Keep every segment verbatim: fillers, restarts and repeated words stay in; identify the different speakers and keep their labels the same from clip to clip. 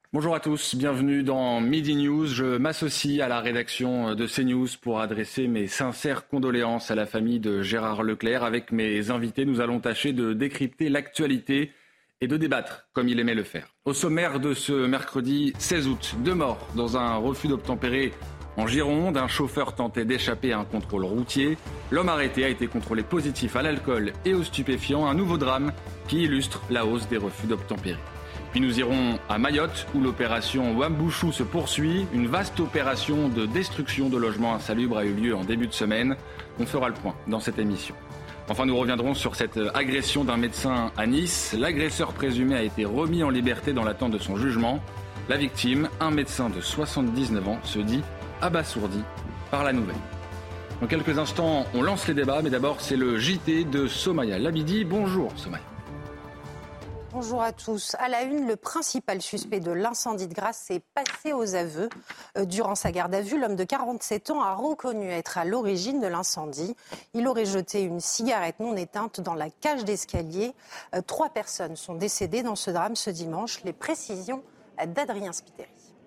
Speaker 1: Bonjour à tous, bienvenue dans Midi News. Je m'associe à la rédaction de CNews pour adresser mes sincères condoléances à la famille de Gérard Leclerc. Avec mes invités, nous allons tâcher de décrypter l'actualité et de débattre comme il aimait le faire. Au sommaire de ce mercredi seize août, deux morts dans un refus d'obtempérer en Gironde. Un chauffeur tentait d'échapper à un contrôle routier. L'homme arrêté a été contrôlé positif à l'alcool et aux stupéfiants. Un nouveau drame qui illustre la hausse des refus d'obtempérer. Puis nous irons à Mayotte où l'opération Wambushu se poursuit. Une vaste opération de destruction de logements insalubres a eu lieu en début de semaine. On fera le point dans cette émission. Enfin, nous reviendrons sur cette agression d'un médecin à Nice. L'agresseur présumé a été remis en liberté dans l'attente de son jugement. La victime, un médecin de soixante-dix-neuf ans, se dit abasourdi par la nouvelle. Dans quelques instants, on lance les débats, mais d'abord, c'est le J T de Somaya Labidi. Bonjour Somaya.
Speaker 2: Bonjour à tous. À la une, le principal suspect de l'incendie de Grasse s'est passé aux aveux. Durant sa garde à vue, l'homme de quarante-sept ans a reconnu être à l'origine de l'incendie. Il aurait jeté une cigarette non éteinte dans la cage d'escalier. Trois personnes sont décédées dans ce drame ce dimanche. Les précisions d'Adrien Spiteri.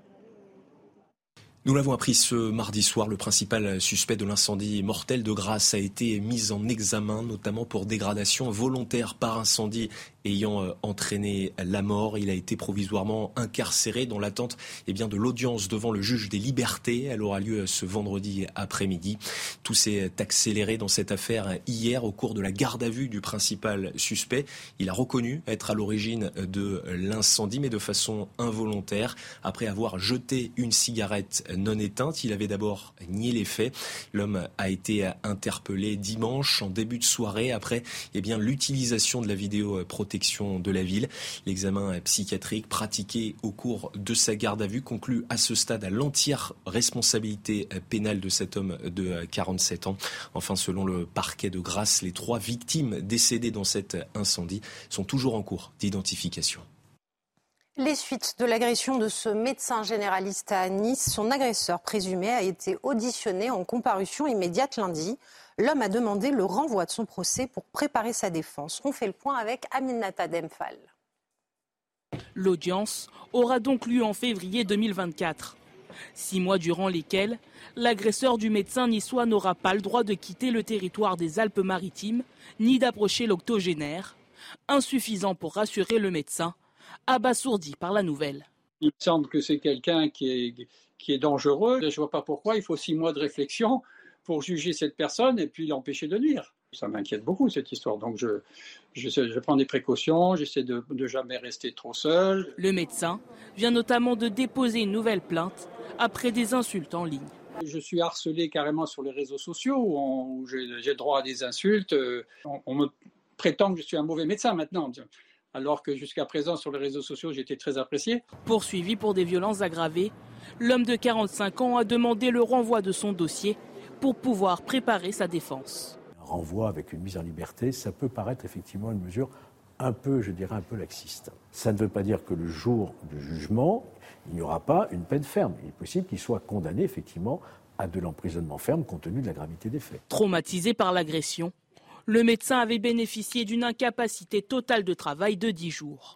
Speaker 3: Nous l'avons appris ce mardi soir, le principal suspect de l'incendie mortel de Grasse a été mis en examen, notamment pour dégradation volontaire par incendie ayant entraîné la mort. Il a été provisoirement incarcéré dans l'attente eh bien, de l'audience devant le juge des libertés. Elle aura lieu ce vendredi après-midi. Tout s'est accéléré dans cette affaire hier au cours de la garde à vue du principal suspect. Il a reconnu être à l'origine de l'incendie, mais de façon involontaire. Après avoir jeté une cigarette non éteinte, il avait d'abord nié les faits. L'homme a été interpellé dimanche en début de soirée après eh bien, l'utilisation de la vidéo protection de la ville. L'examen psychiatrique pratiqué au cours de sa garde à vue conclut à ce stade à l'entière responsabilité pénale de cet homme de quarante-sept ans. Enfin, selon le parquet de Grasse, les trois victimes décédées dans cet incendie sont toujours en cours d'identification.
Speaker 2: Les suites de l'agression de ce médecin généraliste à Nice, son agresseur présumé a été auditionné en comparution immédiate lundi. L'homme a demandé le renvoi de son procès pour préparer sa défense. On fait le point avec Aminata Demphal.
Speaker 4: L'audience aura donc lieu en février deux mille vingt-quatre. Six mois durant lesquels l'agresseur du médecin niçois n'aura pas le droit de quitter le territoire des Alpes-Maritimes ni d'approcher l'octogénaire. Insuffisant pour rassurer le médecin, abasourdi par la nouvelle.
Speaker 5: Il me semble que c'est quelqu'un qui est, qui est dangereux. Je ne vois pas pourquoi il faut six mois de réflexion pour juger cette personne et puis l'empêcher de nuire. Ça m'inquiète beaucoup cette histoire. Donc je, je, je prends des précautions, j'essaie de ne jamais rester trop seul.
Speaker 4: Le médecin vient notamment de déposer une nouvelle plainte après des insultes en ligne.
Speaker 5: Je suis harcelé carrément sur les réseaux sociaux où, on, où j'ai, j'ai droit à des insultes. On, on me prétend que je suis un mauvais médecin maintenant, alors que jusqu'à présent sur les réseaux sociaux j'étais très apprécié.
Speaker 4: Poursuivi pour des violences aggravées, l'homme de quarante-cinq ans a demandé le renvoi de son dossier pour pouvoir préparer sa défense.
Speaker 6: Un renvoi avec une mise en liberté, ça peut paraître effectivement une mesure un peu, je dirais, un peu laxiste. Ça ne veut pas dire que le jour du jugement, il n'y aura pas une peine ferme. Il est possible qu'il soit condamné effectivement à de l'emprisonnement ferme compte tenu de la gravité des faits.
Speaker 4: Traumatisé par l'agression, le médecin avait bénéficié d'une incapacité totale de travail de dix jours.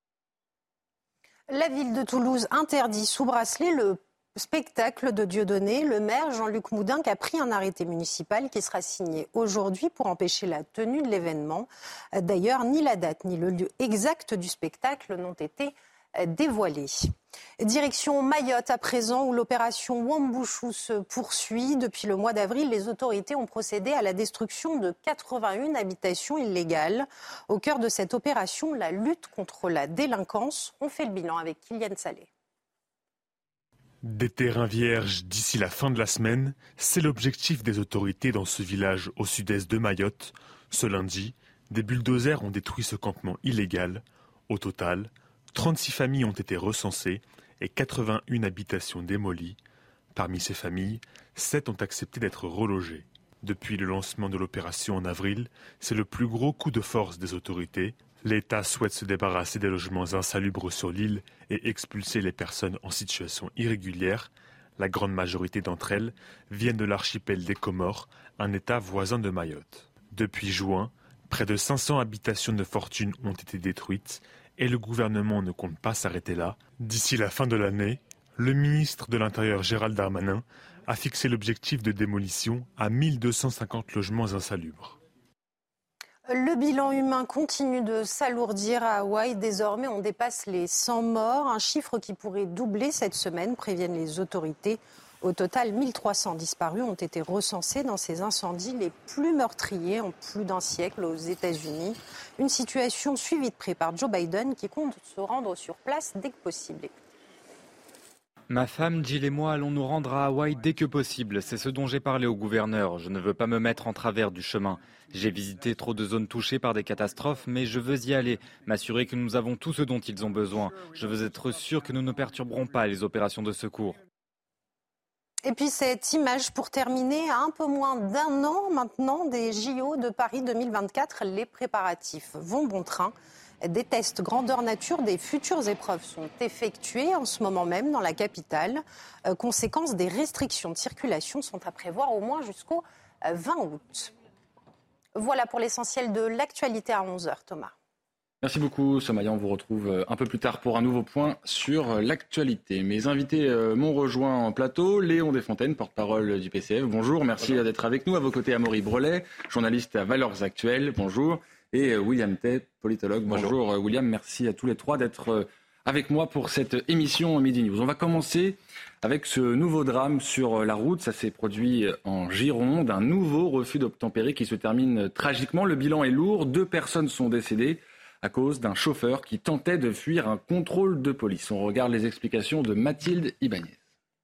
Speaker 2: La ville de Toulouse interdit sous bracelet le spectacle de Dieudonné. Le maire Jean-Luc Moudinque a pris un arrêté municipal qui sera signé aujourd'hui pour empêcher la tenue de l'événement. D'ailleurs, ni la date ni le lieu exact du spectacle n'ont été dévoilés. Direction Mayotte à présent, où l'opération Wambushu se poursuit. Depuis le mois d'avril, les autorités ont procédé à la destruction de quatre-vingt-une habitations illégales. Au cœur de cette opération, la lutte contre la délinquance. On fait le bilan avec Kylian Salé.
Speaker 7: Des terrains vierges d'ici la fin de la semaine, c'est l'objectif des autorités dans ce village au sud-est de Mayotte. Ce lundi, des bulldozers ont détruit ce campement illégal. Au total, trente-six familles ont été recensées et quatre-vingt-une habitations démolies. Parmi ces familles, sept ont accepté d'être relogées. Depuis le lancement de l'opération en avril, c'est le plus gros coup de force des autorités. L'État souhaite se débarrasser des logements insalubres sur l'île et expulser les personnes en situation irrégulière. La grande majorité d'entre elles viennent de l'archipel des Comores, un État voisin de Mayotte. Depuis juin, près de cinq cents habitations de fortune ont été détruites et le gouvernement ne compte pas s'arrêter là. D'ici la fin de l'année, le ministre de l'Intérieur Gérald Darmanin a fixé l'objectif de démolition à mille deux cent cinquante logements insalubres.
Speaker 2: Le bilan humain continue de s'alourdir à Hawaï. Désormais, on dépasse les cent morts, un chiffre qui pourrait doubler cette semaine, préviennent les autorités. Au total, mille trois cents disparus ont été recensés dans ces incendies les plus meurtriers en plus d'un siècle aux États-Unis. Une situation suivie de près par Joe Biden qui compte se rendre sur place dès que possible.
Speaker 8: Ma femme, Jill et moi allons nous rendre à Hawaï dès que possible. C'est ce dont j'ai parlé au gouverneur. Je ne veux pas me mettre en travers du chemin. J'ai visité trop de zones touchées par des catastrophes, mais je veux y aller, m'assurer que nous avons tout ce dont ils ont besoin. Je veux être sûr que nous ne perturberons pas les opérations de secours.
Speaker 2: Et puis cette image pour terminer, à un peu moins d'un an maintenant des J O de Paris deux mille vingt-quatre, les préparatifs vont bon train. Des tests grandeur nature des futures épreuves sont effectués en ce moment même dans la capitale. Euh, conséquence, des restrictions de circulation sont à prévoir au moins jusqu'au vingt août. Voilà pour l'essentiel de l'actualité à onze heures, Thomas.
Speaker 1: Merci beaucoup, Somaya. On vous retrouve un peu plus tard pour un nouveau point sur l'actualité. Mes invités m'ont rejoint en plateau. Léon Desfontaines, porte-parole du P C F. Bonjour, merci Bonjour. d'être avec nous. À vos côtés, Amaury Brelet, journaliste à Valeurs Actuelles. Bonjour. Et William Tay, politologue. Bonjour. Bonjour William, merci à tous les trois d'être avec moi pour cette émission Midi News. On va commencer avec ce nouveau drame sur la route. Ça s'est produit en Gironde. Un nouveau refus d'obtempérer qui se termine tragiquement. Le bilan est lourd. Deux personnes sont décédées à cause d'un chauffeur qui tentait de fuir un contrôle de police. On regarde les explications de Mathilde Ibanez.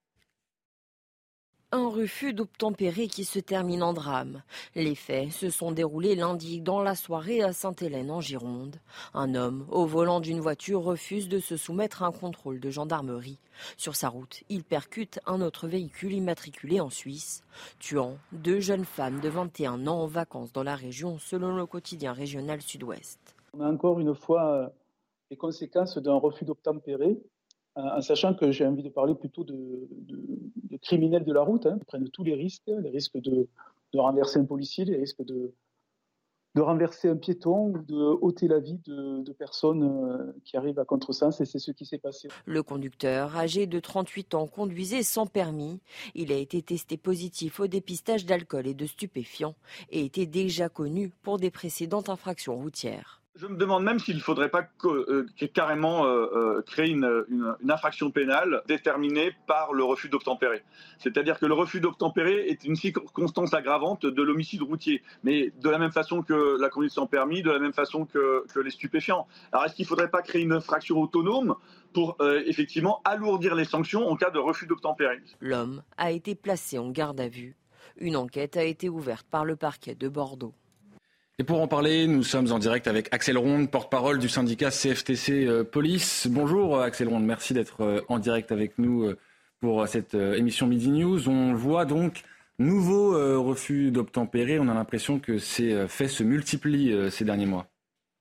Speaker 9: Un refus d'obtempérer qui se termine en drame. Les faits se sont déroulés lundi dans la soirée à Sainte-Hélène en Gironde. Un homme au volant d'une voiture refuse de se soumettre à un contrôle de gendarmerie. Sur sa route, il percute un autre véhicule immatriculé en Suisse, tuant deux jeunes femmes de vingt et un ans en vacances dans la région, selon le quotidien régional Sud-Ouest.
Speaker 10: On a encore une fois les conséquences d'un refus d'obtempérer, en sachant que j'ai envie de parler plutôt de, de, de criminels de la route, hein, qui prennent tous les risques, les risques de, de renverser un policier, les risques de, de renverser un piéton ou de ôter la vie de, de personnes qui arrivent à contresens, et c'est ce qui s'est passé.
Speaker 9: Le conducteur, âgé de trente-huit ans, conduisait sans permis. Il a été testé positif au dépistage d'alcool et de stupéfiants et était déjà connu pour des précédentes infractions routières.
Speaker 11: Je me demande même s'il ne faudrait pas euh, carrément euh, créer une, une, une infraction pénale déterminée par le refus d'obtempérer. C'est-à-dire que le refus d'obtempérer est une circonstance aggravante de l'homicide routier, mais de la même façon que la conduite sans permis, de la même façon que, que les stupéfiants. Alors est-ce qu'il ne faudrait pas créer une infraction autonome pour euh, effectivement alourdir les sanctions en cas de refus d'obtempérer ?
Speaker 9: L'homme a été placé en garde à vue. Une enquête a été ouverte par le parquet de Bordeaux.
Speaker 1: Et pour en parler, nous sommes en direct avec Axel Ronde, porte-parole du syndicat C F T C euh, Police. Bonjour Axel Ronde, merci d'être euh, en direct avec nous euh, pour cette euh, émission Midi News. On voit donc nouveau euh, refus d'obtempérer. On a l'impression que ces euh, faits se multiplient euh, ces derniers mois.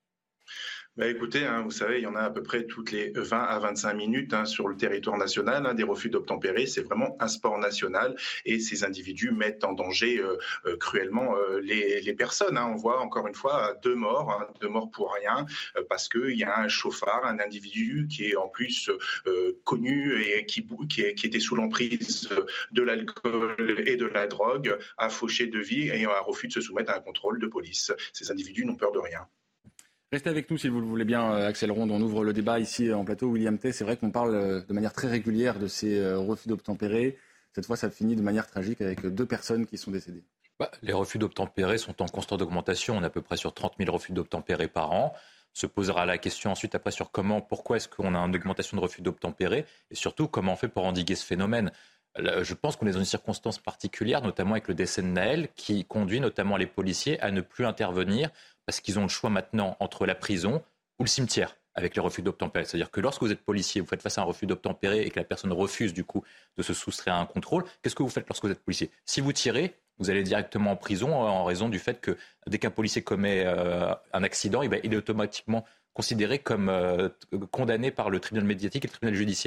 Speaker 12: Bah écoutez, hein, vous savez, il y en a à peu près toutes les vingt à vingt-cinq minutes hein, sur le territoire national, hein, des refus d'obtempérer. C'est vraiment un sport national et ces individus mettent en danger euh, euh, cruellement euh, les, les personnes. Hein. On voit encore une fois deux morts, hein, deux morts pour rien, euh, parce qu'il y a un chauffard, un individu qui est en plus euh, connu et qui, qui, est, qui était sous l'emprise de l'alcool et de la drogue, a fauché de vie et a refus de se soumettre à un contrôle de police. Ces individus n'ont peur de rien.
Speaker 1: Restez avec nous si vous le voulez bien, Axel Ronde. On ouvre le débat ici en plateau. William Tay, c'est vrai qu'on parle de manière très régulière de ces refus d'obtempérer. Cette fois, ça finit de manière tragique avec deux personnes qui sont décédées.
Speaker 13: Bah, les refus d'obtempérer sont en constante augmentation. On est à peu près sur trente mille refus d'obtempérer par an. Se posera la question ensuite après sur comment, pourquoi est-ce qu'on a une augmentation de refus d'obtempérer et surtout comment on fait pour endiguer ce phénomène. Je pense qu'on est dans une circonstance particulière, notamment avec le décès de Naël, qui conduit notamment les policiers à ne plus intervenir parce qu'ils ont le choix maintenant entre la prison ou le cimetière avec les refus d'obtempérer. C'est-à-dire que lorsque vous êtes policier, vous faites face à un refus d'obtempérer et que la personne refuse du coup de se soustraire à un contrôle, qu'est-ce que vous faites lorsque vous êtes policier ? Si vous tirez, vous allez directement en prison en raison du fait que dès qu'un policier commet euh, un accident, eh bien, il est automatiquement considéré comme euh, condamné par le tribunal médiatique et le tribunal judiciaire.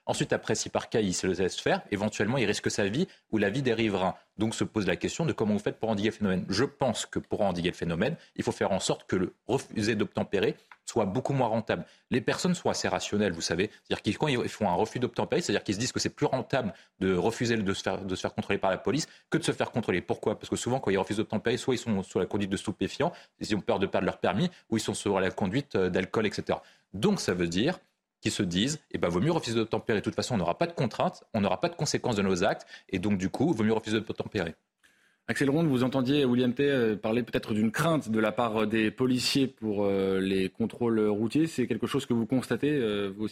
Speaker 13: Ensuite, après, si par cas il se laisse faire, éventuellement il risque sa vie ou la vie des riverains. Donc se pose la question de comment vous faites pour endiguer le phénomène. Je pense que pour endiguer le phénomène, il faut faire en sorte que le refuser d'obtempérer soit beaucoup moins rentable. Les personnes sont assez rationnelles, vous savez. C'est-à-dire qu'ils, quand ils font un refus d'obtempérer, c'est-à-dire qu'ils se disent que c'est plus rentable de refuser de se faire, de se faire contrôler par la police que de se faire contrôler. Pourquoi ? Parce que souvent, quand ils refusent d'obtempérer, soit ils sont sur la conduite de stupéfiants, ils ont peur de perdre leur permis, ou ils sont sur la conduite d'alcool, et cetera. Donc ça veut dire qui se disent, eh ben, vaut mieux refuser d'obtempérer. De toute façon, on n'aura pas de contraintes, on n'aura pas de conséquences de nos actes, et donc du coup, il vaut mieux refuser d'obtempérer.
Speaker 1: Axel Ronde, vous entendiez William Tay parler peut-être d'une crainte de la part des policiers pour les contrôles routiers. C'est quelque chose que vous constatez, vous aussi ?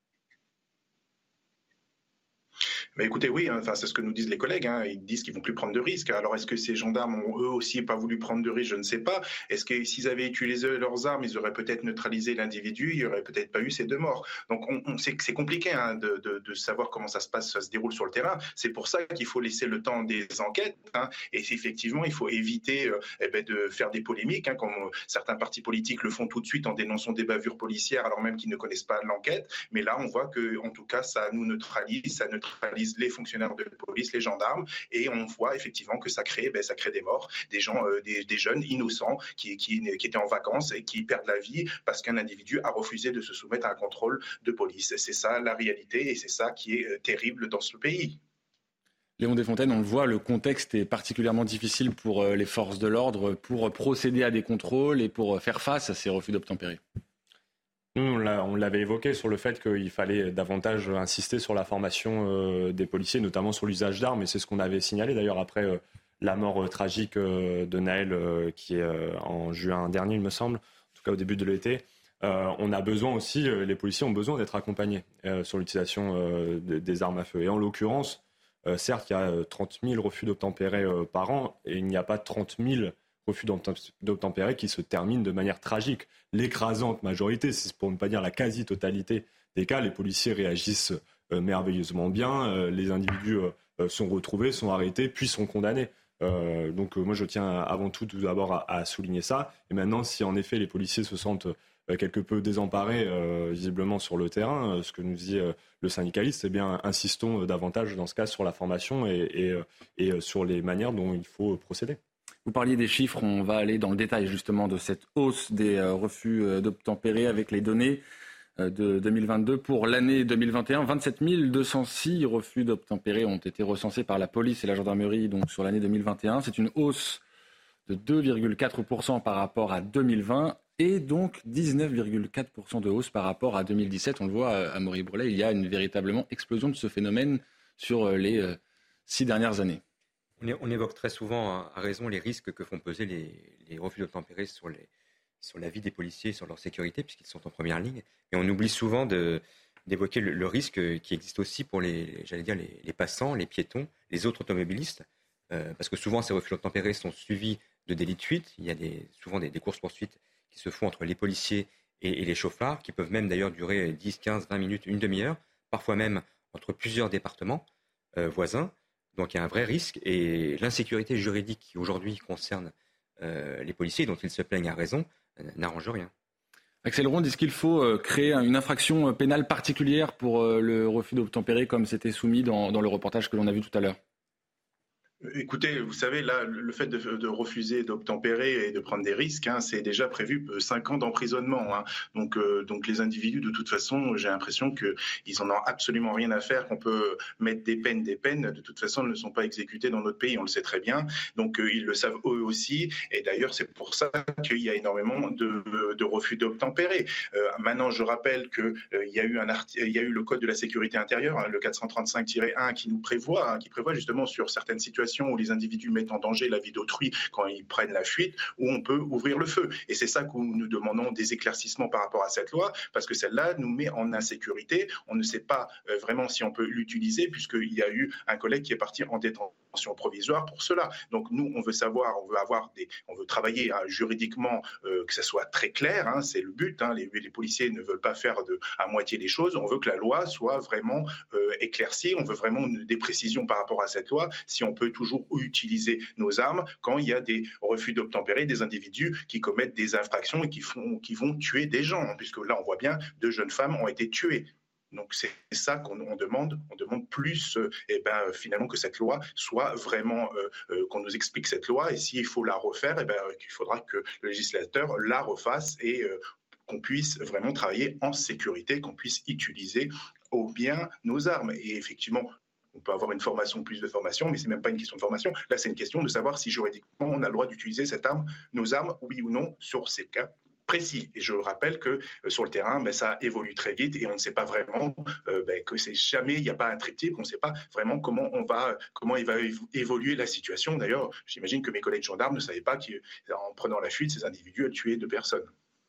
Speaker 12: Mais écoutez, oui, hein, enfin, c'est ce que nous disent les collègues. Hein, ils disent qu'ils ne vont plus prendre de risques. Alors, est-ce que ces gendarmes ont eux aussi pas voulu prendre de risques ? Je ne sais pas. Est-ce que s'ils avaient utilisé leurs armes, ils auraient peut-être neutralisé l'individu ? Il n'y aurait peut-être pas eu ces deux morts. Donc, on, on sait que c'est compliqué hein, de, de, de savoir comment ça se passe, ça se déroule sur le terrain. C'est pour ça qu'il faut laisser le temps des enquêtes. Hein, et effectivement, il faut éviter euh, eh ben, de faire des polémiques, hein, comme euh, certains partis politiques le font tout de suite en dénonçant des bavures policières, alors même qu'ils ne connaissent pas l'enquête. Mais là, on voit que, en tout cas, ça nous neutralise, ça neutralise les fonctionnaires de police, les gendarmes, et on voit effectivement que ça crée, ben, ça crée des morts, des gens, euh, des, des jeunes innocents qui, qui, qui étaient en vacances et qui perdent la vie parce qu'un individu a refusé de se soumettre à un contrôle de police. C'est ça la réalité et c'est ça qui est euh, terrible dans ce pays.
Speaker 1: Léon Desfontaines, on le voit, le contexte est particulièrement difficile pour les forces de l'ordre pour procéder à des contrôles et pour faire face à ces refus d'obtempérer.
Speaker 14: Nous, on, l'a, on l'avait évoqué sur le fait qu'il fallait davantage insister sur la formation euh, des policiers, notamment sur l'usage d'armes. Et c'est ce qu'on avait signalé d'ailleurs après euh, la mort euh, tragique euh, de Naël, euh, qui est euh, en juin dernier, il me semble, en tout cas au début de l'été. Euh, on a besoin aussi, euh, les policiers ont besoin d'être accompagnés euh, sur l'utilisation euh, des, des armes à feu. Et en l'occurrence, euh, certes, il y a trente mille refus d'obtempérer euh, par an et il n'y a pas trente mille refus d'obtempérer qui se terminent de manière tragique. L'écrasante majorité, c'est pour ne pas dire la quasi-totalité des cas, les policiers réagissent euh, merveilleusement bien, euh, les individus euh, sont retrouvés, sont arrêtés, puis sont condamnés. Euh, donc euh, moi je tiens avant tout tout d'abord à, à souligner ça. Et maintenant, si en effet les policiers se sentent euh, quelque peu désemparés euh, visiblement sur le terrain, euh, ce que nous dit euh, le syndicaliste, eh bien insistons euh, davantage dans ce cas sur la formation et, et, euh, et euh, sur les manières dont il faut euh, procéder.
Speaker 1: Vous parliez des chiffres, on va aller dans le détail justement de cette hausse des refus d'obtempérer avec les données de deux mille vingt-deux. Pour l'année deux mille vingt et un, vingt-sept mille deux cent six refus d'obtempérer ont été recensés par la police et la gendarmerie donc sur l'année deux mille vingt et un. C'est une hausse de deux virgule quatre pour cent par rapport à deux mille vingt et donc dix-neuf virgule quatre pour cent de hausse par rapport à deux mille dix-sept. On le voit à Maury-Bourlet, il y a une véritablement explosion de ce phénomène sur les six dernières années.
Speaker 15: On évoque très souvent, à raison, les risques que font peser les, les refus d'obtempérer sur, les, sur la vie des policiers, sur leur sécurité, puisqu'ils sont en première ligne. Et on oublie souvent de, d'évoquer le, le risque qui existe aussi pour les, j'allais dire, les, les passants, les piétons, les autres automobilistes. Euh, parce que souvent, ces refus d'obtempérer sont suivis de délits de fuite. Il y a des, souvent des, des courses-poursuites qui se font entre les policiers et, et les chauffards, qui peuvent même d'ailleurs durer dix, quinze, vingt minutes, une demi-heure, parfois même entre plusieurs départements euh, voisins. Donc il y a un vrai risque et l'insécurité juridique qui aujourd'hui concerne euh, les policiers, dont ils se plaignent à raison, euh, n'arrange rien.
Speaker 1: Axel Ronde, est-ce qu'il faut euh, créer une infraction pénale particulière pour euh, le refus d'obtempérer comme c'était soumis dans, dans le reportage que l'on a vu tout à l'heure ?
Speaker 12: Écoutez, vous savez, là, le fait de, de refuser d'obtempérer et de prendre des risques, hein, c'est déjà prévu cinq ans d'emprisonnement. Hein. Donc, euh, donc les individus, de toute façon, j'ai l'impression qu'ils n'en ont absolument rien à faire, qu'on peut mettre des peines, des peines, de toute façon, elles ne sont pas exécutées dans notre pays, on le sait très bien. Donc, euh, ils le savent eux aussi. Et d'ailleurs, c'est pour ça qu'il y a énormément de, de refus d'obtempérer. Euh, maintenant, je rappelle qu'il euh, y a eu un arti- il y a eu le Code de la sécurité intérieure, hein, le quatre cent trente-cinq tiret un, qui nous prévoit, hein, qui prévoit justement sur certaines situations où les individus mettent en danger la vie d'autrui quand ils prennent la fuite, où on peut ouvrir le feu. Et c'est ça que nous demandons des éclaircissements par rapport à cette loi, parce que celle-là nous met en insécurité. On ne sait pas euh, vraiment si on peut l'utiliser, puisqu'il y a eu un collègue qui est parti en détention provisoire pour cela. Donc nous, on veut savoir, on veut avoir des, on veut travailler hein, juridiquement, euh, que ça soit très clair, hein, c'est le but. Hein, les, les policiers ne veulent pas faire de, à moitié les choses. On veut que la loi soit vraiment euh, éclaircie. On veut vraiment des précisions par rapport à cette loi. Si on peut toujours utiliser nos armes quand il y a des refus d'obtempérer, des individus qui commettent des infractions et qui, font, qui vont tuer des gens, puisque là on voit bien deux jeunes femmes ont été tuées. Donc c'est ça qu'on on demande. On demande plus, euh, eh ben, euh, finalement, que cette loi soit vraiment, euh, euh, qu'on nous explique cette loi. Et s'il faut la refaire, eh ben, euh, il faudra que le législateur la refasse et euh, qu'on puisse vraiment travailler en sécurité, qu'on puisse utiliser au bien nos armes. Et effectivement, on peut avoir une formation, plus de formation, mais ce n'est même pas une question de formation. Là, c'est une question de savoir si juridiquement on a le droit d'utiliser cette arme, nos armes, oui ou non, sur ces cas précis. Et je rappelle que euh, sur le terrain, ben, ça évolue très vite et on ne sait pas vraiment euh, ben, que c'est jamais, il n'y a pas un triptyque, on ne sait pas vraiment comment on va, comment il va évoluer la situation. D'ailleurs, j'imagine que mes collègues gendarmes ne savaient pas qu'en prenant la fuite, ces individus allaient tuer deux personnes.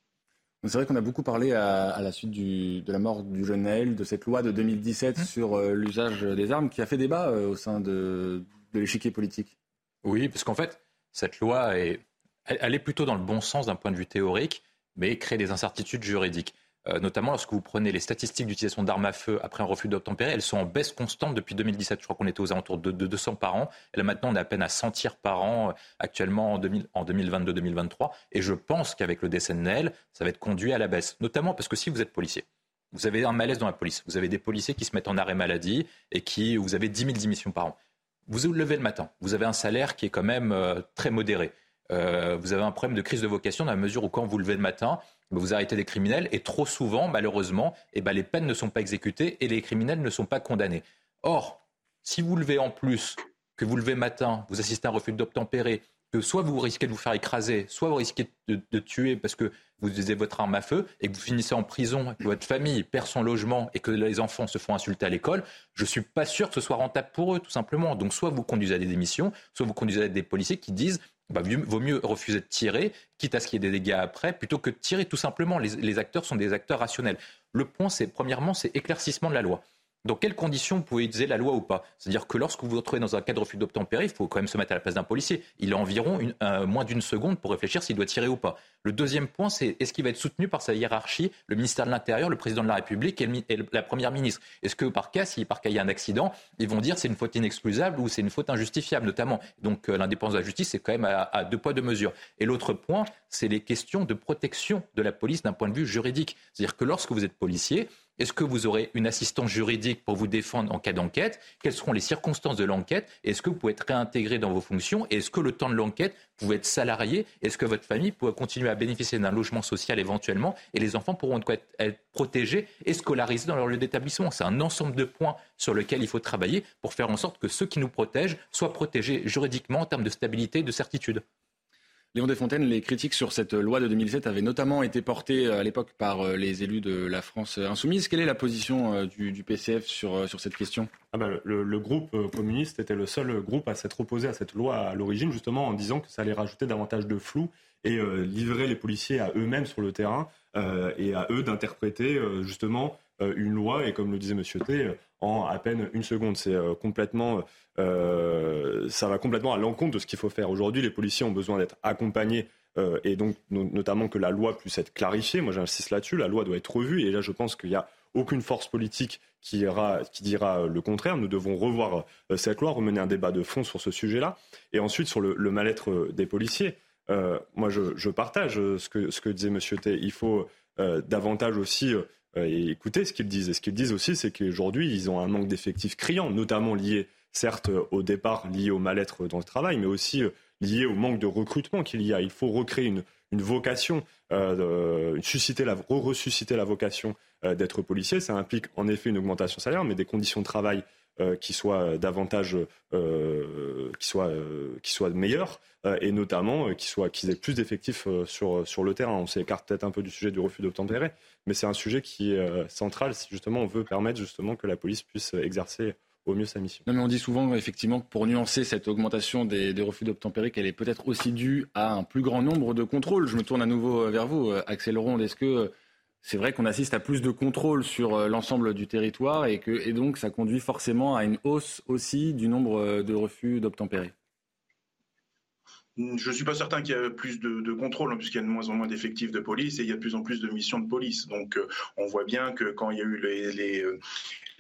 Speaker 1: C'est vrai qu'on a beaucoup parlé à, à la suite du, de la mort du jeune Naël, de cette loi de deux mille dix-sept mmh. sur euh, l'usage des armes qui a fait débat euh, au sein de, de l'échiquier politique.
Speaker 13: Oui, parce qu'en fait, cette loi, est, elle, elle est plutôt dans le bon sens d'un point de vue théorique, mais crée des incertitudes juridiques. Euh, notamment lorsque vous prenez les statistiques d'utilisation d'armes à feu après un refus d'obtempérer, elles sont en baisse constante depuis deux mille dix-sept. Je crois qu'on était aux alentours de, de deux cents par an. Et là maintenant, on est à peine à cent tirs par an euh, actuellement en, deux mille, en deux mille vingt-deux deux mille vingt-trois. Et je pense qu'avec le décès de Naël, ça va être conduit à la baisse. Notamment parce que si vous êtes policier, vous avez un malaise dans la police. Vous avez des policiers qui se mettent en arrêt maladie et qui, vous avez dix mille démissions par an. Vous vous levez le matin. Vous avez un salaire qui est quand même euh, très modéré. Euh, vous avez un problème de crise de vocation dans la mesure où quand vous vous levez le matin, vous arrêtez des criminels et trop souvent, malheureusement, eh ben, les peines ne sont pas exécutées et les criminels ne sont pas condamnés. Or, si vous levez en plus, que vous levez matin, vous assistez à un refus d'obtempérer, que soit vous risquez de vous faire écraser, soit vous risquez de, de tuer parce que vous utilisez votre arme à feu et que vous finissez en prison, que votre famille perd son logement et que les enfants se font insulter à l'école, je ne suis pas sûr que ce soit rentable pour eux, tout simplement. Donc soit vous conduisez à des démissions, soit vous conduisez à des policiers qui disent bah, vaut mieux refuser de tirer, quitte à ce qu'il y ait des dégâts après, plutôt que de tirer tout simplement. Les, les acteurs sont des acteurs rationnels. Le point, c'est premièrement, c'est éclaircissement de la loi. Dans quelles conditions vous pouvez utiliser la loi ou pas ? C'est-à-dire que lorsque vous vous retrouvez dans un cas de refus d'obtempérer, il faut quand même se mettre à la place d'un policier. Il a environ une, euh, moins d'une seconde pour réfléchir s'il doit tirer ou pas. Le deuxième point, c'est est-ce qu'il va être soutenu par sa hiérarchie, le ministère de l'Intérieur, le président de la République et, le, et la première ministre ? Est-ce que par cas, si par cas il y a un accident, ils vont dire c'est une faute inexcusable ou c'est une faute injustifiable notamment ? Donc euh, l'indépendance de la justice, c'est quand même à, à deux poids deux mesures. Et l'autre point, c'est les questions de protection de la police d'un point de vue juridique. C'est-à-dire que lorsque vous êtes policier, est-ce que vous aurez une assistance juridique pour vous défendre en cas d'enquête ? Quelles seront les circonstances de l'enquête ? Est-ce que vous pouvez être réintégré dans vos fonctions ? Et est-ce que le temps de l'enquête, vous pouvez être salarié ? Est-ce que votre famille pourra continuer à bénéficier d'un logement social éventuellement ? Et les enfants pourront être, être protégés et scolarisés dans leur lieu d'établissement. C'est un ensemble de points sur lesquels il faut travailler pour faire en sorte que ceux qui nous protègent soient protégés juridiquement en termes de stabilité et de certitude.
Speaker 1: Léon Desfontaines, les critiques sur cette loi de deux mille sept avaient notamment été portées à l'époque par les élus de la France insoumise. Quelle est la position du, du P C F sur, sur cette question ?
Speaker 14: ah ben, le, le groupe communiste était le seul groupe à s'être opposé à cette loi à l'origine, justement en disant que ça allait rajouter davantage de flou et euh, livrer les policiers à eux-mêmes sur le terrain euh, et à eux d'interpréter euh, justement euh, une loi, et comme le disait M. T, en à peine une seconde. C'est euh, complètement, euh, ça va complètement à l'encontre de ce qu'il faut faire. Aujourd'hui, les policiers ont besoin d'être accompagnés euh, et donc no- notamment que la loi puisse être clarifiée. Moi, j'insiste là-dessus. La loi doit être revue et là, je pense qu'il n'y a aucune force politique qui, ira, qui dira le contraire. Nous devons revoir euh, cette loi, remener un débat de fond sur ce sujet-là. Et ensuite, sur le, le mal-être des policiers, euh, moi, je, je partage ce que, ce que disait M. T. Il faut euh, davantage aussi... Euh, et écoutez ce qu'ils disent. Et ce qu'ils disent aussi, c'est qu'aujourd'hui, ils ont un manque d'effectifs criant, notamment lié, certes, au départ, lié au mal-être dans le travail, mais aussi lié au manque de recrutement qu'il y a. Il faut recréer une, une vocation, euh, susciter la, ressusciter la vocation euh, d'être policier. Ça implique en effet une augmentation salaire, mais des conditions de travail euh, qui soient davantage, euh, qui soient, euh, qui soient meilleures, euh, et notamment euh, qui soient, qu'ils aient plus d'effectifs euh, sur, sur le terrain. On s'écarte peut-être un peu du sujet du refus d'obtempérer, mais c'est un sujet qui est euh, central si justement on veut permettre justement que la police puisse exercer au mieux sa mission.
Speaker 1: Non, mais on dit souvent effectivement que pour nuancer cette augmentation des, des refus d'obtempérer, qu'elle est peut-être aussi due à un plus grand nombre de contrôles. Je me tourne à nouveau vers vous, Axel Ronde. Est-ce que c'est vrai qu'on assiste à plus de contrôles sur l'ensemble du territoire et, que, et donc ça conduit forcément à une hausse aussi du nombre de refus d'obtempérer ?
Speaker 12: Je ne suis pas certain qu'il y ait plus de, de contrôle, hein, puisqu'il y a de moins en moins d'effectifs de police et il y a de plus en plus de missions de police. Donc euh, on voit bien que quand il y a eu les, les,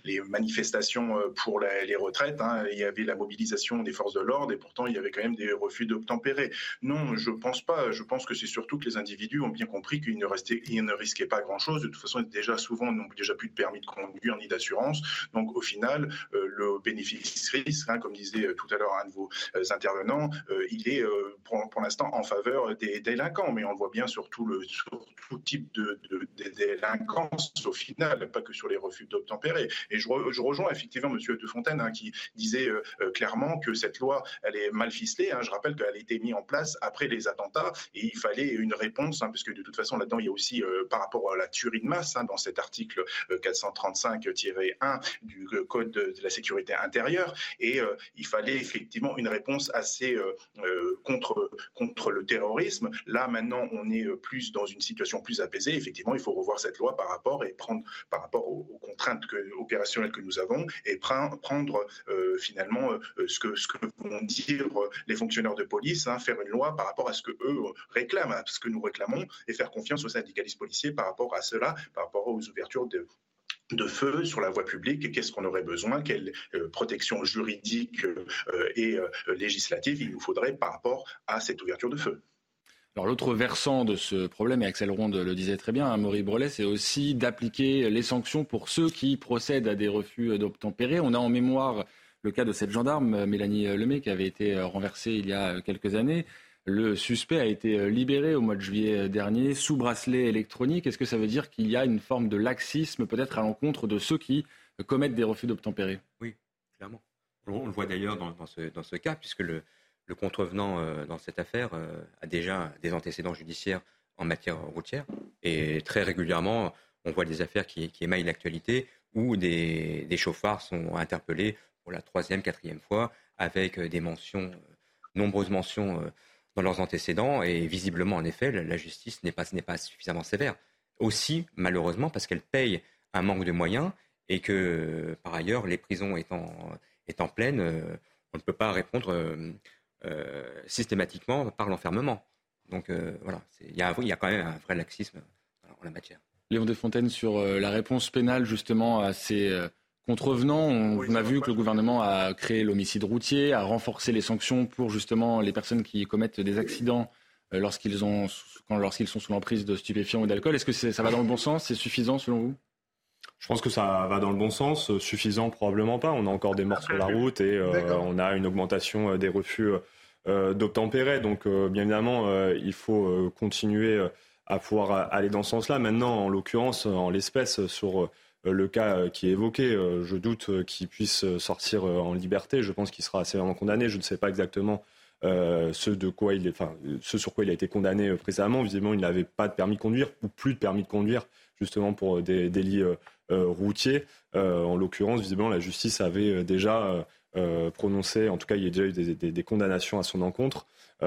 Speaker 12: les manifestations pour la, les retraites, hein, il y avait la mobilisation des forces de l'ordre et pourtant il y avait quand même des refus d'obtempérer. Non, je pense pas. Je pense que c'est surtout que les individus ont bien compris qu'ils ne, restaient, ils ne risquaient pas grand-chose. De toute façon, déjà souvent n'ont déjà plus de permis de conduire ni d'assurance. Donc au final, euh, le bénéfice-risque, hein, comme disait tout à l'heure un de vos euh, intervenants, euh, il est euh, pour, pour l'instant en faveur des, des délinquants. Mais on le voit bien sur tout, le, sur tout type de, de, de délinquance au final, pas que sur les refus d'obtempérer. Et je, re, je rejoins effectivement M. De Fontaine hein, qui disait euh, clairement que cette loi, elle est mal ficelée. Hein. Je rappelle qu'elle a été mise en place après les attentats et il fallait une réponse, hein, parce que de toute façon là-dedans il y a aussi euh, par rapport à la tuerie de masse, hein, dans cet article euh, quatre cent trente-cinq tiret un du euh, Code de, de la sécurité intérieure, et euh, il fallait effectivement une réponse assez euh, euh, contre, contre le terrorisme. Là maintenant on est plus dans une situation plus apaisée. Effectivement il faut revoir cette loi par rapport et prendre par rapport aux, aux contraintes que, opérationnelles que nous avons et prendre, prendre euh, finalement euh, ce que ce que vont dire les fonctionnaires de police, hein, faire une loi par rapport à ce que eux réclament, à ce que nous réclamons, et faire confiance aux syndicalistes policiers par rapport à cela, par rapport aux ouvertures de de feu sur la voie publique. Qu'est-ce qu'on aurait besoin, quelle euh, protection juridique euh, et euh, législative il nous faudrait par rapport à cette ouverture de feu.
Speaker 1: Alors l'autre versant de ce problème, et Axel Ronde le disait très bien, hein, Amaury Brelet, c'est aussi d'appliquer les sanctions pour ceux qui procèdent à des refus d'obtempérer. On a en mémoire le cas de cette gendarme, Mélanie Lemay, qui avait été renversée il y a quelques années. Le suspect a été libéré au mois de juillet dernier sous bracelet électronique. Est-ce que ça veut dire qu'il y a une forme de laxisme peut-être à l'encontre de ceux qui commettent des refus d'obtempérer ?
Speaker 15: Oui, clairement. On le voit d'ailleurs dans, dans, ce, dans ce cas, puisque le, le contrevenant euh, dans cette affaire euh, a déjà des antécédents judiciaires en matière routière. Et très régulièrement, on voit des affaires qui, qui émaillent l'actualité où des, des chauffards sont interpellés pour la troisième, quatrième fois avec des mentions, euh, nombreuses mentions euh, dans leurs antécédents, et visiblement, en effet, la justice n'est pas, n'est pas suffisamment sévère. Aussi, malheureusement, parce qu'elle paye un manque de moyens et que, par ailleurs, les prisons étant, étant pleines, euh, on ne peut pas répondre euh, euh, systématiquement par l'enfermement. Donc euh, voilà, il y, y a quand même un vrai laxisme en la matière.
Speaker 1: Léon Desfontaines, sur euh, la réponse pénale justement à ces... Euh... contrevenants, on, oui, on a vu que le gouvernement a créé l'homicide routier, a renforcé les sanctions pour justement les personnes qui commettent des accidents euh, lorsqu'ils, ont, quand, lorsqu'ils sont sous l'emprise de stupéfiants ou d'alcool. Est-ce que c'est, ça va dans le bon sens ? C'est suffisant selon vous ?
Speaker 14: Je pense que ça va dans le bon sens. Suffisant, probablement pas. On a encore des morts sur la route et euh, on a une augmentation des refus euh, d'obtempérer. Donc euh, bien évidemment, euh, il faut euh, continuer à pouvoir aller dans ce sens-là. Maintenant, en l'occurrence, en l'espèce, sur... le cas qui est évoqué, je doute qu'il puisse sortir en liberté. Je pense qu'il sera sévèrement condamné. Je ne sais pas exactement euh, ce, de quoi il est, enfin, ce sur quoi il a été condamné précédemment. Visiblement, il n'avait pas de permis de conduire ou plus de permis de conduire, justement pour des délits euh, routiers. Euh, en l'occurrence, visiblement, la justice avait déjà euh, prononcé, en tout cas, il y a déjà eu des, des, des condamnations à son encontre.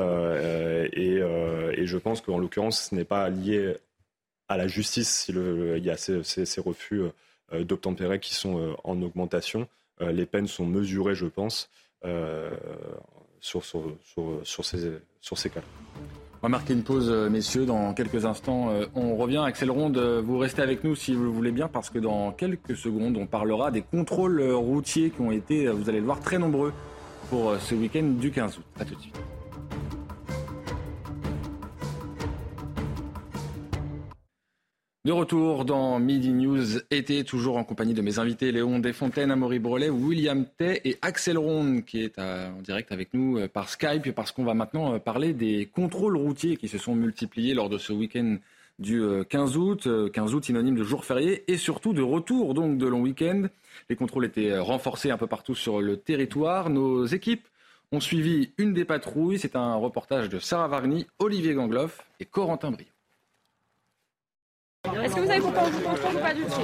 Speaker 14: Euh, et, euh, et je pense qu'en l'occurrence, ce n'est pas lié à la justice si le, il y a ces, ces, ces refus euh, d'obtempérer qui sont euh, en augmentation. Euh, les peines sont mesurées, je pense, euh, sur, sur, sur, sur, ces, sur ces cas.
Speaker 1: On va marquer une pause, messieurs. Dans quelques instants, euh, on revient. Axel Ronde, vous restez avec nous si vous le voulez bien, parce que dans quelques secondes, on parlera des contrôles routiers qui ont été, vous allez le voir, très nombreux pour ce week-end du quinze août. À tout de suite. De retour dans Midi News été, toujours en compagnie de mes invités Léon Desfontaines, Amaury Brelet, William Tay et Axel Ronde qui est à, en direct avec nous par Skype, parce qu'on va maintenant parler des contrôles routiers qui se sont multipliés lors de ce week-end du quinze août. quinze août synonyme de jour férié et surtout de retour donc de long week-end. Les contrôles étaient renforcés un peu partout sur le territoire. Nos équipes ont suivi une des patrouilles. C'est un reportage de Sarah Vargny, Olivier Gangloff et Corentin Brio.
Speaker 16: Est-ce que vous avez pourquoi on vous contrôle ou pas du tout?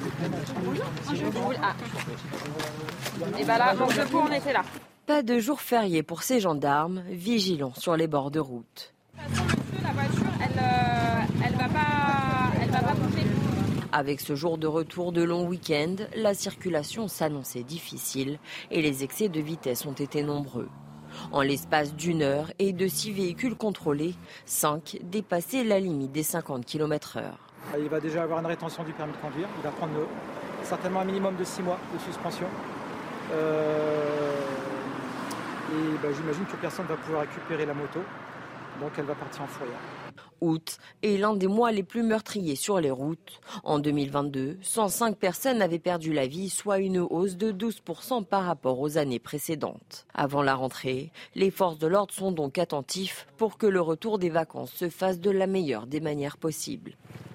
Speaker 16: Ah. Et bien là, manque de peau, on était là.
Speaker 9: Pas de jour férié pour ces gendarmes, vigilants sur les bords de route.
Speaker 16: La voiture, elle, euh, elle va pas, elle va pas bouger.
Speaker 9: Avec ce jour de retour de long week-end, la circulation s'annonçait difficile et les excès de vitesse ont été nombreux. En l'espace d'une heure et de six véhicules contrôlés, cinq dépassaient la limite des cinquante kilomètres heure.
Speaker 17: Il va déjà avoir une rétention du permis de conduire, il va prendre certainement un minimum de six mois de suspension. Euh, et ben, j'imagine que personne ne va pouvoir récupérer la moto, donc elle va partir en fourrière.
Speaker 9: Août est l'un des mois les plus meurtriers sur les routes. En deux mille vingt-deux, cent cinq personnes avaient perdu la vie, soit une hausse de douze pour cent par rapport aux années précédentes. Avant la rentrée, les forces de l'ordre sont donc attentifs pour que le retour des vacances se fasse de la meilleure des manières possibles.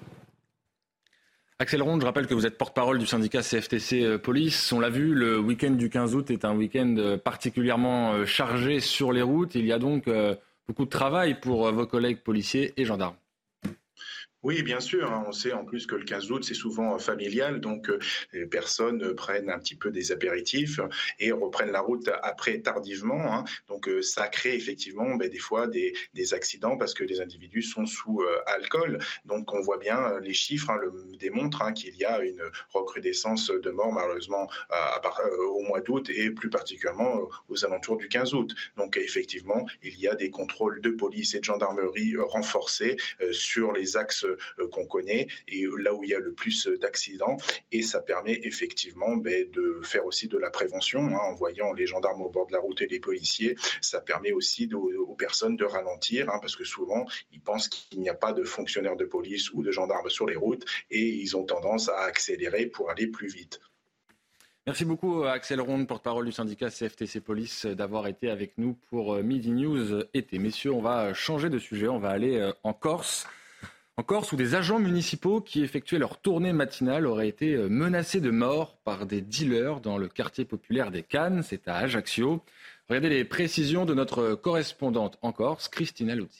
Speaker 1: Axel Ronde, je rappelle que vous êtes porte-parole du syndicat C F T C Police. On l'a vu, le week-end du quinze août est un week-end particulièrement chargé sur les routes. Il y a donc beaucoup de travail pour vos collègues policiers et gendarmes.
Speaker 12: Oui, bien sûr. On sait en plus que le quinze août, c'est souvent familial, donc les personnes prennent un petit peu des apéritifs et reprennent la route après tardivement. Hein. Donc ça crée effectivement ben, des fois des, des accidents parce que les individus sont sous euh, alcool. Donc on voit bien les chiffres hein, le démontrent hein, qu'il y a une recrudescence de morts malheureusement à, à, euh, au mois d'août et plus particulièrement euh, aux alentours du quinze août. Donc effectivement, il y a des contrôles de police et de gendarmerie euh, renforcés euh, sur les axes qu'on connaît et là où il y a le plus d'accidents et ça permet effectivement ben, de faire aussi de la prévention hein, en voyant les gendarmes au bord de la route et les policiers. Ça permet aussi de, aux personnes de ralentir hein, parce que souvent ils pensent qu'il n'y a pas de fonctionnaires de police ou de gendarmes sur les routes et ils ont tendance à accélérer pour aller plus vite.
Speaker 1: Merci beaucoup Axel Ronde, porte-parole du syndicat C F T C Police, d'avoir été avec nous pour Midi News été. Messieurs, on va changer de sujet, on va aller en Corse. En Corse, où des agents municipaux qui effectuaient leur tournée matinale auraient été menacés de mort par des dealers dans le quartier populaire des Cannes, c'est à Ajaccio. Regardez les précisions de notre correspondante en Corse, Christina Luzzi.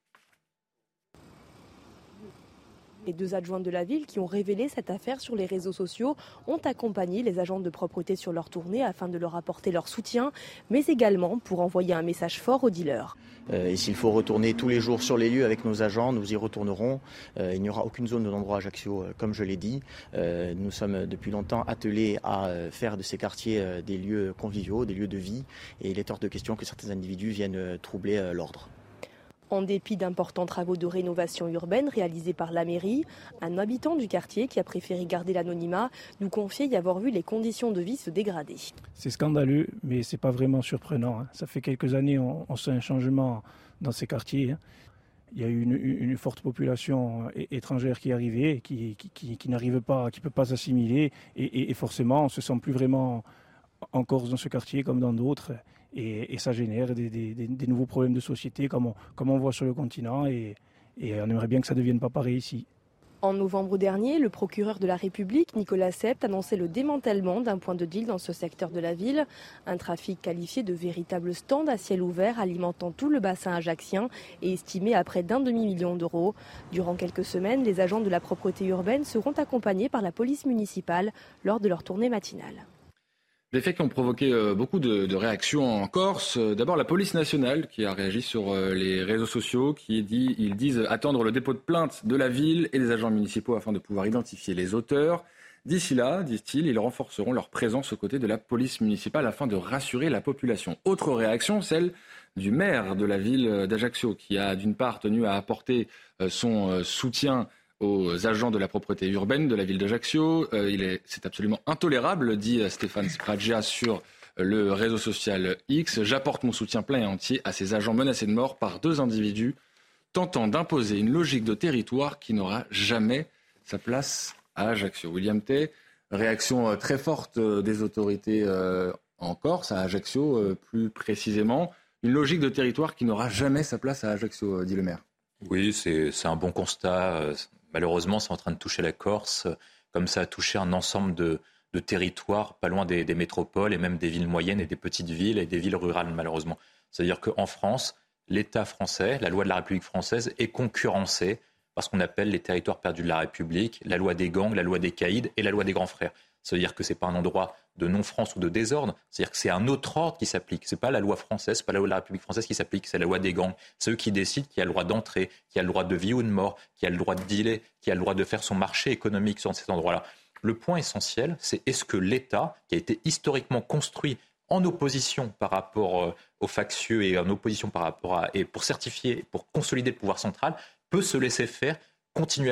Speaker 18: Les deux adjointes de la ville qui ont révélé cette affaire sur les réseaux sociaux ont accompagné les agents de propreté sur leur tournée afin de leur apporter leur soutien, mais également pour envoyer un message fort aux dealers.
Speaker 19: Euh, et s'il faut retourner tous les jours sur les lieux avec nos agents, nous y retournerons. Euh, il n'y aura aucune zone de non-droit à Ajaccio, euh, comme je l'ai dit. Euh, nous sommes depuis longtemps attelés à euh, faire de ces quartiers euh, des lieux conviviaux, des lieux de vie. Et il est hors de question que certains individus viennent euh, troubler euh, l'ordre.
Speaker 18: En dépit d'importants travaux de rénovation urbaine réalisés par la mairie, un habitant du quartier qui a préféré garder l'anonymat nous confiait y avoir vu les conditions de vie se dégrader.
Speaker 20: C'est scandaleux, mais ce n'est pas vraiment surprenant. Ça fait quelques années qu'on on sent un changement dans ces quartiers. Il y a eu une, une forte population étrangère qui est arrivée, qui, qui, qui, qui n'arrive pas, qui ne peut pas s'assimiler. Et, et, et forcément, on ne se sent plus vraiment en Corse dans ce quartier comme dans d'autres. Et, et ça génère des, des, des nouveaux problèmes de société comme on, comme on voit sur le continent et, et on aimerait bien que ça ne devienne pas pareil ici.
Speaker 18: En novembre dernier, le procureur de la République, Nicolas Sept, annonçait le démantèlement d'un point de deal dans ce secteur de la ville. Un trafic qualifié de véritable stand à ciel ouvert alimentant tout le bassin ajaccien et estimé à près d'un demi-million d'euros. Durant quelques semaines, les agents de la propreté urbaine seront accompagnés par la police municipale lors de leur tournée matinale.
Speaker 1: Des faits qui ont provoqué beaucoup de, de réactions en Corse. D'abord, la police nationale qui a réagi sur les réseaux sociaux, qui dit, ils disent attendre le dépôt de plainte de la ville et des agents municipaux afin de pouvoir identifier les auteurs. D'ici là, disent-ils, ils renforceront leur présence aux côtés de la police municipale afin de rassurer la population. Autre réaction, celle du maire de la ville d'Ajaccio, qui a d'une part tenu à apporter son soutien aux agents de la propreté urbaine de la ville d'Ajaccio. Euh, il est, c'est absolument intolérable, dit Stéphane Spraggia sur le réseau social X. J'apporte mon soutien plein et entier à ces agents menacés de mort par deux individus tentant d'imposer une logique de territoire qui n'aura jamais sa place à Ajaccio. William Tay, réaction très forte des autorités euh, en Corse, à Ajaccio euh, plus précisément. Une logique de territoire qui n'aura jamais sa place à Ajaccio, dit le maire.
Speaker 13: Oui, c'est, c'est un bon constat. Malheureusement, c'est en train de toucher la Corse, comme ça a touché un ensemble de, de territoires, pas loin des, des métropoles et même des villes moyennes et des petites villes et des villes rurales, malheureusement. C'est-à-dire qu'en France, l'État français, la loi de la République française, est concurrencée par ce qu'on appelle les territoires perdus de la République, la loi des gangs, la loi des caïds et la loi des grands frères. C'est-à-dire que ce n'est pas un endroit de non-France ou de désordre, c'est-à-dire que c'est un autre ordre qui s'applique. Ce n'est pas la loi française, ce n'est pas la loi de la République française qui s'applique, c'est la loi des gangs. C'est eux qui décident qui a le droit d'entrer, qui a le droit de vie ou de mort, qui a le droit de dealer, qui a le droit de faire son marché économique sur cet endroit-là. Le point essentiel, c'est est-ce que l'État, qui a été historiquement construit en opposition par rapport aux factieux et en opposition par rapport à, et pour certifier, pour consolider le pouvoir central, peut se laisser faire continuellement.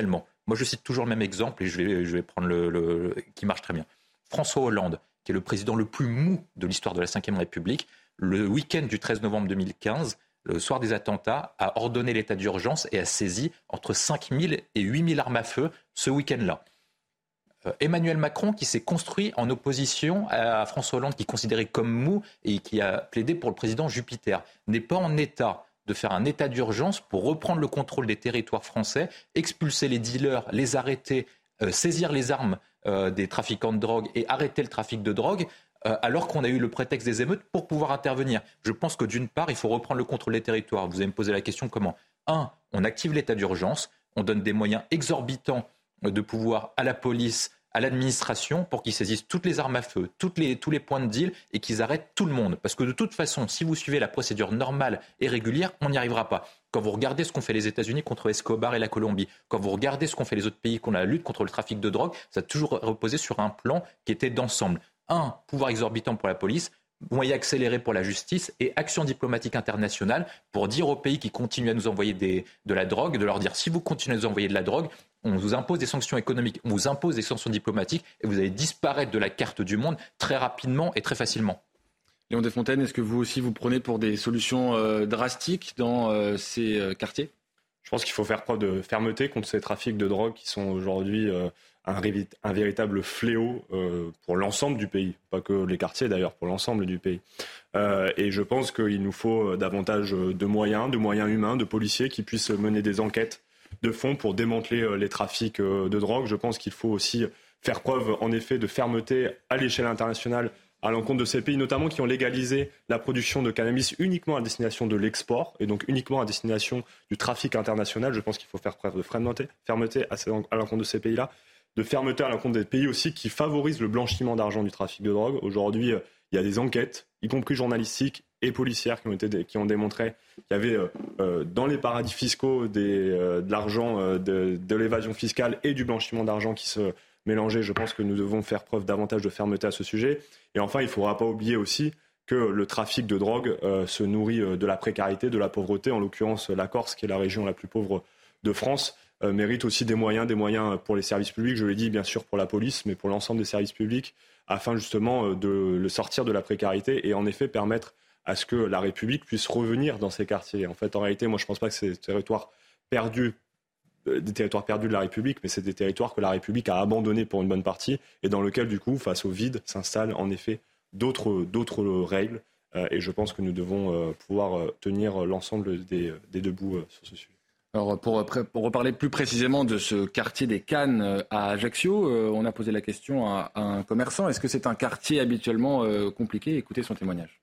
Speaker 13: Moi, je cite toujours le même exemple et je vais, je vais prendre le, le qui marche très bien. François Hollande, qui est le président le plus mou de l'histoire de la cinquième République, le week-end du treize novembre deux mille quinze, le soir des attentats, a ordonné l'état d'urgence et a saisi entre cinq mille et huit mille armes à feu ce week-end-là. Euh, Emmanuel Macron, qui s'est construit en opposition à François Hollande, qui est considéré comme mou et qui a plaidé pour le président Jupiter, n'est pas en état de faire un état d'urgence pour reprendre le contrôle des territoires français, expulser les dealers, les arrêter, euh, saisir les armes euh, des trafiquants de drogue et arrêter le trafic de drogue, euh, alors qu'on a eu le prétexte des émeutes pour pouvoir intervenir. Je pense que d'une part, il faut reprendre le contrôle des territoires. Vous allez me poser la question comment ? Un, on active l'état d'urgence, on donne des moyens exorbitants de pouvoir à la police, à l'administration pour qu'ils saisissent toutes les armes à feu, toutes les, tous les points de deal et qu'ils arrêtent tout le monde. Parce que de toute façon, si vous suivez la procédure normale et régulière, on n'y arrivera pas. Quand vous regardez ce qu'ont fait les États-Unis contre Escobar et la Colombie, quand vous regardez ce qu'ont fait les autres pays contre la lutte contre le trafic de drogue, ça a toujours reposé sur un plan qui était d'ensemble. Un, pouvoir exorbitant pour la police, moyens accélérés pour la justice et action diplomatique internationale pour dire aux pays qui continuent à nous envoyer des, de la drogue, de leur dire si vous continuez à nous envoyer de la drogue, on vous impose des sanctions économiques, on vous impose des sanctions diplomatiques et vous allez disparaître de la carte du monde très rapidement et très facilement.
Speaker 1: Léon Desfontaines, est-ce que vous aussi vous prenez pour des solutions euh, drastiques dans euh, ces euh, quartiers ?
Speaker 14: Je pense qu'il faut faire preuve de fermeté contre ces trafics de drogue qui sont aujourd'hui euh, un, un véritable fléau euh, pour l'ensemble du pays, pas que les quartiers d'ailleurs, pour l'ensemble du pays. Euh, et je pense qu'il nous faut davantage de moyens, de moyens humains, de policiers qui puissent mener des enquêtes de fond pour démanteler les trafics de drogue. Je pense qu'il faut aussi faire preuve, en effet, de fermeté à l'échelle internationale à l'encontre de ces pays, notamment qui ont légalisé la production de cannabis uniquement à destination de l'export et donc uniquement à destination du trafic international. Je pense qu'il faut faire preuve de fermeté, fermeté à, ces, à l'encontre de ces pays-là, de fermeté à l'encontre des pays aussi qui favorisent le blanchiment d'argent du trafic de drogue. Aujourd'hui, il y a des enquêtes, y compris journalistiques et policières, qui ont, été, qui ont démontré qu'il y avait euh, dans les paradis fiscaux des, euh, de l'argent, euh, de, de l'évasion fiscale et du blanchiment d'argent qui se mélangeaient. Je pense que nous devons faire preuve davantage de fermeté à ce sujet. Et enfin, il ne faudra pas oublier aussi que le trafic de drogue euh, se nourrit euh, de la précarité, de la pauvreté. En l'occurrence, la Corse, qui est la région la plus pauvre de France, euh, mérite aussi des moyens, des moyens pour les services publics. Je l'ai dit, bien sûr, pour la police, mais pour l'ensemble des services publics, afin justement euh, de le sortir de la précarité et en effet permettre à ce que la République puisse revenir dans ces quartiers. En fait, en réalité, moi, je ne pense pas que c'est des territoires perdus, des territoires perdus de la République, mais c'est des territoires que la République a abandonnés pour une bonne partie et dans lesquels, du coup, face au vide, s'installent en effet d'autres, d'autres règles. Euh, et je pense que nous devons euh, pouvoir euh, tenir l'ensemble des, des deux bouts euh, sur ce sujet.
Speaker 1: Alors pour, pour reparler plus précisément de ce quartier des Cannes à Ajaccio, euh, on a posé la question à, à un commerçant. Est-ce que c'est un quartier habituellement euh, compliqué ? Écoutez son témoignage.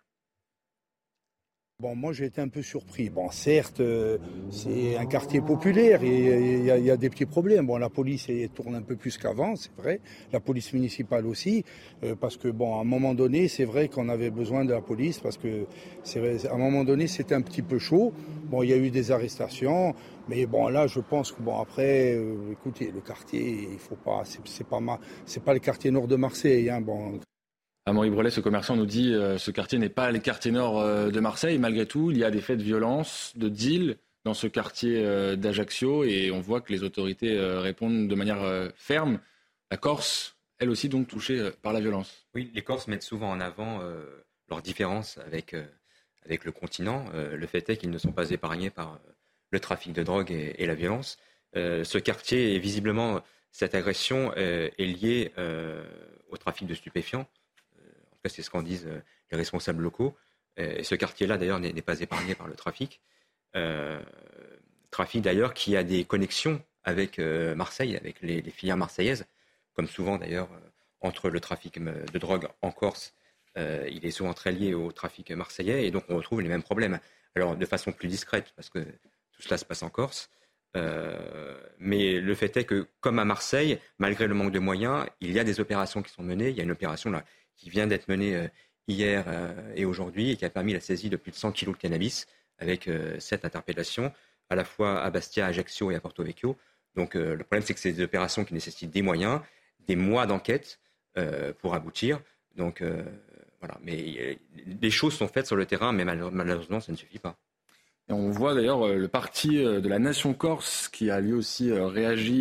Speaker 21: Bon, moi j'ai été un peu surpris. Bon, certes, euh, c'est un quartier populaire et il y, y a des petits problèmes. Bon, la police elle, tourne un peu plus qu'avant, c'est vrai. La police municipale aussi, euh, parce que bon, à un moment donné, c'est vrai qu'on avait besoin de la police parce que c'est vrai, à un moment donné, c'était un petit peu chaud. Bon, il y a eu des arrestations, mais bon, là, je pense que bon, après, euh, écoutez, le quartier, il faut pas, c'est, c'est pas ma, c'est pas le quartier nord de Marseille, hein. Bon.
Speaker 1: Amaury Brelet, ce commerçant nous dit que euh, ce quartier n'est pas le quartier nord euh, de Marseille. Malgré tout, il y a des faits de violence, de deal dans ce quartier euh, d'Ajaccio et on voit que les autorités euh, répondent de manière euh, ferme. La Corse, elle aussi, donc touchée euh, par la violence.
Speaker 15: Oui, les Corses mettent souvent en avant euh, leurs différences avec, euh, avec le continent. Euh, le fait est qu'ils ne sont pas épargnés par euh, le trafic de drogue et, et la violence. Euh, ce quartier, est visiblement, cette agression euh, est liée euh, au trafic de stupéfiants. C'est ce qu'en disent les responsables locaux. Et ce quartier-là, d'ailleurs, n'est pas épargné par le trafic. Euh, trafic, d'ailleurs, qui a des connexions avec euh, Marseille, avec les, les filières marseillaises, comme souvent, d'ailleurs, euh, entre le trafic de drogue en Corse, euh, il est souvent très lié au trafic marseillais, et donc on retrouve les mêmes problèmes. Alors, de façon plus discrète, parce que tout cela se passe en Corse. Euh, mais le fait est que, comme à Marseille, malgré le manque de moyens, il y a des opérations qui sont menées. Il y a une opération là qui vient d'être menée euh, hier euh, et aujourd'hui et qui a permis la saisie de plus de cent kilos de cannabis avec euh, sept interpellations, à la fois à Bastia, à Ajaccio et à Porto Vecchio. Donc euh, le problème, c'est que c'est des opérations qui nécessitent des moyens, des mois d'enquête euh, pour aboutir. Donc euh, voilà, mais euh, les choses sont faites sur le terrain, mais malheureusement, ça ne suffit pas.
Speaker 1: Et on voit d'ailleurs euh, le parti euh, de la Nation Corse qui a lui aussi euh, réagi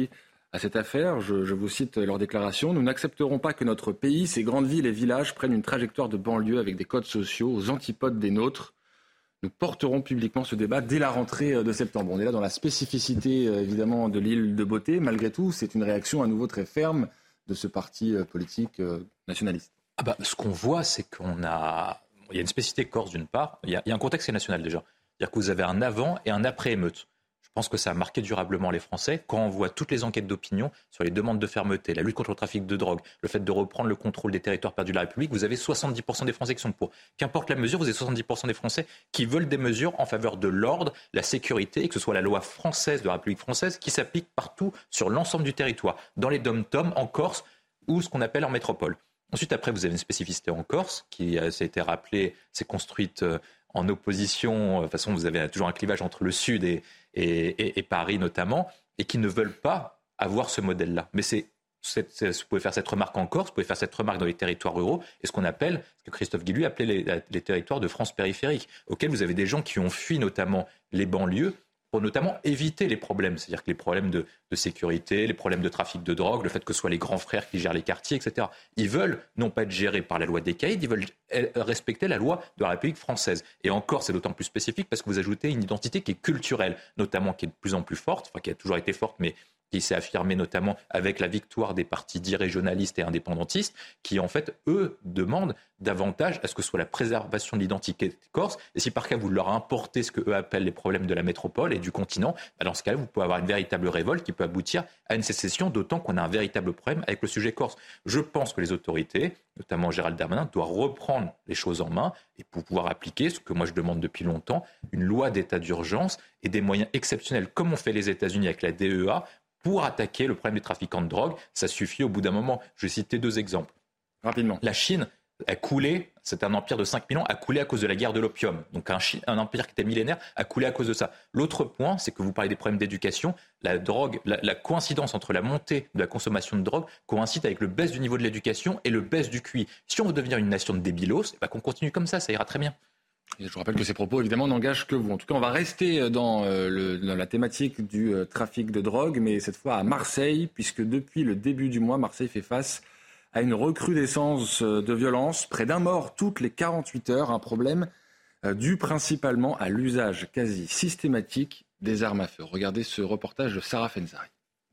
Speaker 1: à cette affaire. Je, je vous cite leur déclaration. « Nous n'accepterons pas que notre pays, ses grandes villes et villages prennent une trajectoire de banlieue avec des codes sociaux aux antipodes des nôtres. Nous porterons publiquement ce débat dès la rentrée de septembre. » On est là dans la spécificité, évidemment, de l'île de Beauté. Malgré tout, c'est une réaction à nouveau très ferme de ce parti politique nationaliste.
Speaker 13: Ah bah, ce qu'on voit, c'est qu'on a... Il y a une spécificité corse, d'une part. Il y a, il y a un contexte national, déjà. C'est-à-dire que vous avez un avant et un après-émeute. Je pense que ça a marqué durablement les Français. Quand on voit toutes les enquêtes d'opinion sur les demandes de fermeté, la lutte contre le trafic de drogue, le fait de reprendre le contrôle des territoires perdus de la République, vous avez soixante-dix pour cent des Français qui sont pour. Qu'importe la mesure, vous avez soixante-dix pour cent des Français qui veulent des mesures en faveur de l'ordre, la sécurité, et que ce soit la loi française de la République française qui s'applique partout sur l'ensemble du territoire, dans les dom-toms, en Corse ou ce qu'on appelle en métropole. Ensuite, après, vous avez une spécificité en Corse qui, ça a été rappelé, s'est construite en opposition. De toute façon, vous avez toujours un clivage entre le Sud et, et, et, et Paris notamment, et qui ne veulent pas avoir ce modèle-là. Mais c'est, c'est, c'est, vous pouvez faire cette remarque en Corse, vous pouvez faire cette remarque dans les territoires ruraux, et ce qu'on appelle, ce que Christophe Guilluy appelait les, les territoires de France périphérique, auxquels vous avez des gens qui ont fui notamment les banlieues, pour notamment éviter les problèmes, c'est-à-dire que les problèmes de, de sécurité, les problèmes de trafic de drogue, le fait que ce soit les grands frères qui gèrent les quartiers, et cetera. Ils veulent non pas être gérés par la loi des caïds, ils veulent respecter la loi de la République française. Et encore, c'est d'autant plus spécifique parce que vous ajoutez une identité qui est culturelle, notamment qui est de plus en plus forte, enfin qui a toujours été forte, mais qui s'est affirmée notamment avec la victoire des partis dits régionalistes et indépendantistes, qui en fait, eux, demandent davantage à ce que ce soit la préservation de l'identité corse. Et si par cas vous leur importez ce qu'eux appellent les problèmes de la métropole et du continent, bah dans ce cas-là, vous pouvez avoir une véritable révolte qui peut aboutir à une sécession, d'autant qu'on a un véritable problème avec le sujet corse. Je pense que les autorités, notamment Gérald Darmanin, doivent reprendre les choses en main et pour pouvoir appliquer ce que moi je demande depuis longtemps, une loi d'état d'urgence et des moyens exceptionnels, comme ont fait les États-Unis avec la D E A, pour attaquer le problème des trafiquants de drogue. Ça suffit au bout d'un moment. Je vais citer deux exemples.
Speaker 1: Rapidement.
Speaker 13: La Chine a coulé, c'est un empire de cinq mille ans, a coulé à cause de la guerre de l'opium. Donc un, un empire qui était millénaire a coulé à cause de ça. L'autre point, c'est que vous parlez des problèmes d'éducation. La drogue, la, la coïncidence entre la montée de la consommation de drogue coïncide avec le baisse du niveau de l'éducation et le baisse du Q I. Si on veut devenir une nation de débilos, bah qu'on continue comme ça, ça ira très bien.
Speaker 1: Et je vous rappelle que ces propos, évidemment, n'engagent que vous. En tout cas, on va rester dans, euh, le, dans la thématique du euh, trafic de drogue, mais cette fois à Marseille, puisque depuis le début du mois, Marseille fait face à une recrudescence de violence. Près d'un mort toutes les quarante-huit heures, un problème euh, dû principalement à l'usage quasi systématique des armes à feu. Regardez ce reportage de Sarah Fenzari.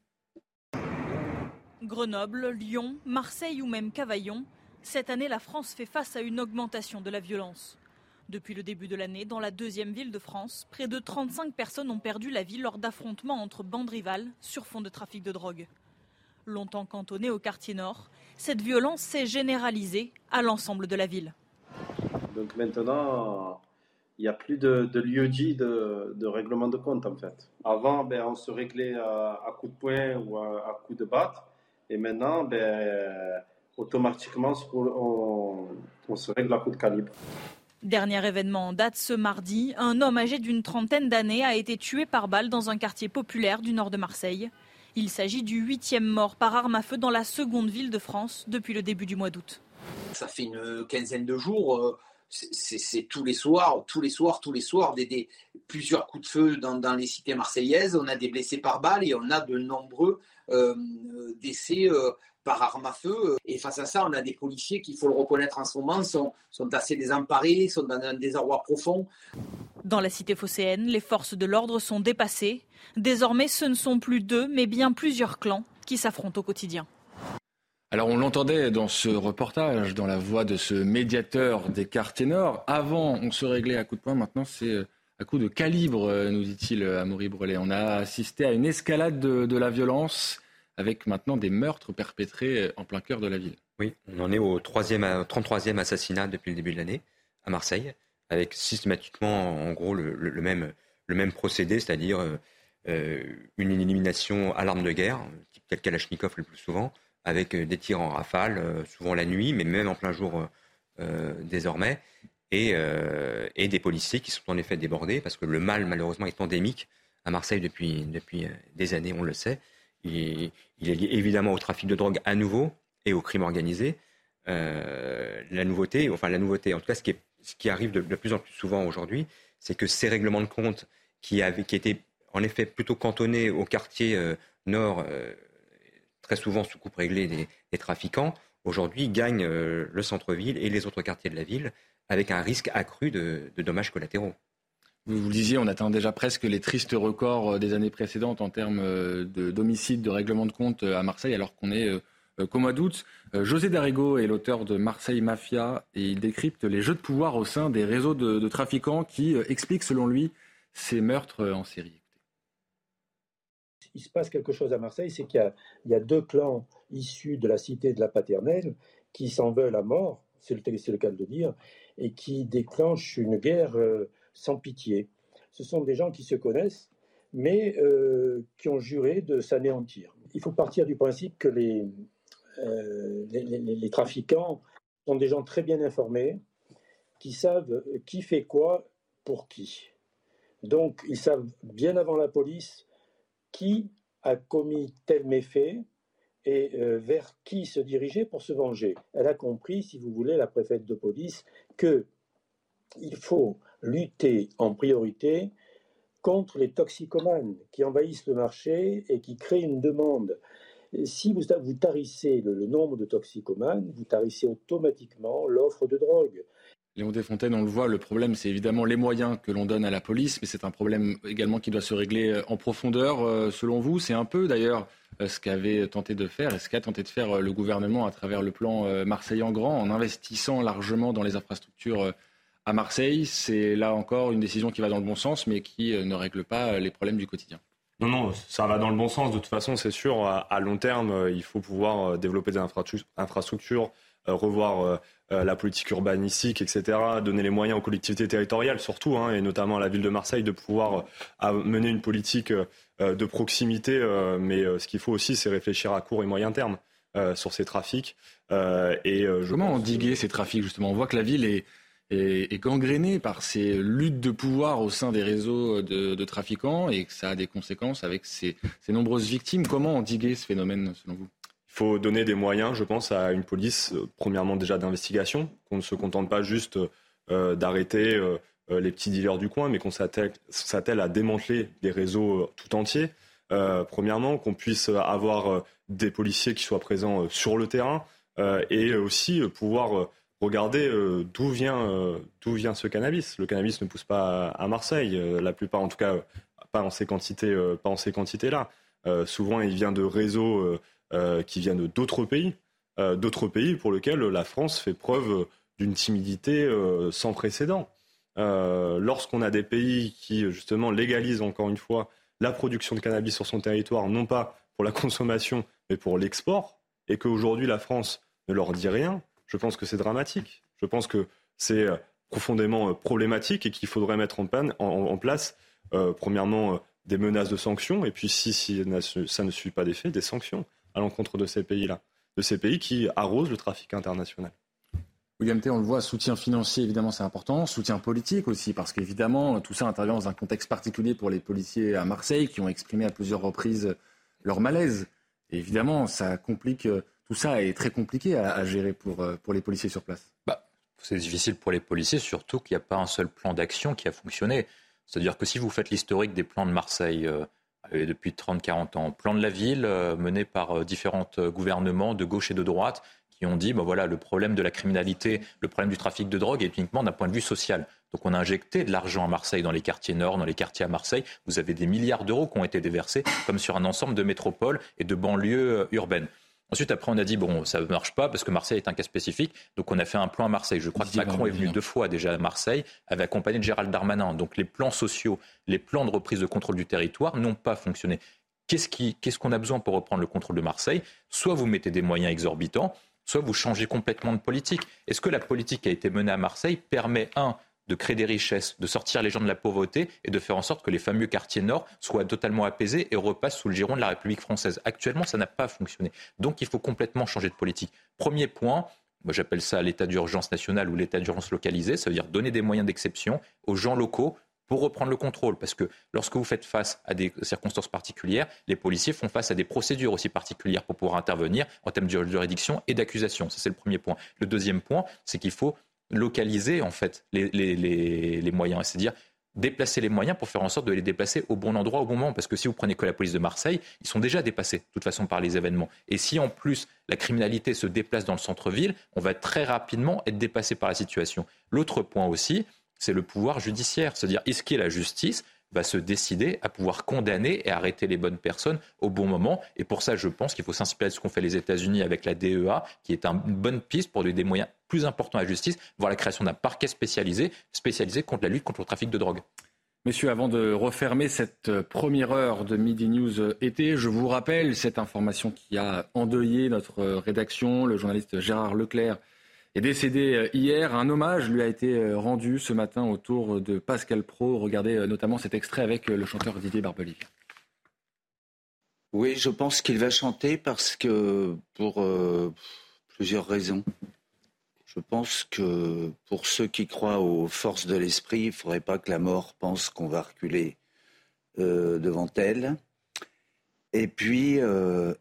Speaker 3: Grenoble, Lyon, Marseille ou même Cavaillon, cette année, la France fait face à une augmentation de la violence. Depuis le début de l'année, dans la deuxième ville de France, près de trente-cinq personnes ont perdu la vie lors d'affrontements entre bandes rivales sur fond de trafic de drogue. Longtemps cantonnée au quartier nord, cette violence s'est généralisée à l'ensemble de la ville.
Speaker 22: Donc maintenant, il n'y a plus de, de lieu-dit de, de règlement de compte en fait. Avant, ben, on se réglait à, à coups de poing ou à, à coups de batte. Et maintenant, ben, automatiquement, on, on se règle à coups de calibre.
Speaker 3: Dernier événement en date ce mardi, un homme âgé d'une trentaine d'années a été tué par balle dans un quartier populaire du nord de Marseille. Il s'agit du huitième mort par arme à feu dans la seconde ville de France depuis le début du mois d'août.
Speaker 23: Ça fait une quinzaine de jours, c'est, c'est, c'est tous les soirs, tous les soirs, tous les soirs, des, des, plusieurs coups de feu dans, dans les cités marseillaises. On a des blessés par balle et on a de nombreux euh, décès euh, par arme à feu. Et face à ça, on a des policiers qui, il faut le reconnaître en ce moment, sont, sont assez désemparés, sont dans un désarroi profond.
Speaker 3: Dans la cité phocéenne, les forces de l'ordre sont dépassées. Désormais, ce ne sont plus deux, mais bien plusieurs clans qui s'affrontent au quotidien.
Speaker 1: Alors on l'entendait dans ce reportage, dans la voix de ce médiateur des quartiers nord. Avant, on se réglait à coups de poing, maintenant c'est à coups de calibre, nous dit-il Amaury Brelet. On a assisté à une escalade de, de la violence, avec maintenant des meurtres perpétrés en plein cœur de la ville.
Speaker 15: Oui, on en est au troisième, trente-troisième assassinat depuis le début de l'année à Marseille, avec systématiquement en gros le, le, le, même, le même procédé, c'est-à-dire euh, une élimination à l'arme de guerre, type tel Kalachnikov le plus souvent, avec des tirs en rafale, euh, souvent la nuit, mais même en plein jour euh, désormais, et, euh, et des policiers qui sont en effet débordés, parce que le mal malheureusement est endémique à Marseille depuis, depuis des années, on le sait. Il, il est lié évidemment au trafic de drogue à nouveau et au crime organisé. Euh, la nouveauté, enfin la nouveauté, en tout cas ce qui, est, ce qui arrive de, de plus en plus souvent aujourd'hui, c'est que ces règlements de compte qui, avaient, qui étaient en effet plutôt cantonnés au quartier euh, nord, euh, très souvent sous coupe réglée des, des trafiquants, aujourd'hui gagnent euh, le centre-ville et les autres quartiers de la ville avec un risque accru de, de dommages collatéraux.
Speaker 1: Vous, vous le disiez, on atteint déjà presque les tristes records des années précédentes en termes de, d'homicides, de règlements de compte à Marseille, alors qu'on est euh, qu'au mois d'août. Euh, José Darrigo est l'auteur de Marseille Mafia et il décrypte les jeux de pouvoir au sein des réseaux de, de trafiquants qui euh, expliquent, selon lui, ces meurtres en série.
Speaker 4: Il se passe quelque chose à Marseille, c'est qu'il y a, il y a deux clans issus de la cité de la Paternelle qui s'en veulent à mort, c'est le, c'est le cas de le dire, et qui déclenchent une guerre euh, sans pitié. Ce sont des gens qui se connaissent, mais euh, qui ont juré de s'anéantir. Il faut partir du principe que les, euh, les, les, les trafiquants sont des gens très bien informés, qui savent qui fait quoi pour qui. Donc, ils savent bien avant la police qui a commis tel méfait et euh, vers qui se diriger pour se venger. Elle a compris, si vous voulez, la préfète de police, qu'il faut lutter en priorité contre les toxicomanes qui envahissent le marché et qui créent une demande. Si vous, vous tarissez le, le nombre de toxicomanes, vous tarissez automatiquement l'offre de drogue.
Speaker 1: Léon Desfontaines, on le voit, le problème, c'est évidemment les moyens que l'on donne à la police, mais c'est un problème également qui doit se régler en profondeur. Selon vous, c'est un peu d'ailleurs ce qu'avait tenté de faire et ce qu'a tenté de faire le gouvernement à travers le plan Marseille en grand, en investissant largement dans les infrastructures à Marseille. C'est là encore une décision qui va dans le bon sens, mais qui ne règle pas les problèmes du quotidien.
Speaker 14: Non, non, ça va dans le bon sens. De toute façon, c'est sûr, à, à long terme, il faut pouvoir développer des infrastructures, infrastructures euh, revoir euh, la politique urbanistique, et cetera, donner les moyens aux collectivités territoriales, surtout, hein, et notamment à la ville de Marseille, de pouvoir euh, mener une politique euh, de proximité. Euh, mais euh, ce qu'il faut aussi, c'est réfléchir à court et moyen terme euh, sur ces trafics. Euh, et, euh, je
Speaker 1: Comment
Speaker 14: pense...
Speaker 1: endiguer ces trafics, justement ? On voit que la ville est... est gangrénée par ces luttes de pouvoir au sein des réseaux de, de trafiquants et que ça a des conséquences avec ces, ces nombreuses victimes. Comment endiguer ce phénomène, selon vous ?
Speaker 14: Il faut donner des moyens, je pense, à une police, euh, premièrement déjà d'investigation, qu'on ne se contente pas juste euh, d'arrêter euh, les petits dealers du coin, mais qu'on s'attelle, s'attelle à démanteler des réseaux euh, tout entiers. Euh, premièrement, qu'on puisse avoir euh, des policiers qui soient présents euh, sur le terrain euh, et aussi euh, pouvoir... Euh, Regardez euh, d'où vient, euh, d'où vient ce cannabis. Le cannabis ne pousse pas à, à Marseille, euh, la plupart en tout cas, euh, pas en ces quantités, euh, pas en ces quantités-là. Euh, souvent, il vient de réseaux euh, euh, qui viennent d'autres pays, euh, d'autres pays pour lesquels la France fait preuve d'une timidité euh, sans précédent. Euh, lorsqu'on a des pays qui justement légalisent encore une fois la production de cannabis sur son territoire, non pas pour la consommation, mais pour l'export, et qu'aujourd'hui la France ne leur dit rien. Je pense que c'est dramatique. Je pense que c'est profondément problématique et qu'il faudrait mettre en, panne, en, en place, euh, premièrement, euh, des menaces de sanctions et puis, si, si ça ne suit pas d'effet, des sanctions à l'encontre de ces pays-là, de ces pays qui arrosent le trafic international.
Speaker 1: William T, on le voit, soutien financier, évidemment, c'est important, soutien politique aussi, parce qu'évidemment, tout ça intervient dans un contexte particulier pour les policiers à Marseille qui ont exprimé à plusieurs reprises leur malaise. Et évidemment, ça complique... Tout ça est très compliqué à, à gérer pour, pour les policiers sur place.
Speaker 13: Bah, c'est difficile pour les policiers, surtout qu'il n'y a pas un seul plan d'action qui a fonctionné. C'est-à-dire que si vous faites l'historique des plans de Marseille euh, depuis trente à quarante ans, plan de la ville euh, mené par euh, différents gouvernements de gauche et de droite qui ont dit bah voilà, le problème de la criminalité, le problème du trafic de drogue est uniquement d'un point de vue social. Donc on a injecté de l'argent à Marseille, dans les quartiers nord, dans les quartiers à Marseille. Vous avez des milliards d'euros qui ont été déversés, comme sur un ensemble de métropoles et de banlieues euh, urbaines. Ensuite, après, on a dit, bon, ça ne marche pas parce que Marseille est un cas spécifique. Donc, on a fait un plan à Marseille. Je crois que Macron est venu deux fois déjà à Marseille, avait accompagné de Gérald Darmanin. Donc, les plans sociaux, les plans de reprise de contrôle du territoire n'ont pas fonctionné. Qu'est-ce, qui, qu'est-ce qu'on a besoin pour reprendre le contrôle de Marseille ? Soit vous mettez des moyens exorbitants, soit vous changez complètement de politique. Est-ce que la politique qui a été menée à Marseille permet, un, de créer des richesses, de sortir les gens de la pauvreté et de faire en sorte que les fameux quartiers nord soient totalement apaisés et repassent sous le giron de la République française. Actuellement, ça n'a pas fonctionné. Donc, il faut complètement changer de politique. Premier point, moi j'appelle ça l'état d'urgence national ou l'état d'urgence localisé, ça veut dire donner des moyens d'exception aux gens locaux pour reprendre le contrôle. Parce que lorsque vous faites face à des circonstances particulières, les policiers font face à des procédures aussi particulières pour pouvoir intervenir en termes de juridiction et d'accusation. Ça, c'est le premier point. Le deuxième point, c'est qu'il faut localiser en fait les, les, les, les moyens, c'est-à-dire déplacer les moyens pour faire en sorte de les déplacer au bon endroit, au bon moment. Parce que si vous prenez que la police de Marseille, ils sont déjà dépassés, de toute façon, par les événements. Et si, en plus, la criminalité se déplace dans le centre-ville, on va très rapidement être dépassé par la situation. L'autre point aussi, c'est le pouvoir judiciaire. C'est-à-dire, est-ce que la justice va se décider à pouvoir condamner et arrêter les bonnes personnes au bon moment. Et pour ça, je pense qu'il faut s'inspirer de ce qu'ont fait les États-Unis avec la D E A, qui est une bonne piste pour donner des moyens plus importants à la justice, voire la création d'un parquet spécialisé, spécialisé contre la lutte contre le trafic de drogue.
Speaker 1: Messieurs, avant de refermer cette première heure de Midi News été, je vous rappelle cette information qui a endeuillé notre rédaction. Le journaliste Gérard Leclerc est décédé hier. Un hommage lui a été rendu ce matin autour de Pascal Praud. Regardez notamment cet extrait avec le chanteur Didier Barbelivien.
Speaker 5: Oui, je pense qu'il va chanter parce que pour euh, plusieurs raisons. Je pense que pour ceux qui croient aux forces de l'esprit, il ne faudrait pas que la mort pense qu'on va reculer euh, devant elle. Et puis, euh,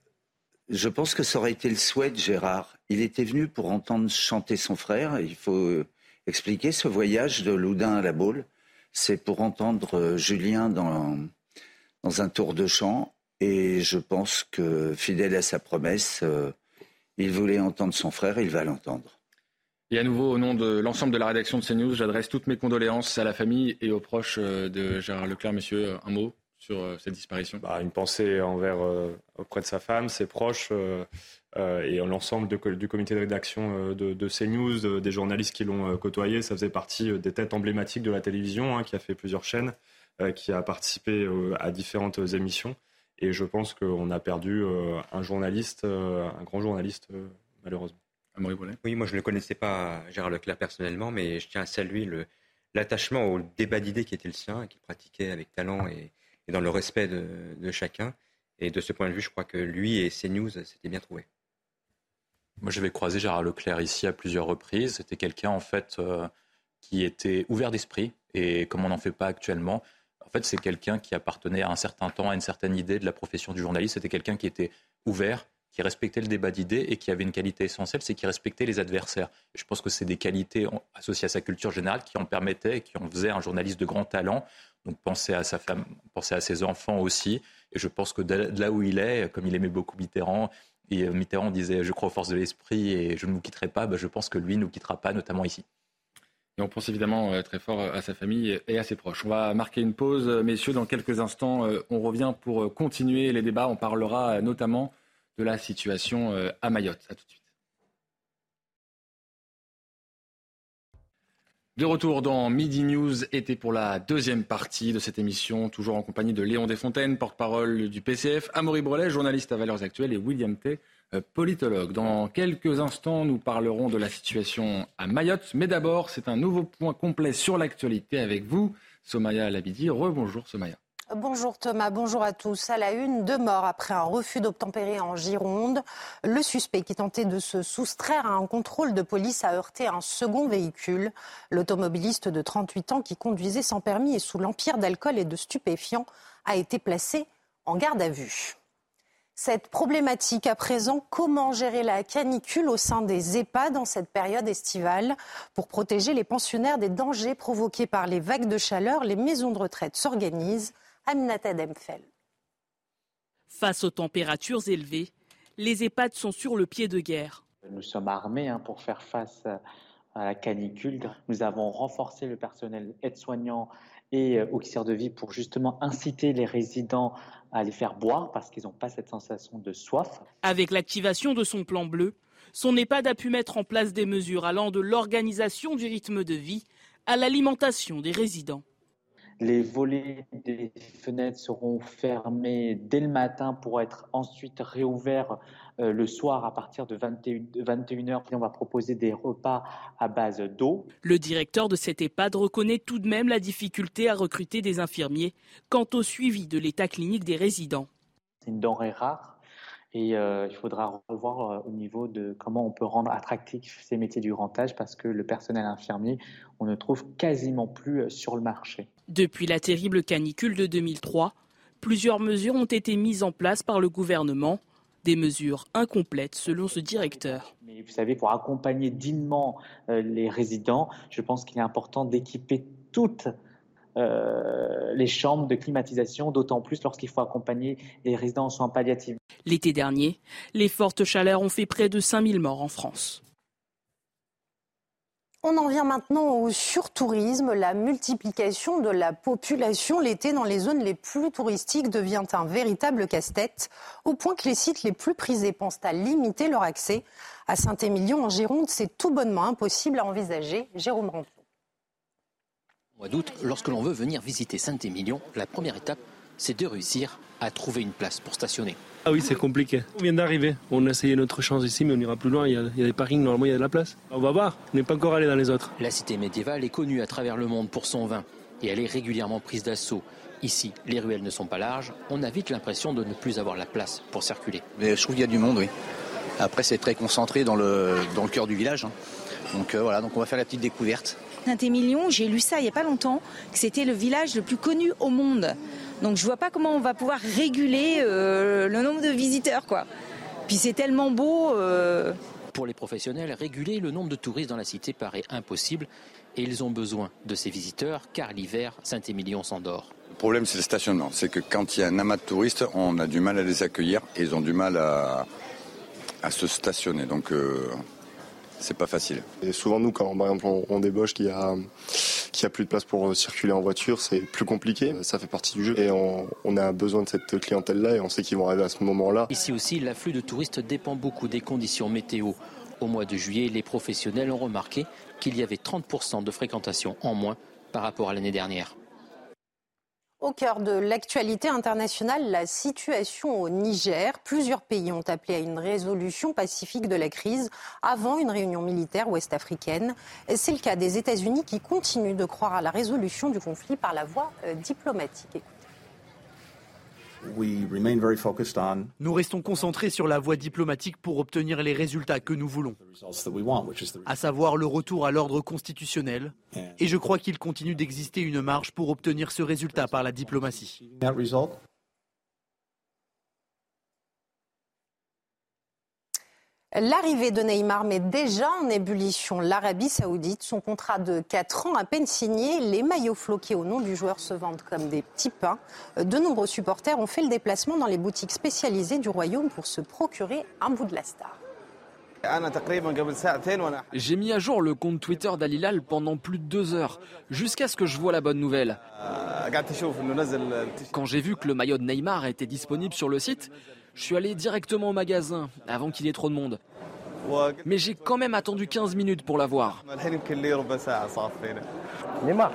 Speaker 5: je pense que ça aurait été le souhait de Gérard. Il était venu pour entendre chanter son frère. Il faut expliquer ce voyage de Loudun à la Baule. C'est pour entendre Julien dans, dans un tour de chant. Et je pense que, fidèle à sa promesse, euh, il voulait entendre son frère, il va l'entendre.
Speaker 1: Et à nouveau, au nom de l'ensemble de la rédaction de CNews, j'adresse toutes mes condoléances à la famille et aux proches de Gérard Leclerc. Messieurs, un mot sur cette disparition.
Speaker 14: Bah, une pensée envers, euh, auprès de sa femme, ses proches euh, euh, et l'ensemble de, du comité de rédaction euh, de, de CNews, euh, des journalistes qui l'ont euh, côtoyé. Ça faisait partie euh, des têtes emblématiques de la télévision, hein, qui a fait plusieurs chaînes, euh, qui a participé euh, à différentes émissions. Et je pense qu'on a perdu euh, un journaliste, euh, un grand journaliste, euh, malheureusement.
Speaker 1: Amaury Bollet.
Speaker 15: Oui, moi je ne le connaissais pas, Gérard Leclerc, personnellement, mais je tiens à saluer le, l'attachement au débat d'idées qui était le sien, qu'il pratiquait avec talent et, et dans le respect de, de chacun. Et de ce point de vue, je crois que lui et CNews s'étaient bien trouvés.
Speaker 13: Moi, j'avais croisé Gérard Leclerc ici à plusieurs reprises. C'était quelqu'un, en fait, euh, qui était ouvert d'esprit, et comme on n'en fait pas actuellement. En fait, c'est quelqu'un qui appartenait à un certain temps, à une certaine idée de la profession du journaliste. C'était quelqu'un qui était ouvert, qui respectait le débat d'idées et qui avait une qualité essentielle, c'est qu'il respectait les adversaires. Et je pense que c'est des qualités associées à sa culture générale qui en permettaient, qui en faisaient un journaliste de grand talent. Donc penser à sa femme, penser à ses enfants aussi. Et je pense que de là où il est, comme il aimait beaucoup Mitterrand, et Mitterrand disait « je crois aux forces de l'esprit et je ne vous quitterai pas », ben je pense que lui ne nous quittera pas, notamment ici.
Speaker 1: Et on pense évidemment très fort à sa famille et à ses proches. On va marquer une pause, messieurs. Dans quelques instants, on revient pour continuer les débats. On parlera notamment de la situation à Mayotte. À tout de suite. De retour dans Midi News, été pour la deuxième partie de cette émission, toujours en compagnie de Léon Desfontaines, porte-parole du P C F, Amaury Bollet, journaliste à Valeurs Actuelles, et William Tay, politologue. Dans quelques instants, nous parlerons de la situation à Mayotte, mais d'abord, c'est un nouveau point complet sur l'actualité avec vous, Somaya Labidi. Rebonjour Somaya.
Speaker 2: Bonjour Thomas, bonjour à tous. À la une, deux morts après un refus d'obtempérer en Gironde. Le suspect qui tentait de se soustraire à un contrôle de police a heurté un second véhicule. L'automobiliste de trente-huit ans qui conduisait sans permis et sous l'empire d'alcool et de stupéfiants a été placé en garde à vue. Cette problématique à présent, comment gérer la canicule au sein des EHPAD dans cette période estivale? Pour protéger les pensionnaires des dangers provoqués par les vagues de chaleur, les maisons de retraite s'organisent. Aminata Demfel.
Speaker 6: Face aux températures élevées, les EHPAD sont sur le pied de guerre.
Speaker 7: Nous sommes armés hein, pour faire face à la canicule. Nous avons renforcé le personnel aide-soignant et auxiliaire de vie pour justement inciter les résidents à les faire boire parce qu'ils n'ont pas cette sensation de soif.
Speaker 6: Avec l'activation de son plan bleu, son EHPAD a pu mettre en place des mesures allant de l'organisation du rythme de vie à l'alimentation des résidents.
Speaker 7: Les volets des fenêtres seront fermés dès le matin pour être ensuite réouverts euh, le soir à partir de vingt et une heures. On va proposer des repas à base d'eau.
Speaker 6: Le directeur de cet EHPAD reconnaît tout de même la difficulté à recruter des infirmiers quant au suivi de l'état clinique des résidents.
Speaker 7: C'est une denrée rare. Et euh, il faudra revoir euh, au niveau de comment on peut rendre attractifs ces métiers du grand âge parce que le personnel infirmier, on ne trouve quasiment plus sur le marché.
Speaker 6: Depuis la terrible canicule de deux mille trois, plusieurs mesures ont été mises en place par le gouvernement. Des mesures incomplètes selon ce directeur.
Speaker 7: Mais vous savez, pour accompagner dignement euh, les résidents, je pense qu'il est important d'équiper toutes euh, les chambres de climatisation, d'autant plus lorsqu'il faut accompagner les résidents en soins palliatifs.
Speaker 6: L'été dernier, les fortes chaleurs ont fait près de cinq mille morts en France.
Speaker 2: On en vient maintenant au surtourisme. La multiplication de la population l'été dans les zones les plus touristiques devient un véritable casse-tête, au point que les sites les plus prisés pensent à limiter leur accès. À Saint-Émilion, en Gironde, c'est tout bonnement impossible à envisager. Jérôme Rampeau.
Speaker 8: Au mois d'août, lorsque l'on veut venir visiter Saint-Émilion, la première étape, c'est de réussir à trouver une place pour stationner.
Speaker 10: Ah oui, c'est compliqué. On vient d'arriver. On a essayé notre chance ici, mais on ira plus loin. Il y a, il y a des parkings, normalement, il y a de la place. On va voir. On n'est pas encore allé dans les autres.
Speaker 8: La cité médiévale est connue à travers le monde pour son vin et elle est régulièrement prise d'assaut. Ici, les ruelles ne sont pas larges. On a vite l'impression de ne plus avoir la place pour circuler.
Speaker 11: Mais je trouve qu'il y a du monde, oui. Après, c'est très concentré dans le, dans le cœur du village. Hein. Donc euh, voilà, donc on va faire la petite découverte.
Speaker 24: Saint-Émilion, j'ai lu ça il n'y a pas longtemps, que c'était le village le plus connu au monde. Donc je ne vois pas comment on va pouvoir réguler euh, le nombre de visiteurs, quoi. Puis c'est tellement beau. Euh...
Speaker 8: Pour les professionnels, réguler le nombre de touristes dans la cité paraît impossible et ils ont besoin de ces visiteurs car l'hiver, Saint-Émilion s'endort.
Speaker 25: Le problème, c'est le stationnement. C'est que quand il y a un amas de touristes, on a du mal à les accueillir et ils ont du mal à, à se stationner. Donc euh, c'est pas facile.
Speaker 26: Et souvent, nous, quand par exemple, on, on débauche qu'il y a, qu'il y a plus de place pour circuler en voiture, c'est plus compliqué. Ça fait partie du jeu et on, on a besoin de cette clientèle-là et on sait qu'ils vont arriver à ce moment-là.
Speaker 8: Ici aussi, l'afflux de touristes dépend beaucoup des conditions météo. Au mois de juillet, les professionnels ont remarqué qu'il y avait trente pour cent de fréquentation en moins par rapport à l'année dernière.
Speaker 2: Au cœur de l'actualité internationale, la situation au Niger. Plusieurs pays ont appelé à une résolution pacifique de la crise avant une réunion militaire ouest-africaine. C'est le cas des États-Unis qui continuent de croire à la résolution du conflit par la voie diplomatique.
Speaker 27: Nous restons concentrés sur la voie diplomatique pour obtenir les résultats que nous voulons, à savoir le retour à l'ordre constitutionnel. Et je crois qu'il continue d'exister une marge pour obtenir ce résultat par la diplomatie.
Speaker 2: L'arrivée de Neymar met déjà en ébullition l'Arabie Saoudite. Son contrat de quatre ans à peine signé, les maillots floqués au nom du joueur se vendent comme des petits pains. De nombreux supporters ont fait le déplacement dans les boutiques spécialisées du royaume pour se procurer un bout de la star.
Speaker 28: J'ai mis à jour le compte Twitter d'Al Hilal pendant plus de deux heures, jusqu'à ce que je vois la bonne nouvelle. Quand j'ai vu que le maillot de Neymar était disponible sur le site, je suis allé directement au magasin, avant qu'il y ait trop de monde. Mais j'ai quand même attendu quinze minutes pour l'avoir.
Speaker 27: Neymar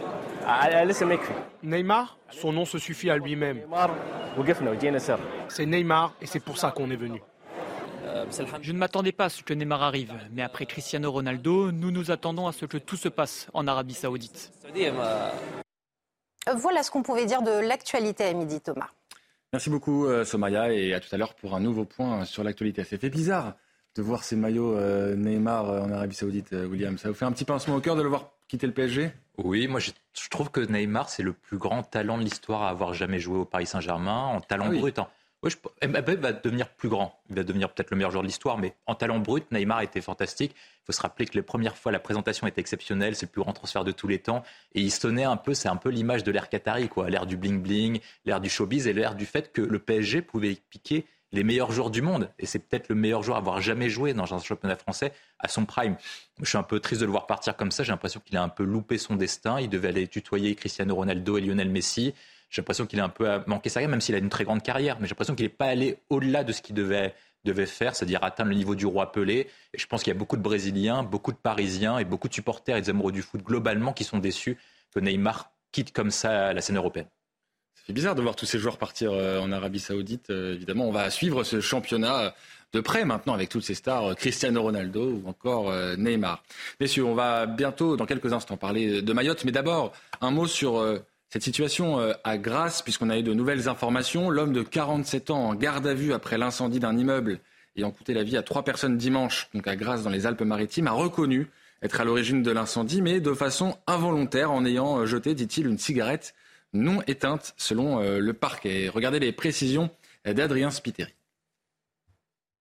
Speaker 27: Neymar, son nom se suffit à lui-même. C'est Neymar et c'est pour ça qu'on est venu.
Speaker 29: Je ne m'attendais pas à ce que Neymar arrive, mais après Cristiano Ronaldo, nous nous attendons à ce que tout se passe en Arabie Saoudite.
Speaker 2: Voilà ce qu'on pouvait dire de l'actualité à midi, Thomas.
Speaker 1: Merci beaucoup, euh, Somaya, et à tout à l'heure pour un nouveau point sur l'actualité. Ça fait bizarre de voir ces maillots euh, Neymar euh, en Arabie Saoudite, euh, William. Ça vous fait un petit pincement au cœur de le voir quitter le P S G ?
Speaker 13: Oui, moi je, je trouve que Neymar, c'est le plus grand talent de l'histoire à avoir jamais joué au Paris Saint-Germain, en talent ah oui. brut. Hein. Ouais, je, Mbappé va devenir plus grand, il va devenir peut-être le meilleur joueur de l'histoire, mais en talent brut, Neymar était fantastique. Il faut se rappeler que les premières fois, la présentation était exceptionnelle, c'est le plus grand transfert de tous les temps, et il sonnait un peu, c'est un peu l'image de l'ère qatari, quoi, l'ère du bling-bling, l'ère du showbiz et l'ère du fait que le P S G pouvait piquer les meilleurs joueurs du monde, et c'est peut-être le meilleur joueur à avoir jamais joué dans un championnat français à son prime. Je suis un peu triste de le voir partir comme ça, j'ai l'impression qu'il a un peu loupé son destin, il devait aller tutoyer Cristiano Ronaldo et Lionel Messi. J'ai l'impression qu'il a un peu manqué sa carrière, même s'il a une très grande carrière. Mais j'ai l'impression qu'il n'est pas allé au-delà de ce qu'il devait, devait faire, c'est-à-dire atteindre le niveau du roi Pelé. Et je pense qu'il y a beaucoup de Brésiliens, beaucoup de Parisiens et beaucoup de supporters et des amoureux du foot globalement qui sont déçus que Neymar quitte comme ça la scène européenne.
Speaker 1: C'est bizarre de voir tous ces joueurs partir en Arabie Saoudite. Évidemment, on va suivre ce championnat de près maintenant avec toutes ces stars, Cristiano Ronaldo ou encore Neymar. Messieurs, on va bientôt, dans quelques instants, parler de Mayotte. Mais d'abord, un mot sur cette situation à Grasse, puisqu'on a eu de nouvelles informations. L'homme de quarante-sept ans en garde à vue après l'incendie d'un immeuble ayant coûté la vie à trois personnes dimanche, donc à Grasse dans les Alpes-Maritimes, a reconnu être à l'origine de l'incendie, mais de façon involontaire, en ayant jeté, dit-il, une cigarette non éteinte, selon le parquet. Regardez les précisions d'Adrien Spiteri.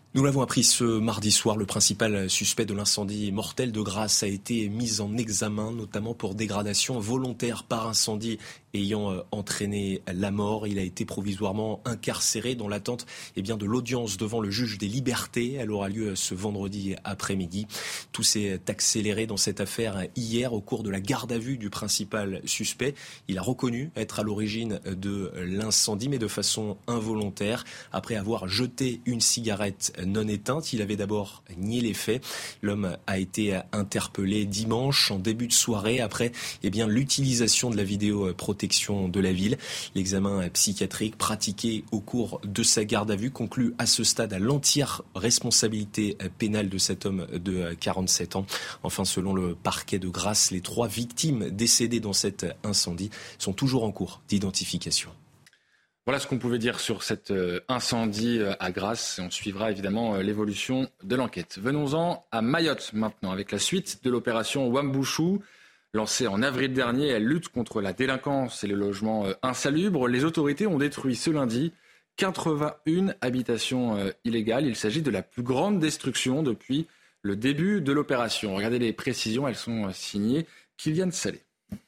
Speaker 9: Nous l'avons appris ce mardi soir, le principal suspect de l'incendie mortel de Grasse a été mis en examen, notamment pour dégradation volontaire par incendie ayant entraîné la mort. Il a été provisoirement incarcéré dans l'attente eh bien, de l'audience devant le juge des libertés. Elle aura lieu ce vendredi après-midi. Tout s'est accéléré dans cette affaire hier au cours de la garde à vue du principal suspect. Il a reconnu être à l'origine de l'incendie, mais de façon involontaire. Après avoir jeté une cigarette non éteinte, il avait d'abord nié les faits. L'homme a été interpellé dimanche en début de soirée après eh bien, l'utilisation de la vidéo protection de la ville. L'examen psychiatrique pratiqué au cours de sa garde à vue conclut à ce stade à l'entière responsabilité pénale de cet homme de quarante-sept ans. Enfin, selon le parquet de Grasse, les trois victimes décédées dans cet incendie sont toujours en cours d'identification.
Speaker 1: Voilà ce qu'on pouvait dire sur cet incendie à Grasse. On suivra évidemment l'évolution de l'enquête. Venons-en à Mayotte maintenant, avec la suite de l'opération Wambushu. Lancée en avril dernier, elle lutte contre la délinquance et le logement insalubre. Les autorités ont détruit ce lundi quatre-vingt-une habitations illégales. Il s'agit de la plus grande destruction depuis le début de l'opération. Regardez les précisions, elles sont signées Kylian Salé.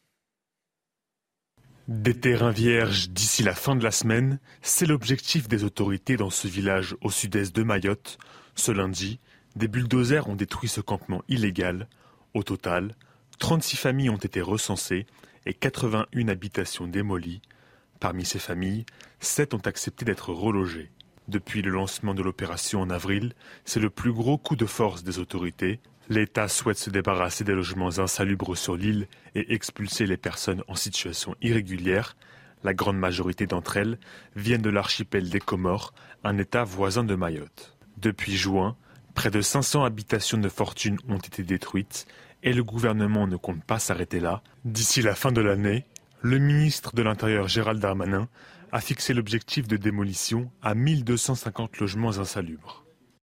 Speaker 12: Des terrains vierges d'ici la fin de la semaine, c'est l'objectif des autorités dans ce village au sud-est de Mayotte. Ce lundi, des bulldozers ont détruit ce campement illégal. Au total, trente-six familles ont été recensées et quatre-vingt-une habitations démolies. Parmi ces familles, sept ont accepté d'être relogées. Depuis le lancement de l'opération en avril, c'est le plus gros coup de force des autorités. L'État souhaite se débarrasser des logements insalubres sur l'île et expulser les personnes en situation irrégulière. La grande majorité d'entre elles viennent de l'archipel des Comores, un État voisin de Mayotte. Depuis juin, près de cinq cents habitations de fortune ont été détruites et le gouvernement ne compte pas s'arrêter là. D'ici la fin de l'année, le ministre de l'Intérieur Gérald Darmanin a fixé l'objectif de démolition à mille deux cent cinquante logements insalubres.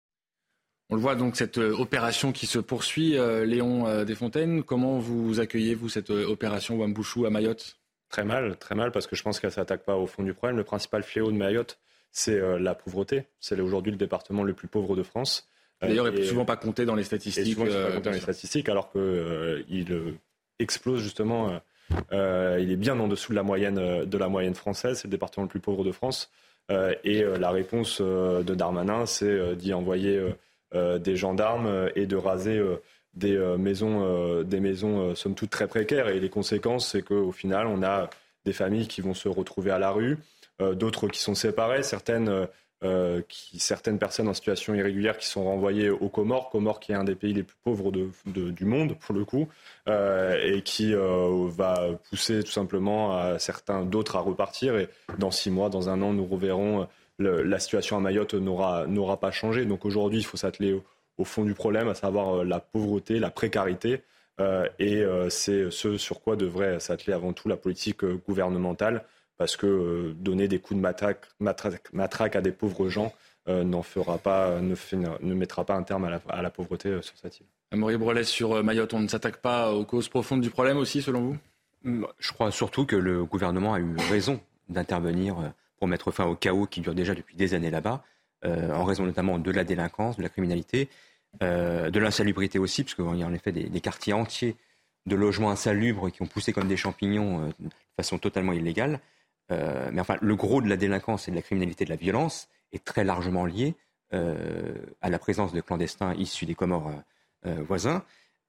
Speaker 1: On le voit donc, cette opération qui se poursuit. Euh, Léon euh, Desfontaines, comment vous accueillez, vous, cette euh, opération Wambushu à Mayotte ?
Speaker 14: Très mal, très mal, parce que je pense qu'elle ne s'attaque pas au fond du problème. Le principal fléau de Mayotte, c'est euh, la pauvreté. C'est aujourd'hui le département le plus pauvre de France.
Speaker 1: D'ailleurs, il n'est souvent pas compté dans les statistiques.
Speaker 14: Et souvent, il n'est
Speaker 1: euh,
Speaker 14: pas compté dans les statistiques, alors qu'il euh, euh, explose justement. Euh, euh, il est bien en dessous de la moyenne, euh, de la moyenne française. C'est le département le plus pauvre de France. Euh, et euh, la réponse euh, de Darmanin, c'est euh, d'y envoyer euh, euh, des gendarmes euh, et de raser euh, des euh, maisons, euh, des maisons euh, somme toute très précaires. Et les conséquences, c'est qu'au final, on a des familles qui vont se retrouver à la rue, euh, d'autres qui sont séparées, certaines. Euh, Euh, qui, certaines personnes en situation irrégulière qui sont renvoyées aux Comores, Comores qui est un des pays les plus pauvres de, de, du monde pour le coup, euh, et qui euh, va pousser tout simplement à certains d'autres à repartir. Et dans six mois, dans un an, nous reverrons le, la situation à Mayotte n'aura, n'aura pas changé. Donc aujourd'hui, il faut s'atteler au, au fond du problème, à savoir la pauvreté, la précarité. Euh, et euh, c'est ce sur quoi devrait s'atteler avant tout la politique gouvernementale. Parce que euh, donner des coups de matraque, matraque, matraque à des pauvres gens euh, n'en fera pas, ne, fait, ne mettra pas un terme à la, à la pauvreté euh, sur cette île.
Speaker 1: Amaury Brelet, sur Mayotte, on ne s'attaque pas aux causes profondes du problème aussi, selon vous ?
Speaker 15: Je crois surtout que le gouvernement a eu raison d'intervenir pour mettre fin au chaos qui dure déjà depuis des années là-bas, euh, en raison notamment de la délinquance, de la criminalité, euh, de l'insalubrité aussi, parce qu'il y a en effet des, des quartiers entiers de logements insalubres qui ont poussé comme des champignons euh, de façon totalement illégale. Euh, mais enfin, le gros de la délinquance et de la criminalité, de la violence, est très largement lié euh, à la présence de clandestins issus des Comores euh, voisins.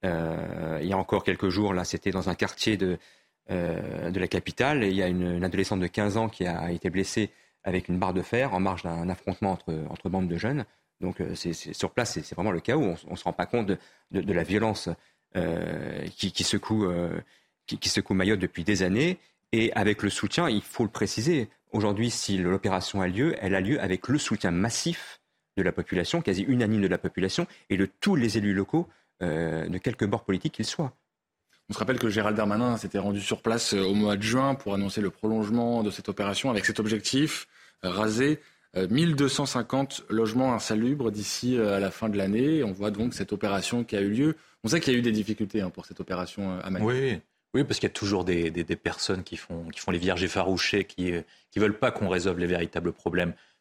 Speaker 15: Euh, il y a encore quelques jours, là, c'était dans un quartier de, euh, de la capitale, et il y a une, une adolescente de quinze ans qui a été blessée avec une barre de fer en marge d'un affrontement entre, entre bandes de jeunes. Donc, c'est, c'est, sur place, c'est, c'est vraiment le chaos. On ne se rend pas compte de, de, de la violence euh, qui, qui, secoue, euh, qui, qui secoue Mayotte depuis des années. Et avec le soutien, il faut le préciser, aujourd'hui, si l'opération a lieu, elle a lieu avec le soutien massif de la population, quasi unanime de la population, et de tous les élus locaux, euh, de quelque bord politique qu'ils soient.
Speaker 1: On se rappelle que Gérald Darmanin s'était rendu sur place au mois de juin pour annoncer le prolongement de cette opération avec cet objectif, euh, raser euh, mille deux cent cinquante logements insalubres d'ici euh, à la fin de l'année. On voit donc cette opération qui a eu lieu. On sait qu'il y a eu des difficultés hein, pour cette opération euh, à Mayotte.
Speaker 13: Oui. Oui, parce qu'il y a toujours des, des, des personnes qui font, qui font les vierges effarouchées, qui ne veulent pas qu'on résolve les véritables problèmes.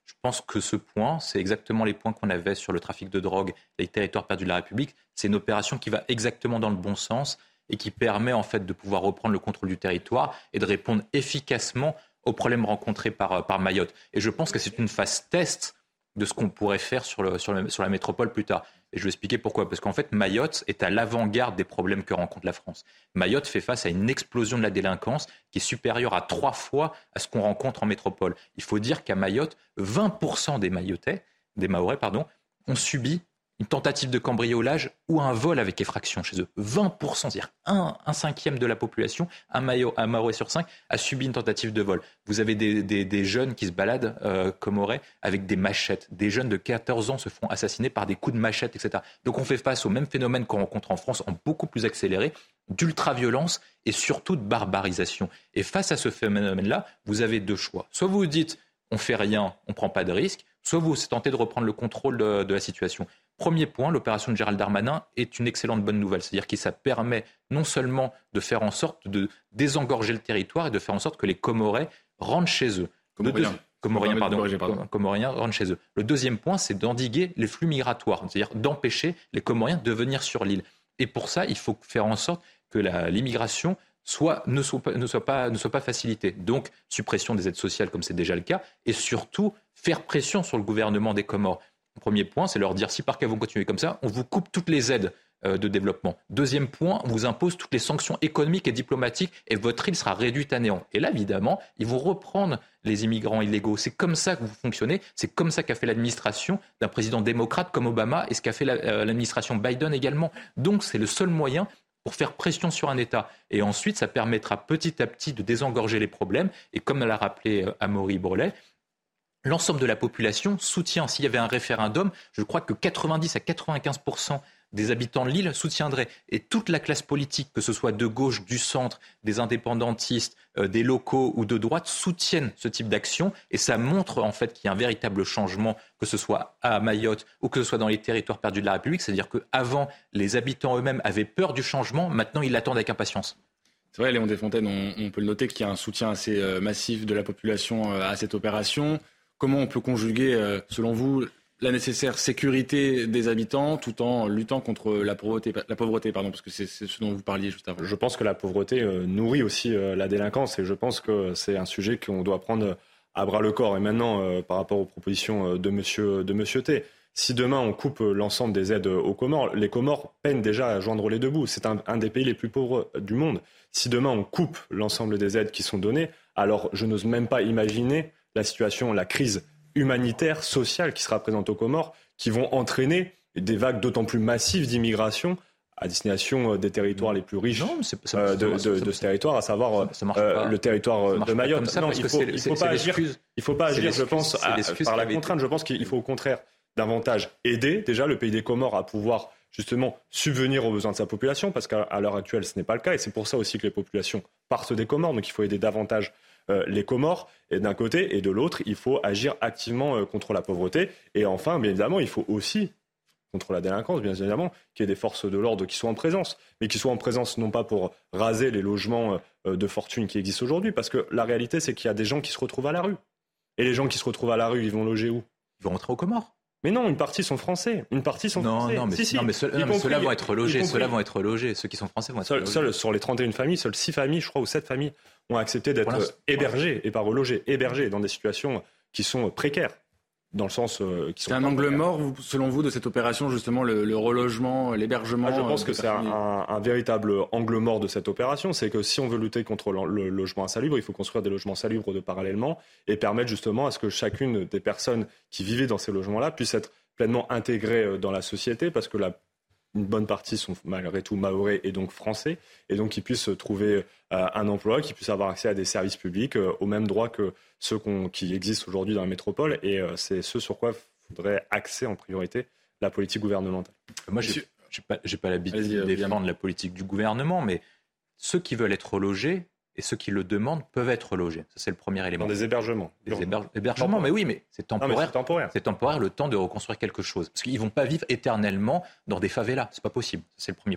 Speaker 13: Je pense que ce point, c'est exactement les points qu'on avait sur le trafic de drogue, les territoires perdus de la République. C'est une opération qui va exactement dans le bon sens et qui permet en fait de pouvoir reprendre le contrôle du territoire et de répondre efficacement aux problèmes rencontrés par, par Mayotte. Et je pense que c'est une phase test de ce qu'on pourrait faire sur, le, sur, le, sur la métropole plus tard. Et je vais expliquer pourquoi. Parce qu'en fait, Mayotte est à l'avant-garde des problèmes que rencontre la France. Mayotte fait face à une explosion de la délinquance qui est supérieure à trois fois à ce qu'on rencontre en métropole. Il faut dire qu'à Mayotte, vingt pour cent des Mayotais, des Mahorais, pardon, ont subi une tentative de cambriolage ou un vol avec effraction chez eux. vingt pour cent, c'est-à-dire un, un cinquième de la population, un, Mayo, un Mahorais sur cinq, a subi une tentative de vol. Vous avez des, des, des jeunes qui se baladent, euh, Comorrais, avec des machettes. Des jeunes de quatorze ans se font assassiner par des coups de machette, et cetera. Donc on fait face au même phénomène qu'on rencontre en France, en beaucoup plus accéléré, d'ultra-violence et surtout de barbarisation. Et face à ce phénomène-là, vous avez deux choix. Soit vous vous dites, on fait rien, on prend pas de risque, soit vous tentez de reprendre le contrôle de, de la situation. Premier point, l'opération de Gérald Darmanin est une excellente bonne nouvelle. C'est-à-dire que ça permet non seulement de faire en sorte de désengorger le territoire et de faire en sorte que les Comorais rentrent chez eux.
Speaker 1: Comoriens.
Speaker 13: Deux... Comoriens, pardon. pardon. Comoriens rentrent chez eux. Le deuxième point, c'est d'endiguer les flux migratoires, c'est-à-dire d'empêcher les Comoriens de venir sur l'île. Et pour ça, il faut faire en sorte que la, l'immigration soit, ne, soit pas, ne, soit pas, ne soit pas facilitée. Donc, suppression des aides sociales, comme c'est déjà le cas, et surtout, faire pression sur le gouvernement des Comores. Le premier point, c'est leur dire, si par cas vous continuez comme ça, on vous coupe toutes les aides euh, de développement. Deuxième point, on vous impose toutes les sanctions économiques et diplomatiques et votre île sera réduite à néant. Et là, évidemment, ils vont reprendre les immigrants illégaux. C'est comme ça que vous fonctionnez. C'est comme ça qu'a fait l'administration d'un président démocrate comme Obama et ce qu'a fait la, euh, l'administration Biden également. Donc, c'est le seul moyen pour faire pression sur un État. Et ensuite, ça permettra petit à petit de désengorger les problèmes. Et comme l'a rappelé euh, Amaury Brelet, l'ensemble de la population soutient. S'il y avait un référendum, je crois que quatre-vingt-dix à quatre-vingt-quinze pour cent des habitants de l'île soutiendraient. Et toute la classe politique, que ce soit de gauche, du centre, des indépendantistes, euh, des locaux ou de droite, soutiennent ce type d'action. Et ça montre en fait qu'il y a un véritable changement, que ce soit à Mayotte ou que ce soit dans les territoires perdus de la République. C'est-à-dire qu'avant, les habitants eux-mêmes avaient peur du changement. Maintenant, ils l'attendent avec impatience.
Speaker 1: C'est vrai, Léon Desfontaines, on, on peut le noter qu'il y a un soutien assez euh, massif de la population euh, à cette opération. Comment on peut conjuguer, euh, selon vous, la nécessaire sécurité des habitants tout en luttant contre la pauvreté, la pauvreté pardon, parce que c'est, c'est ce dont vous parliez juste avant.
Speaker 14: Je pense que la pauvreté euh, nourrit aussi euh, la délinquance et je pense que c'est un sujet qu'on doit prendre à bras le corps. Et maintenant, euh, par rapport aux propositions euh, de monsieur, de monsieur T, si demain on coupe l'ensemble des aides aux Comores, les Comores peinent déjà à joindre les deux bouts. C'est un, un des pays les plus pauvres du monde. Si demain on coupe l'ensemble des aides qui sont données, alors je n'ose même pas imaginer la situation, la crise humanitaire, sociale qui sera présente aux Comores, qui vont entraîner des vagues d'autant plus massives d'immigration à destination des territoires les plus riches non, c'est, ça, euh, de, de, de, de ce territoire, à savoir ça, ça euh, le territoire de Mayotte.
Speaker 13: Ça,
Speaker 14: non, il faut, il faut pas agir, il faut pas agir, je pense, à, par la contrainte. Je pense qu'il faut au contraire davantage aider déjà le pays des Comores à pouvoir justement subvenir aux besoins de sa population, parce qu'à l'heure actuelle, ce n'est pas le cas, et c'est pour ça aussi que les populations partent des Comores, donc il faut aider davantage euh, les Comores, et d'un côté, et de l'autre, il faut agir activement euh, contre la pauvreté, et enfin, bien évidemment, il faut aussi, contre la délinquance, bien évidemment, qu'il y ait des forces de l'ordre qui soient en présence, mais qui soient en présence non pas pour raser les logements euh, de fortune qui existent aujourd'hui, parce que la réalité, c'est qu'il y a des gens qui se retrouvent à la rue, et les gens qui se retrouvent à la rue, ils vont loger où?
Speaker 13: Ils vont rentrer aux Comores.
Speaker 14: Mais non, une partie sont français. Une partie sont
Speaker 13: non,
Speaker 14: français.
Speaker 13: Non, mais,
Speaker 14: si, si.
Speaker 13: non, mais, ce, non, mais ceux-là vont être logés. Ceux-là vont être logés. Ceux qui sont français vont être
Speaker 14: seul,
Speaker 13: logés.
Speaker 14: Seul, sur les trente et une familles, seules six familles, je crois, ou sept familles ont accepté d'être hébergées, et pas relogées, hébergées dans des situations qui sont précaires. Dans le sens euh, qui sont
Speaker 1: c'est un angle mort, vous, selon vous, de cette opération, justement, le, le relogement, l'hébergement.
Speaker 14: Ah, je pense
Speaker 1: euh,
Speaker 14: que c'est un, un, un véritable angle mort de cette opération. C'est que si on veut lutter contre le, le logement insalubre, il faut construire des logements salubres de parallèlement et permettre justement à ce que chacune des personnes qui vivaient dans ces logements-là puisse être pleinement intégrées dans la société, parce que la une bonne partie sont malgré tout mahorais et donc français, et donc qu'ils puissent trouver euh, un emploi, qu'ils puissent avoir accès à des services publics euh, au même droit que ceux qu'on, qui existent aujourd'hui dans la métropole, et euh, c'est ce sur quoi il faudrait axer en priorité la politique gouvernementale.
Speaker 13: Moi, j'ai, j'ai pas, j'ai pas l'habitude de défendre la politique du gouvernement, mais ceux qui veulent être logés et ceux qui le demandent peuvent être logés. Ça, c'est le premier élément.
Speaker 14: Dans des hébergements.
Speaker 13: Des héberge- hébergements, mais oui, mais c'est temporaire.
Speaker 14: Non, mais c'est temporaire.
Speaker 13: C'est temporaire, le temps de reconstruire quelque chose. Parce qu'ils ne vont pas vivre éternellement dans des favelas. C'est pas possible. Ça, c'est le premier point.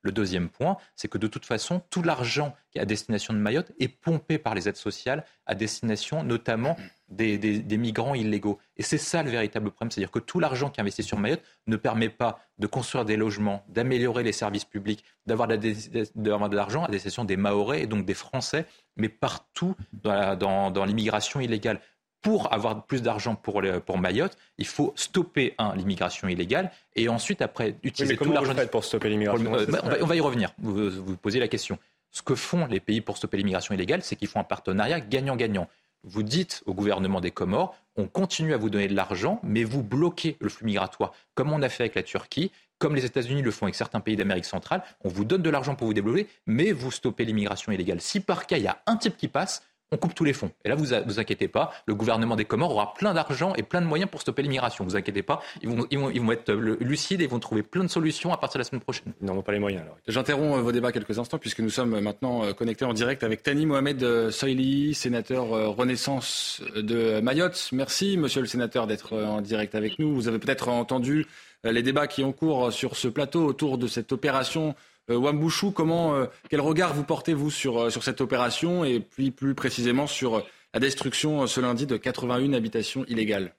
Speaker 13: Le deuxième point, c'est que de toute façon, tout l'argent qui est à destination de Mayotte est pompé par les aides sociales à destination notamment des, des, des migrants illégaux. Et c'est ça le véritable problème, c'est-à-dire que tout l'argent qui est investi sur Mayotte ne permet pas de construire des logements, d'améliorer les services publics, d'avoir de, la, d'avoir de l'argent à destination des Mahorais et donc des Français, mais partout dans, la, dans, dans l'immigration illégale. Pour avoir plus d'argent pour, les, pour Mayotte, il faut stopper, un, l'immigration illégale, et ensuite, après, utiliser
Speaker 14: oui, mais
Speaker 13: tout l'argent...
Speaker 14: Comment vous faites pour stopper l'immigration
Speaker 13: pour, euh, on, va, on va y revenir, vous, vous posez la question. Ce que font les pays pour stopper l'immigration illégale, c'est qu'ils font un partenariat gagnant-gagnant. Vous dites au gouvernement des Comores, on continue à vous donner de l'argent, mais vous bloquez le flux migratoire, comme on a fait avec la Turquie, comme les États-Unis le font avec certains pays d'Amérique centrale. On vous donne de l'argent pour vous développer, mais vous stoppez l'immigration illégale. Si par cas, il y a un type qui passe, on coupe tous les fonds. Et là, vous vous inquiétez pas, le gouvernement des Comores aura plein d'argent et plein de moyens pour stopper l'immigration. Vous inquiétez pas, ils vont, ils vont, ils vont être lucides et ils vont trouver plein de solutions à partir de la semaine prochaine.
Speaker 14: Ils n'en ont pas les moyens alors.
Speaker 1: J'interromps vos débats quelques instants puisque nous sommes maintenant connectés en direct avec Thani Mohamed Soili, sénateur Renaissance de Mayotte. Merci, monsieur le sénateur, d'être en direct avec nous. Vous avez peut-être entendu les débats qui ont cours sur ce plateau autour de cette opération Wuambushu. Comment, euh, quel regard vous portez-vous sur, sur cette opération et puis plus précisément sur la destruction ce lundi de quatre-vingt-une habitations illégales?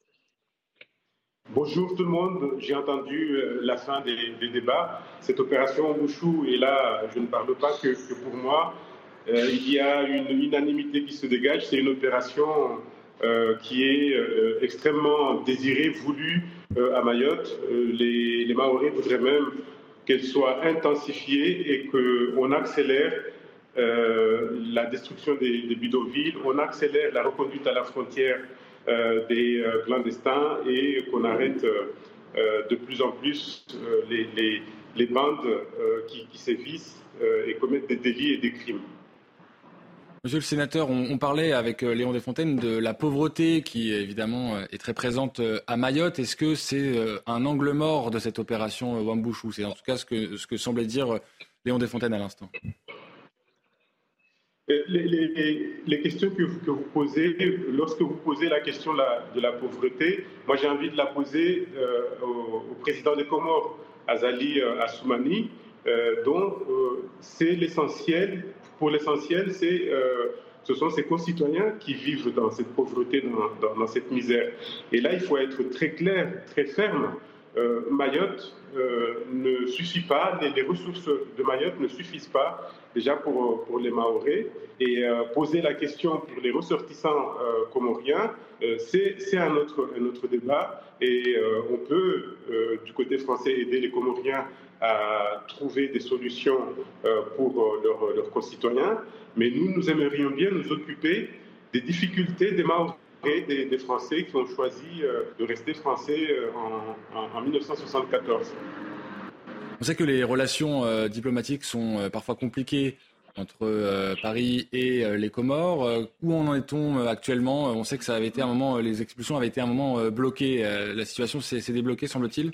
Speaker 3: Bonjour tout le monde, j'ai entendu euh, la fin des, des débats. Cette opération Wuambushu, et là je ne parle pas que, que pour moi, euh, il y a une unanimité qui se dégage. C'est une opération euh, qui est euh, extrêmement désirée, voulue euh, à Mayotte. Euh, les, les Mahorais voudraient même qu'elle soit intensifiée et qu'on accélère euh, la destruction des, des bidonvilles, on accélère la reconduite à la frontière euh, des euh, clandestins et qu'on arrête euh, de plus en plus euh, les, les, les bandes euh, qui, qui sévissent euh, et commettent des délits et des crimes.
Speaker 1: Monsieur le sénateur, on, on parlait avec Léon Desfontaines de la pauvreté qui, évidemment, est très présente à Mayotte. Est-ce que c'est un angle mort de cette opération Wuambushu? C'est en tout cas ce que, ce que semblait dire Léon Desfontaines à l'instant.
Speaker 3: Les, les, les questions que vous, que vous posez, lorsque vous posez la question de la, de la pauvreté, moi j'ai envie de la poser euh, au, au président des Comores, Azali euh, Assoumani, euh, dont euh, c'est l'essentiel. Pour l'essentiel, c'est, euh, ce sont ses concitoyens qui vivent dans cette pauvreté, dans, dans, dans cette misère. Et là, il faut être très clair, très ferme. Euh, Mayotte euh, ne suffit pas, les, les ressources de Mayotte ne suffisent pas déjà pour, pour les Mahorais. Et euh, poser la question pour les ressortissants euh, comoriens, euh, c'est, c'est un, autre, un autre débat. Et euh, on peut, euh, du côté français, aider les Comoriens à trouver des solutions euh, pour euh, leurs, leurs concitoyens. Mais nous, nous aimerions bien nous occuper des difficultés des Mahorais, des, des Français qui ont choisi euh, de rester français euh, en, en, en dix-neuf cent soixante-quatorze.
Speaker 1: On sait que les relations euh, diplomatiques sont euh, parfois compliquées entre euh, Paris et euh, les Comores. Euh, où en est-on euh, actuellement? On sait que ça avait été un moment, euh, les expulsions avaient été un moment euh, bloquées. Euh, la situation s'est, s'est débloquée, semble-t-il?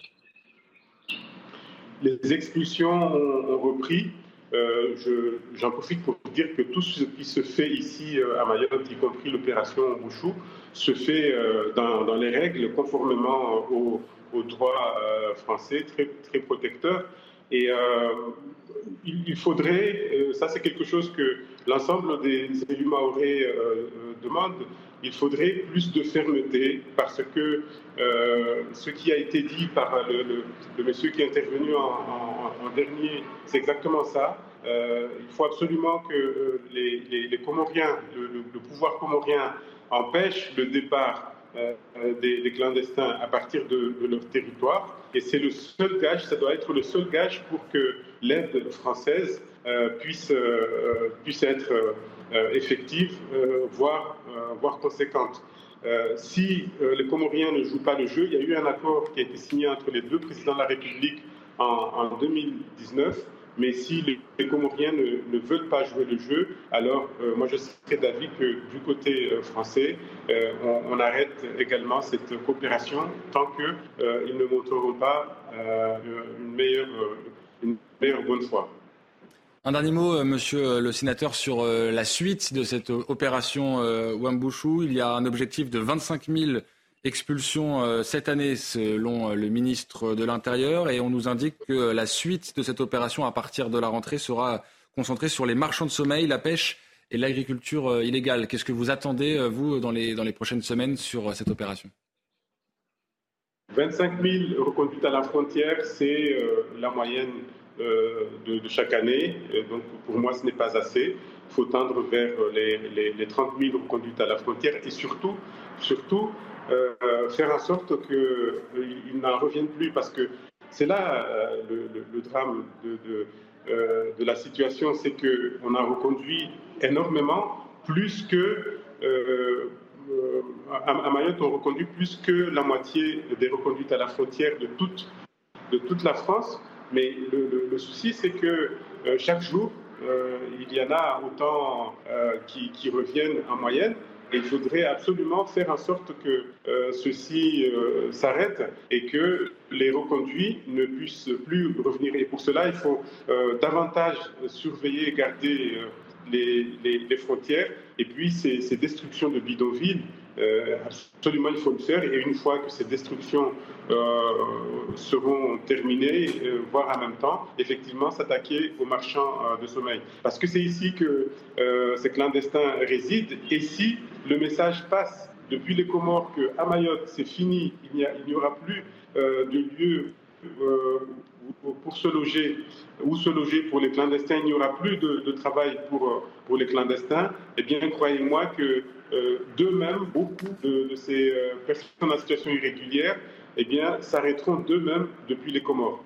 Speaker 3: Les expulsions ont, ont repris. Euh, je, j'en profite pour dire que tout ce qui se fait ici euh, à Mayotte, y compris l'opération Wuambushu, se fait euh, dans, dans les règles, conformément aux, aux droits euh, français, très, très protecteurs. Et euh, il, il faudrait, euh, ça c'est quelque chose que l'ensemble des élus mahorais euh, demandent, il faudrait plus de fermeté parce que euh, ce qui a été dit par le, le, le monsieur qui est intervenu en, en, en dernier, c'est exactement ça. Euh, il faut absolument que les, les, les Comoriens, le, le, le pouvoir comorien empêche le départ euh, des, des clandestins à partir de, de leur territoire. Et c'est le seul gage, ça doit être le seul gage pour que l'aide française euh, puisse, euh, puisse être euh, effective, euh, voire, euh, voire conséquente. Euh, si euh, les Comoriens ne jouent pas le jeu, il y a eu un accord qui a été signé entre les deux présidents de la République en, en deux mille dix-neuf, mais si les, les Comoriens ne, ne veulent pas jouer le jeu, alors euh, moi je serais d'avis que du côté euh, français, euh, on, on arrête également cette coopération tant qu'ils euh, ne montreront pas euh, une, meilleure, une meilleure bonne foi.
Speaker 1: Un dernier mot, monsieur le sénateur, sur la suite de cette opération Wuambushu. Il y a un objectif de vingt-cinq mille expulsions euh, cette année selon euh, le ministre de l'Intérieur et on nous indique que la suite de cette opération à partir de la rentrée sera concentrée sur les marchands de sommeil, la pêche et l'agriculture euh, illégale. Qu'est-ce que vous attendez, euh, vous, dans les, dans les prochaines semaines sur euh, cette opération ?
Speaker 3: vingt-cinq mille reconduites à la frontière, c'est euh, la moyenne euh, de, de chaque année. Et donc pour moi, ce n'est pas assez. Il faut tendre vers les, les, les trente mille reconduites à la frontière et surtout, surtout euh, faire en sorte qu'ils euh, n'en reviennent plus. Parce que c'est là euh, le, le, le drame de, de, euh, de la situation, c'est qu'on a reconduit énormément, plus que... Euh, Euh, à Mayotte, on reconduit plus que la moitié des reconduites à la frontière de toute, de toute la France. Mais le, le, le souci, c'est que euh, chaque jour, euh, il y en a autant euh, qui, qui reviennent en moyenne. Et il faudrait absolument faire en sorte que euh, ceci euh, s'arrête et que les reconduits ne puissent plus revenir. Et pour cela, il faut euh, davantage surveiller et garder euh, les, les, les frontières. Et puis, ces, ces destructions de bidonvilles, euh, absolument, il faut le faire. Et une fois que ces destructions euh, seront terminées, euh, voire en même temps, effectivement, s'attaquer aux marchands euh, de sommeil. Parce que c'est ici que euh, ces clandestins résident. Et si le message passe depuis les Comores qu'à Mayotte, c'est fini, il n'y, a, il n'y aura plus euh, de lieu euh, pour se loger, ou se loger pour les clandestins, il n'y aura plus de, de travail pour, pour les clandestins, eh bien, croyez-moi que euh, d'eux-mêmes, beaucoup de, de ces euh, personnes en situation irrégulière, eh bien, s'arrêteront d'eux-mêmes depuis les Comores.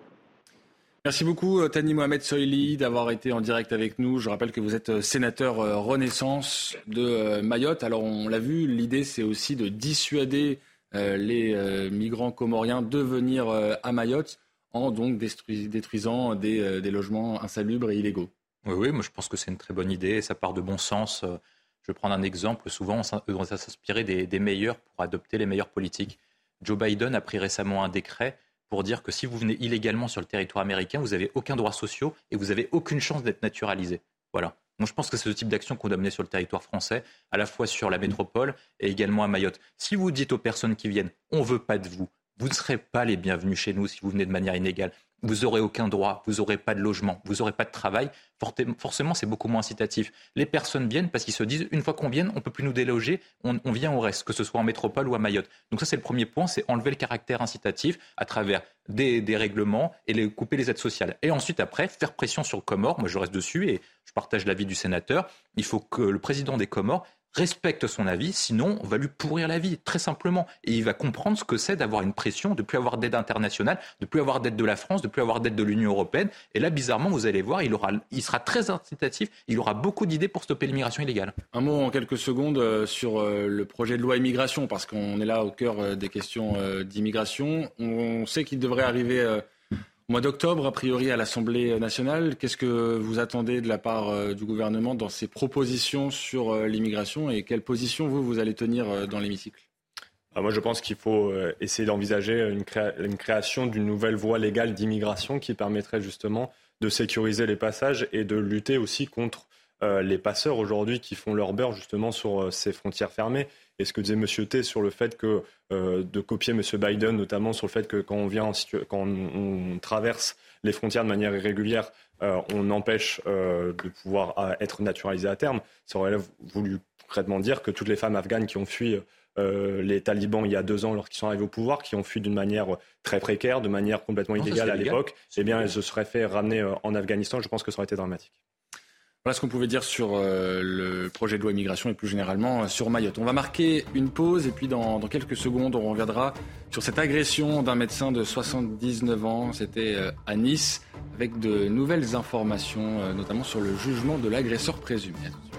Speaker 1: Merci beaucoup Thani Mohamed Soili d'avoir été en direct avec nous. Je rappelle que vous êtes sénateur Renaissance de Mayotte. Alors on l'a vu, l'idée c'est aussi de dissuader euh, les euh, migrants comoriens de venir euh, à Mayotte en donc détruis, détruisant des, euh, des logements insalubres et illégaux.
Speaker 13: Oui, oui, moi je pense que c'est une très bonne idée et ça part de bon sens. Je vais prendre un exemple. Souvent on doit s'inspirer des, des meilleurs pour adopter les meilleures politiques. Joe Biden a pris récemment un décret pour dire que si vous venez illégalement sur le territoire américain, vous n'avez aucun droit social et vous n'avez aucune chance d'être naturalisé. Voilà. Donc je pense que c'est ce type d'action qu'on doit mener sur le territoire français, à la fois sur la métropole et également à Mayotte. Si vous dites aux personnes qui viennent, on ne veut pas de vous, vous ne serez pas les bienvenus chez nous si vous venez de manière illégale. Vous n'aurez aucun droit, vous n'aurez pas de logement, vous n'aurez pas de travail. Forcément, c'est beaucoup moins incitatif. Les personnes viennent parce qu'ils se disent, une fois qu'on vient, on ne peut plus nous déloger, on, on vient au reste, que ce soit en métropole ou à Mayotte. Donc ça, c'est le premier point, c'est enlever le caractère incitatif à travers des, des règlements et les, couper les aides sociales. Et ensuite, après, faire pression sur le Comore. Moi, je reste dessus et je partage l'avis du sénateur. Il faut que le président des Comores respecte son avis, sinon on va lui pourrir la vie, très simplement. Et il va comprendre ce que c'est d'avoir une pression, de ne plus avoir d'aide internationale, de ne plus avoir d'aide de la France, de ne plus avoir d'aide de l'Union européenne. Et là, bizarrement, vous allez voir, il, aura, il sera très incitatif, il aura beaucoup d'idées pour stopper l'immigration illégale.
Speaker 1: Un mot en quelques secondes sur le projet de loi immigration, parce qu'on est là au cœur des questions d'immigration. On sait qu'il devrait arriver au mois d'octobre, a priori, à l'Assemblée nationale. Qu'est-ce que vous attendez de la part euh, du gouvernement dans ses propositions sur euh, l'immigration et quelle position, vous, vous allez tenir euh, dans l'hémicycle ?
Speaker 14: Alors moi, je pense qu'il faut euh, essayer d'envisager une, créa- une création d'une nouvelle voie légale d'immigration qui permettrait justement de sécuriser les passages et de lutter aussi contre euh, les passeurs aujourd'hui qui font leur beurre justement sur euh, ces frontières fermées. Et ce que disait M. T sur le fait que, euh, de copier M. Biden, notamment sur le fait que quand on, vient en situ- quand on, on traverse les frontières de manière irrégulière, euh, on empêche euh, de pouvoir euh, être naturalisé à terme, ça aurait voulu concrètement dire que toutes les femmes afghanes qui ont fui euh, les talibans il y a deux ans lorsqu'ils sont arrivés au pouvoir, qui ont fui d'une manière très précaire, de manière complètement non, illégale à l'époque, eh bien elles se seraient fait ramener euh, en Afghanistan. Je pense que ça aurait été dramatique.
Speaker 1: Voilà ce qu'on pouvait dire sur euh, le projet de loi immigration et plus généralement euh, sur Mayotte. On va marquer une pause et puis dans, dans quelques secondes, on reviendra sur cette agression d'un médecin de soixante-dix-neuf ans. C'était euh, à Nice avec de nouvelles informations, euh, notamment sur le jugement de l'agresseur présumé. À tout de suite.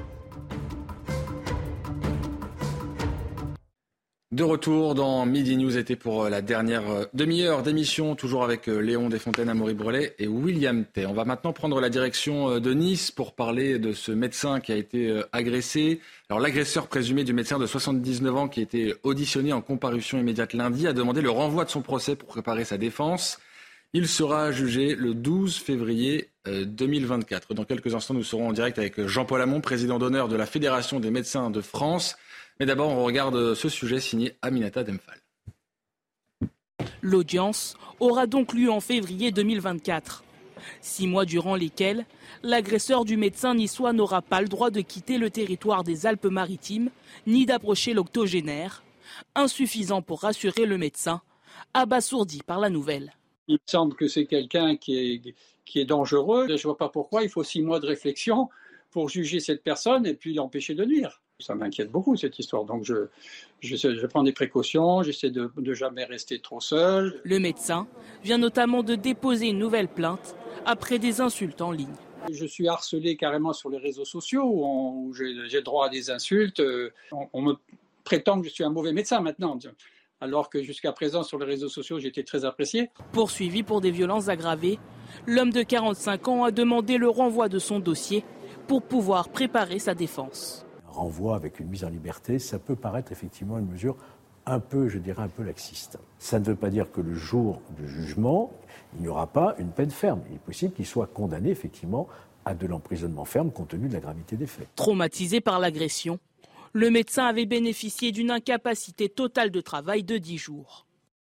Speaker 1: De retour dans Midi News été pour la dernière demi-heure d'émission, toujours avec Léon Desfontaines, Amaury Brelet et William Tay. On va maintenant prendre la direction de Nice pour parler de ce médecin qui a été agressé. Alors l'agresseur présumé du médecin de soixante-dix-neuf ans qui a été auditionné en comparution immédiate lundi a demandé le renvoi de son procès pour préparer sa défense. Il sera jugé le douze février deux mille vingt-quatre. Dans quelques instants, nous serons en direct avec Jean-Paul Hamon, président d'honneur de la Fédération des médecins de France. Mais d'abord, on regarde ce sujet signé Aminata Demphal.
Speaker 6: L'audience aura donc lieu en février deux mille vingt-quatre. Six mois durant lesquels l'agresseur du médecin niçois n'aura pas le droit de quitter le territoire des Alpes-Maritimes ni d'approcher l'octogénaire. Insuffisant pour rassurer le médecin, abasourdi par la nouvelle.
Speaker 4: Il me semble que c'est quelqu'un qui est, qui est dangereux. Je ne vois pas pourquoi il faut six mois de réflexion pour juger cette personne et puis l'empêcher de nuire. Ça m'inquiète beaucoup cette histoire, donc je, je, je prends des précautions, j'essaie de ne jamais rester trop seul.
Speaker 6: Le médecin vient notamment de déposer une nouvelle plainte après des insultes en ligne.
Speaker 4: Je suis harcelé carrément sur les réseaux sociaux où, on, où j'ai, j'ai droit à des insultes. On, on me prétend que je suis un mauvais médecin maintenant, alors que jusqu'à présent sur les réseaux sociaux j'étais très apprécié.
Speaker 6: Poursuivi pour des violences aggravées, l'homme de quarante-cinq ans a demandé le renvoi de son dossier pour pouvoir préparer sa défense.
Speaker 16: Un renvoi avec une mise en liberté, ça peut paraître effectivement une mesure un peu, je dirais, un peu laxiste. Ça ne veut pas dire que le jour du jugement, il n'y aura pas une peine ferme. Il est possible qu'il soit condamné effectivement à de l'emprisonnement ferme compte tenu de la gravité des faits.
Speaker 6: Traumatisé par l'agression, le médecin avait bénéficié d'une incapacité totale de travail de dix jours.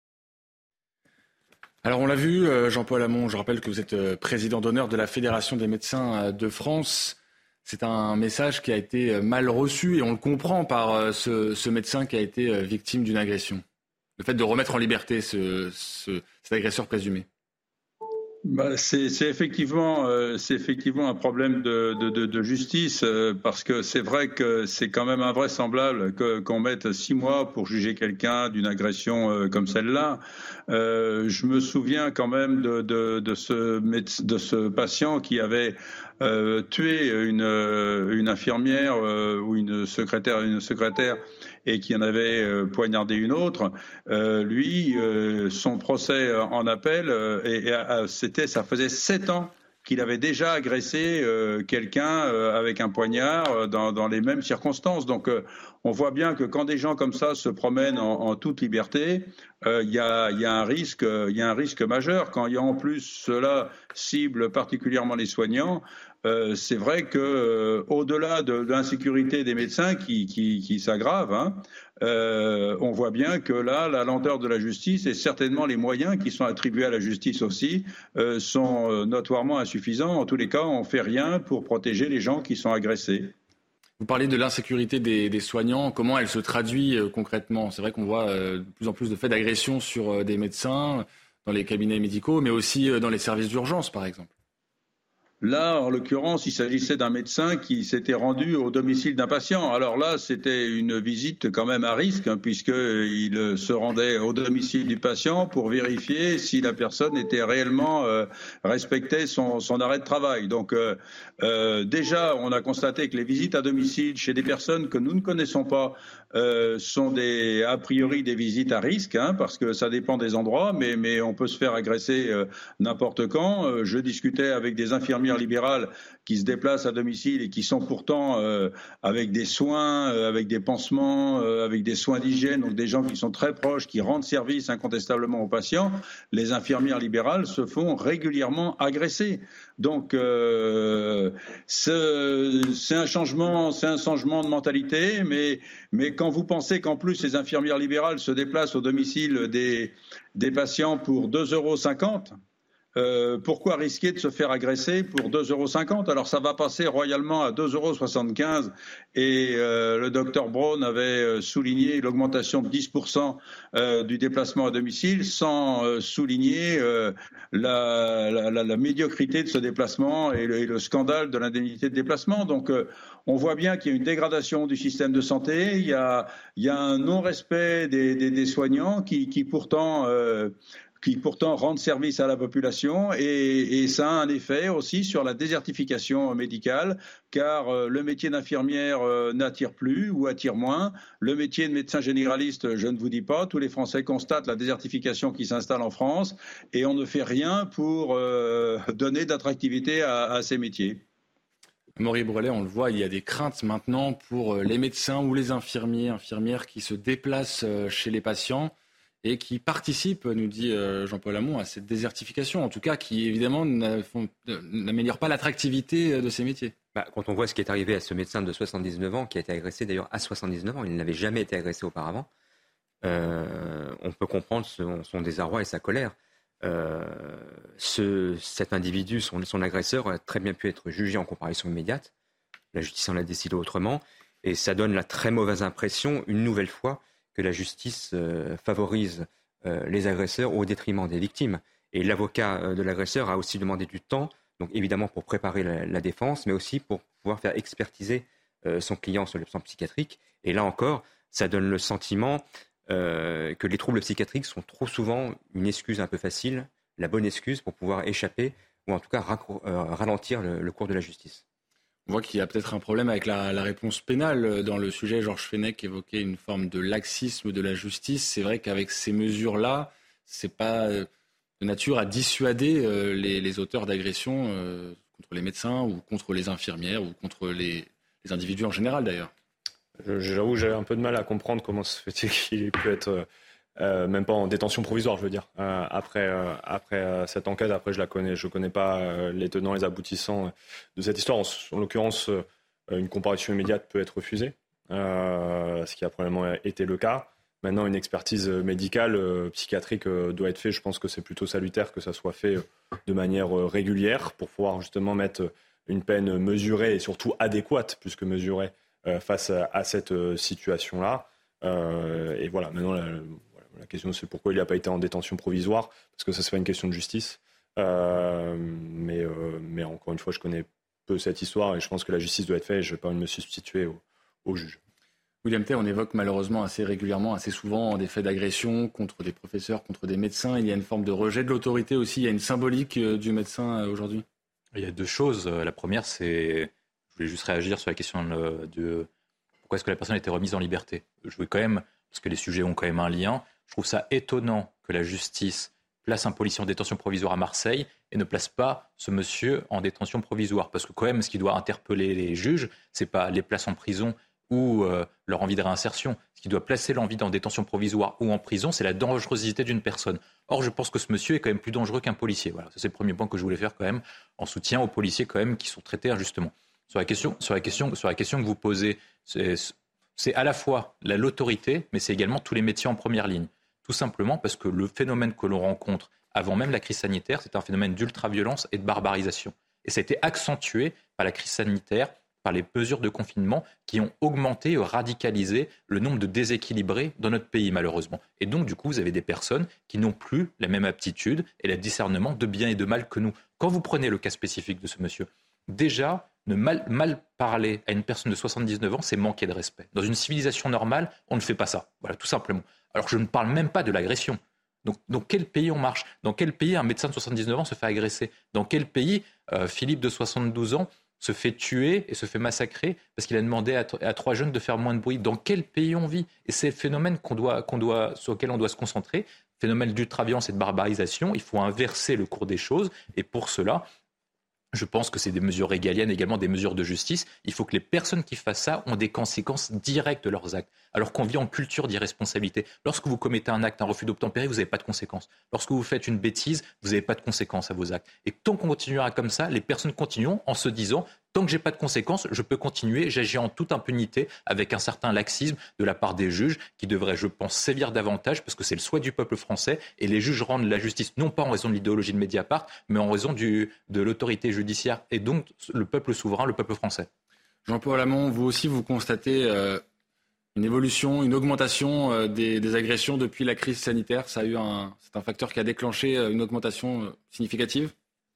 Speaker 1: Alors on l'a vu, Jean-Paul Hamon, je rappelle que vous êtes président d'honneur de la Fédération des médecins de France. C'est un message qui a été mal reçu et on le comprend par ce, ce médecin qui a été victime d'une agression. Le fait de remettre en liberté ce, ce, cet agresseur présumé.
Speaker 17: Bah, c'est, c'est, effectivement, euh, c'est effectivement un problème de, de, de, de justice euh, parce que c'est vrai que c'est quand même invraisemblable que, qu'on mette six mois pour juger quelqu'un d'une agression euh, comme celle-là. Euh, je me souviens quand même de, de, de, ce, de ce patient qui avait euh, tué une, une infirmière euh, ou une secrétaire, une secrétaire et qui en avait euh, poignardé une autre. Euh, lui, euh, son procès en appel, euh, et, et, euh, c'était, ça faisait sept ans qu'il avait déjà agressé euh, quelqu'un euh, avec un poignard euh, dans, dans les mêmes circonstances. Donc, euh, on voit bien que quand des gens comme ça se promènent en, en toute liberté, il euh, y, a, y a un risque, il y a un risque majeur. Quand il y a en plus cela cible particulièrement les soignants, euh, c'est vrai que euh, au-delà de, de l'insécurité des médecins qui, qui, qui s'aggrave, hein, euh, on voit bien que là, la lenteur de la justice et certainement les moyens qui sont attribués à la justice aussi euh, sont euh, notoirement insuffisants. En tous les cas, on ne fait rien pour protéger les gens qui sont agressés.
Speaker 1: Vous parlez de l'insécurité des, des soignants. Comment elle se traduit euh, concrètement ? C'est vrai qu'on voit euh, de plus en plus de faits d'agression sur euh, des médecins dans les cabinets médicaux, mais aussi euh, dans les services d'urgence, par exemple.
Speaker 17: Là, en l'occurrence, il s'agissait d'un médecin qui s'était rendu au domicile d'un patient. Alors là, c'était une visite quand même à risque, hein, puisqu'il se rendait au domicile du patient pour vérifier si la personne était réellement euh, respectait son, son arrêt de travail. Donc euh, euh, déjà, on a constaté que les visites à domicile chez des personnes que nous ne connaissons pas euh, sont des, a priori des visites à risque, hein, parce que ça dépend des endroits, mais, mais on peut se faire agresser euh, n'importe quand. Euh, je discutais avec des infirmières libérales qui se déplacent à domicile et qui sont pourtant euh, avec des soins, euh, avec des pansements, euh, avec des soins d'hygiène, donc des gens qui sont très proches, qui rendent service incontestablement aux patients. Les infirmières libérales se font régulièrement agresser. Donc euh, c'est, c'est un changement, c'est un changement de mentalité, mais, mais quand vous pensez qu'en plus ces infirmières libérales se déplacent au domicile des, des patients pour deux euros cinquante, Euh, pourquoi risquer de se faire agresser pour deux euros cinquante ? Alors ça va passer royalement à deux euros soixante-quinze et euh, le docteur Braun avait souligné l'augmentation de dix pour cent euh, du déplacement à domicile sans euh, souligner euh, la, la, la, la médiocrité de ce déplacement et le, et le scandale de l'indemnité de déplacement. Donc euh, on voit bien qu'il y a une dégradation du système de santé, il y a, il y a un non-respect des, des, des soignants qui, qui pourtant... Euh, qui pourtant rendent service à la population et, et ça a un effet aussi sur la désertification médicale car euh, le métier d'infirmière euh, n'attire plus ou attire moins. Le métier de médecin généraliste, je ne vous dis pas, tous les Français constatent la désertification qui s'installe en France et on ne fait rien pour euh, donner d'attractivité à, à ces métiers.
Speaker 1: Amaury Brelet, on le voit, il y a des craintes maintenant pour les médecins ou les infirmiers, infirmières qui se déplacent chez les patients et qui participent, nous dit Jean-Paul Hamon, à cette désertification, en tout cas qui évidemment n'améliore pas l'attractivité de ces métiers.
Speaker 15: Bah, quand on voit ce qui est arrivé à ce médecin de soixante-dix-neuf ans, qui a été agressé d'ailleurs à soixante-dix-neuf ans, il n'avait jamais été agressé auparavant, euh, on peut comprendre son, son désarroi et sa colère. Euh, ce, cet individu, son, son agresseur, a très bien pu être jugé en comparution immédiate. La justice en a décidé autrement. Et ça donne la très mauvaise impression, une nouvelle fois, que la justice euh, favorise euh, les agresseurs au détriment des victimes. Et l'avocat euh, de l'agresseur a aussi demandé du temps, donc évidemment pour préparer la, la défense, mais aussi pour pouvoir faire expertiser euh, son client sur le plan psychiatrique. Et là encore, ça donne le sentiment euh, que les troubles psychiatriques sont trop souvent une excuse un peu facile, la bonne excuse pour pouvoir échapper ou en tout cas raccour- euh, ralentir le, le cours de la justice.
Speaker 1: On voit qu'il y a peut-être un problème avec la, la réponse pénale. Dans le sujet, Georges Fenech évoquait une forme de laxisme de la justice. C'est vrai qu'avec ces mesures-là, c'est pas de nature à dissuader les, les auteurs d'agressions euh, contre les médecins ou contre les infirmières ou contre les, les individus en général d'ailleurs.
Speaker 14: J'avoue que j'avais un peu de mal à comprendre comment se fait-il qu'il ait pu être euh, même pas en détention provisoire, je veux dire, euh, après, euh, après euh, cette enquête. Après, je la connais, je connais pas euh, les tenants, les aboutissants de cette histoire. En, en l'occurrence, euh, une comparution immédiate peut être refusée, euh, ce qui a probablement été le cas. Maintenant, une expertise médicale, euh, psychiatrique euh, doit être faite. Je pense que c'est plutôt salutaire que ça soit fait euh, de manière euh, régulière pour pouvoir justement mettre une peine mesurée et surtout adéquate, plus que mesurée, euh, face à, à cette euh, situation-là. Euh, et voilà, maintenant, la, la question, c'est pourquoi il n'a pas été en détention provisoire, parce que ça, c'est pas une question de justice. Euh, mais, euh, mais encore une fois, je connais peu cette histoire et je pense que la justice doit être faite et je n'ai pas envie de me substituer au, au juge.
Speaker 1: William Tay, on évoque malheureusement assez régulièrement, assez souvent, des faits d'agression contre des professeurs, contre des médecins. Il y a une forme de rejet de l'autorité aussi. Il y a une symbolique du médecin aujourd'hui.
Speaker 13: Il y a deux choses. La première, c'est... Je voulais juste réagir sur la question de... de... Pourquoi est-ce que la personne a été remise en liberté ? Je veux quand même, parce que les sujets ont quand même un lien, je trouve ça étonnant que la justice place un policier en détention provisoire à Marseille et ne place pas ce monsieur en détention provisoire. Parce que quand même, ce qui doit interpeller les juges, c'est pas les places en prison ou euh, leur envie de réinsertion. Ce qui doit placer l'envie en détention provisoire ou en prison, c'est la dangerosité d'une personne. Or, je pense que ce monsieur est quand même plus dangereux qu'un policier. Voilà, ça, c'est le premier point que je voulais faire quand même, en soutien aux policiers quand même qui sont traités injustement. Sur la question, sur la question, sur la question que vous posez, c'est, c'est à la fois la, l'autorité, mais c'est également tous les métiers en première ligne. Tout simplement parce que le phénomène que l'on rencontre avant même la crise sanitaire, c'est un phénomène d'ultra-violence et de barbarisation. Et ça a été accentué par la crise sanitaire, par les mesures de confinement qui ont augmenté et radicalisé le nombre de déséquilibrés dans notre pays, malheureusement. Et donc, du coup, vous avez des personnes qui n'ont plus la même aptitude et le discernement de bien et de mal que nous. Quand vous prenez le cas spécifique de ce monsieur, déjà, ne mal, mal parler à une personne de soixante-dix-neuf ans, c'est manquer de respect. Dans une civilisation normale, on ne fait pas ça. Voilà, tout simplement. Alors, je ne parle même pas de l'agression. Donc, dans quel pays on marche ? Dans quel pays un médecin de soixante-dix-neuf ans se fait agresser ? Dans quel pays euh, Philippe de soixante-douze ans se fait tuer et se fait massacrer parce qu'il a demandé à, à trois jeunes de faire moins de bruit. Dans quel pays on vit ? Et c'est le phénomène qu'on doit, qu'on doit, sur lequel on doit se concentrer, phénomène d'ultra-violence et de barbarisation. Il faut inverser le cours des choses et pour cela, je pense que c'est des mesures régaliennes, également des mesures de justice. Il faut que les personnes qui fassent ça ont des conséquences directes de leurs actes. Alors qu'on vit en culture d'irresponsabilité. Lorsque vous commettez un acte, un refus d'obtempérer, vous n'avez pas de conséquences. Lorsque vous faites une bêtise, vous n'avez pas de conséquences à vos actes. Et tant qu'on continuera comme ça, les personnes continueront en se disant « tant que j'ai pas de conséquences, je peux continuer, j'agis en toute impunité avec un certain laxisme de la part des juges qui devraient, je pense, sévir davantage parce que c'est le souhait du peuple français et les juges rendent la justice non pas en raison de l'idéologie de Mediapart, mais en raison du, de l'autorité judiciaire et donc le peuple souverain, le peuple français. »
Speaker 1: Jean-Paul Hamon, vous aussi, vous constatez euh, une évolution, une augmentation euh, des, des agressions depuis la crise sanitaire. Ça a eu un, c'est un facteur qui a déclenché euh, une augmentation euh, significative ?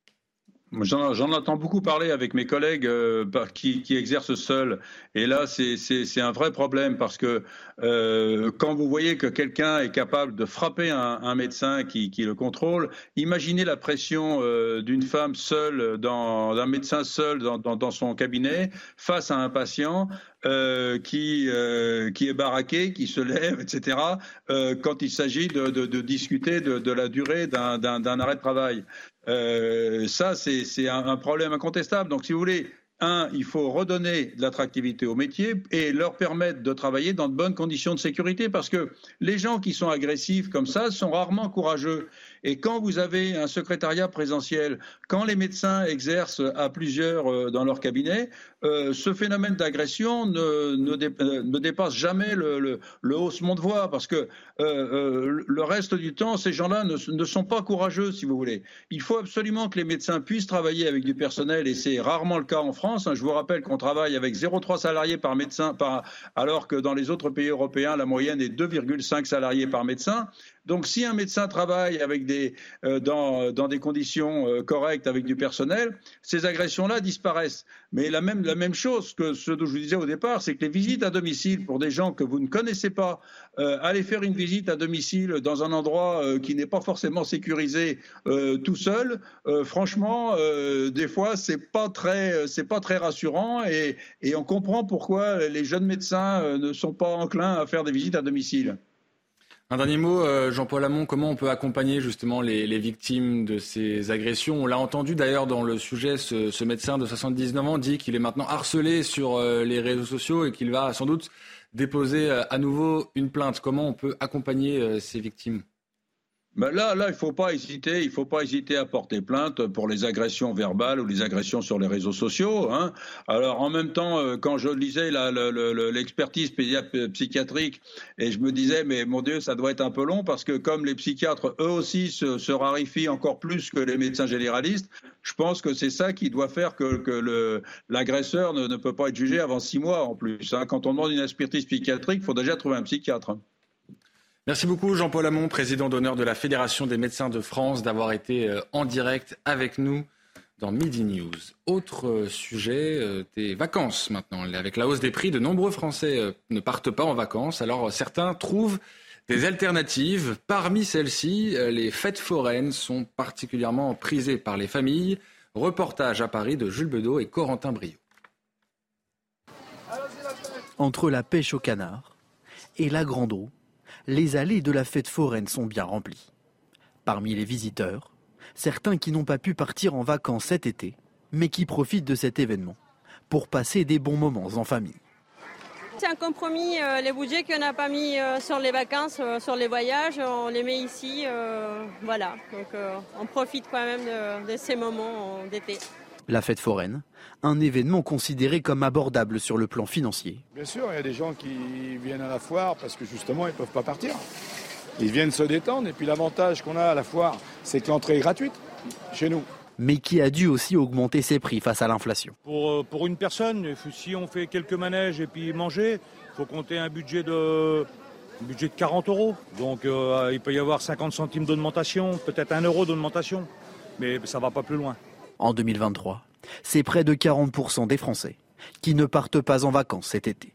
Speaker 17: J'en, j'en entends beaucoup parler avec mes collègues euh, qui, qui exercent seuls. Et là, c'est, c'est, c'est un vrai problème parce que euh, quand vous voyez que quelqu'un est capable de frapper un, un médecin qui, qui le contrôle, imaginez la pression euh, d'une femme seule, dans, d'un médecin seul dans, dans, dans son cabinet face à un patient euh, qui, euh, qui est baraqué, qui se lève, et cetera, euh, quand il s'agit de, de, de discuter de, de la durée d'un, d'un, d'un arrêt de travail. Euh, ça, c'est, c'est un, un problème incontestable. Donc, si vous voulez, un, il faut redonner de l'attractivité au métier et leur permettre de travailler dans de bonnes conditions de sécurité, parce que les gens qui sont agressifs comme ça sont rarement courageux. Et quand vous avez un secrétariat présentiel, quand les médecins exercent à plusieurs euh, dans leur cabinet, euh, ce phénomène d'agression ne, ne, dé, euh, ne dépasse jamais le, le, le haussement de voix, parce que euh, euh, le reste du temps, ces gens-là ne, ne sont pas courageux, si vous voulez. Il faut absolument que les médecins puissent travailler avec du personnel, et c'est rarement le cas en France. Je vous rappelle qu'on travaille avec zéro virgule trois salariés par médecin, par, alors que dans les autres pays européens, la moyenne est deux virgule cinq salariés par médecin. Donc si un médecin travaille avec des, euh, dans, dans des conditions euh, correctes avec du personnel, ces agressions-là disparaissent. Mais la même, la même chose que ce dont je vous disais au départ, c'est que les visites à domicile pour des gens que vous ne connaissez pas, euh, aller faire une visite à domicile dans un endroit euh, qui n'est pas forcément sécurisé euh, tout seul, euh, franchement, euh, des fois, c'est pas très, c'est pas très rassurant, et, et on comprend pourquoi les jeunes médecins euh, ne sont pas enclins à faire des visites à domicile.
Speaker 1: Un dernier mot, Jean-Paul Hamon, comment on peut accompagner justement les, les victimes de ces agressions ? On l'a entendu d'ailleurs dans le sujet, ce, ce médecin de soixante-dix-neuf ans dit qu'il est maintenant harcelé sur les réseaux sociaux et qu'il va sans doute déposer à nouveau une plainte. Comment on peut accompagner ces victimes ?
Speaker 17: Ben là, là, il ne faut pas hésiter, il faut pas hésiter à porter plainte pour les agressions verbales ou les agressions sur les réseaux sociaux. Hein. Alors, en même temps, quand je lisais la, la, la, l'expertise psychiatrique, et je me disais, mais mon Dieu, ça doit être un peu long, parce que comme les psychiatres, eux aussi, se, se raréfient encore plus que les médecins généralistes, je pense que c'est ça qui doit faire que, que le, l'agresseur ne, ne peut pas être jugé avant six mois en plus. Hein. Quand on demande une expertise psychiatrique, il faut déjà trouver un psychiatre.
Speaker 1: Merci beaucoup Jean-Paul Hamon, président d'honneur de la Fédération des médecins de France, d'avoir été en direct avec nous dans Midi News. Autre sujet, des vacances maintenant. Avec la hausse des prix, de nombreux Français ne partent pas en vacances. Alors certains trouvent des alternatives. Parmi celles-ci, les fêtes foraines sont particulièrement prisées par les familles. Reportage à Paris de Jules Bedeau et Corentin Brio.
Speaker 27: Entre la pêche au canard et la grande eau, les allées de la fête foraine sont bien remplies. Parmi les visiteurs, certains qui n'ont pas pu partir en vacances cet été, mais qui profitent de cet événement pour passer des bons moments en famille.
Speaker 5: C'est un compromis, euh, les budgets qu'on n'a pas mis euh, sur les vacances, euh, sur les voyages, on les met ici, euh, voilà. Donc euh, on profite quand même de, de ces moments euh, d'été.
Speaker 27: La fête foraine, un événement considéré comme abordable sur le plan financier.
Speaker 7: Bien sûr, il y a des gens qui viennent à la foire parce que justement ils ne peuvent pas partir. Ils viennent se détendre, et puis l'avantage qu'on a à la foire, c'est que l'entrée est gratuite chez nous.
Speaker 27: Mais qui a dû aussi augmenter ses prix face à l'inflation.
Speaker 10: Pour, pour une personne, si on fait quelques manèges et puis manger, il faut compter un budget de, un budget de quarante euros. Donc euh, il peut y avoir cinquante centimes d'augmentation, peut-être un euro d'augmentation, mais ça ne va pas plus loin.
Speaker 27: En deux mille vingt-trois, c'est près de quarante pour cent des Français qui ne partent pas en vacances cet été.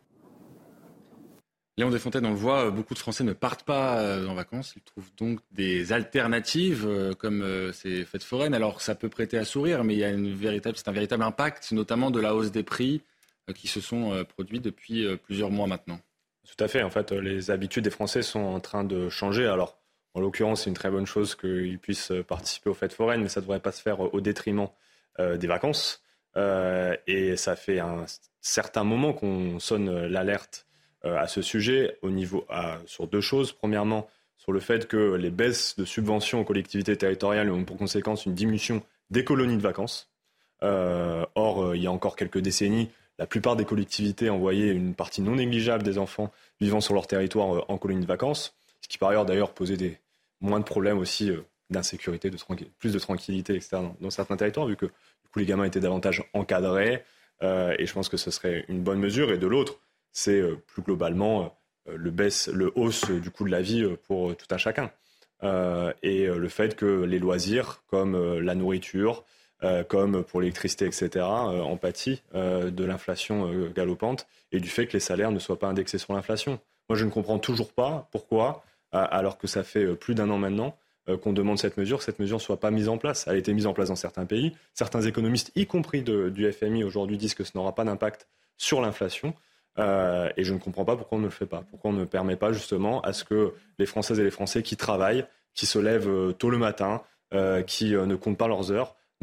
Speaker 1: Léon Desfontaines, on le voit, beaucoup de Français ne partent pas en vacances. Ils trouvent donc des alternatives comme ces fêtes foraines. Alors ça peut prêter à sourire, mais il y a une véritable, c'est un véritable impact, notamment de la hausse des prix qui se sont produits depuis plusieurs mois maintenant.
Speaker 14: Tout à fait. En fait, les habitudes des Français sont en train de changer. Alors, en l'occurrence, c'est une très bonne chose qu'ils puissent participer aux fêtes foraines, mais ça ne devrait pas se faire au détriment euh, des vacances. Euh, et ça fait un certain moment qu'on sonne l'alerte euh, à ce sujet au niveau, à, sur deux choses. Premièrement, sur le fait que les baisses de subventions aux collectivités territoriales ont pour conséquence une diminution des colonies de vacances. Euh, or, euh, il y a encore quelques décennies, la plupart des collectivités envoyaient une partie non négligeable des enfants vivant sur leur territoire euh, en colonies de vacances, ce qui par ailleurs d'ailleurs posait des moins de problèmes aussi euh, d'insécurité, de tranqui- plus de tranquillité, et cetera dans, dans certains territoires, vu que du coup les gamins étaient davantage encadrés, euh, et je pense que ce serait une bonne mesure. Et de l'autre, c'est euh, plus globalement euh, le baisse, le hausse euh, du coût de la vie euh, pour euh, tout un chacun, euh, et euh, le fait que les loisirs, comme euh, la nourriture, euh, comme pour l'électricité, et cetera, euh, en pâtissent euh, de l'inflation euh, galopante et du fait que les salaires ne soient pas indexés sur l'inflation. Moi, je ne comprends toujours pas pourquoi, alors que ça fait plus d'un an maintenant qu'on demande cette mesure, que cette mesure ne soit pas mise en place. Elle a été mise en place dans certains pays. Certains économistes, y compris de, du F M I, aujourd'hui disent que ce n'aura pas d'impact sur l'inflation. Euh, et je ne comprends pas pourquoi on ne le fait pas. Pourquoi on ne permet pas justement à ce que les Françaises et les Français qui travaillent, qui se lèvent tôt le matin, euh, qui euh, ne comptent pas leurs heures,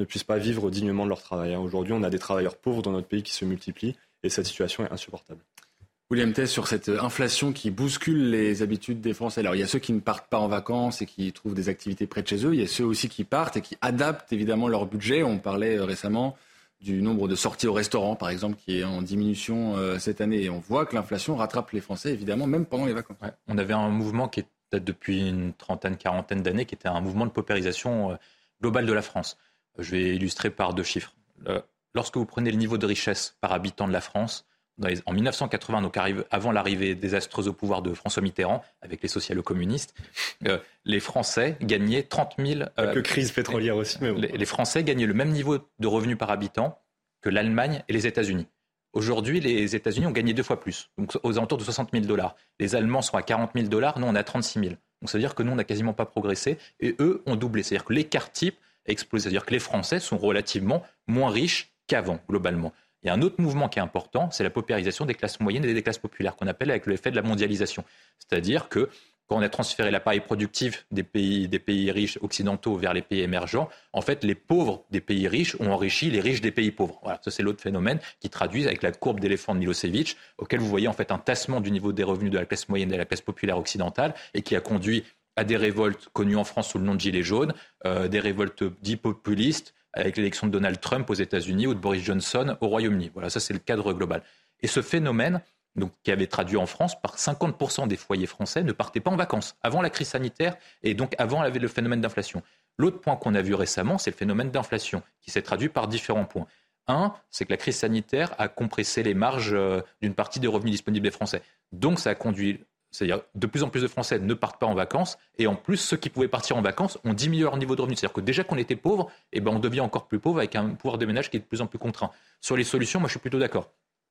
Speaker 14: ne puissent pas vivre dignement de leur travail. Aujourd'hui, on a des travailleurs pauvres dans notre pays qui se multiplient et cette situation est insupportable.
Speaker 1: William Tay, sur cette inflation qui bouscule les habitudes des Français. Alors, il y a ceux qui ne partent pas en vacances et qui trouvent des activités près de chez eux. Il y a ceux aussi qui partent et qui adaptent évidemment leur budget. On parlait récemment du nombre de sorties au restaurant, par exemple, qui est en diminution euh, cette année. Et on voit que l'inflation rattrape les Français, évidemment, même pendant les vacances.
Speaker 13: Ouais. On avait un mouvement qui était depuis une trentaine, quarantaine d'années, qui était un mouvement de paupérisation euh, globale de la France. Je vais illustrer par deux chiffres. Le, lorsque vous prenez le niveau de richesse par habitant de la France, dans les, en dix-neuf cent quatre-vingts, donc arrive, avant l'arrivée désastreuse au pouvoir de François Mitterrand, avec les socialo-communistes, euh, les Français gagnaient trente mille... Euh,
Speaker 14: Quelques crises pétrolières aussi. Mais bon.
Speaker 13: les, les Français gagnaient le même niveau de revenus par habitant que l'Allemagne et les États-Unis. Aujourd'hui, les États-Unis ont gagné deux fois plus, donc aux alentours de soixante mille dollars. Les Allemands sont à quarante mille dollars, nous on est à trente-six mille. Donc ça veut dire que nous on n'a quasiment pas progressé et eux ont doublé. C'est-à-dire que l'écart type a explosé. C'est-à-dire que les Français sont relativement moins riches qu'avant, globalement. Il y a un autre mouvement qui est important, c'est la paupérisation des classes moyennes et des classes populaires, qu'on appelle avec l'effet de la mondialisation. C'est-à-dire que quand on a transféré l'appareil productif des pays, des pays riches occidentaux vers les pays émergents, en fait, les pauvres des pays riches ont enrichi les riches des pays pauvres. Voilà, ça c'est l'autre phénomène qui traduit avec la courbe d'éléphant de Milosevic, auquel vous voyez en fait un tassement du niveau des revenus de la classe moyenne et de la classe populaire occidentale, et qui a conduit à des révoltes connues en France sous le nom de Gilets jaunes, euh, des révoltes dits populistes, avec l'élection de Donald Trump aux États-Unis ou de Boris Johnson au Royaume-Uni. Voilà, ça c'est le cadre global. Et ce phénomène, donc, qui avait traduit en France par cinquante pour cent des foyers français ne partaient pas en vacances avant la crise sanitaire et donc avant le phénomène d'inflation. L'autre point qu'on a vu récemment, c'est le phénomène d'inflation qui s'est traduit par différents points. Un, c'est que la crise sanitaire a compressé les marges d'une partie des revenus disponibles des Français. Donc ça a conduit, c'est-à-dire de plus en plus de Français ne partent pas en vacances et en plus ceux qui pouvaient partir en vacances ont diminué leur niveau de revenu. C'est-à-dire que déjà qu'on était pauvre, eh ben on devient encore plus pauvre avec un pouvoir de ménage qui est de plus en plus contraint. Sur les solutions, moi je suis plutôt d'accord.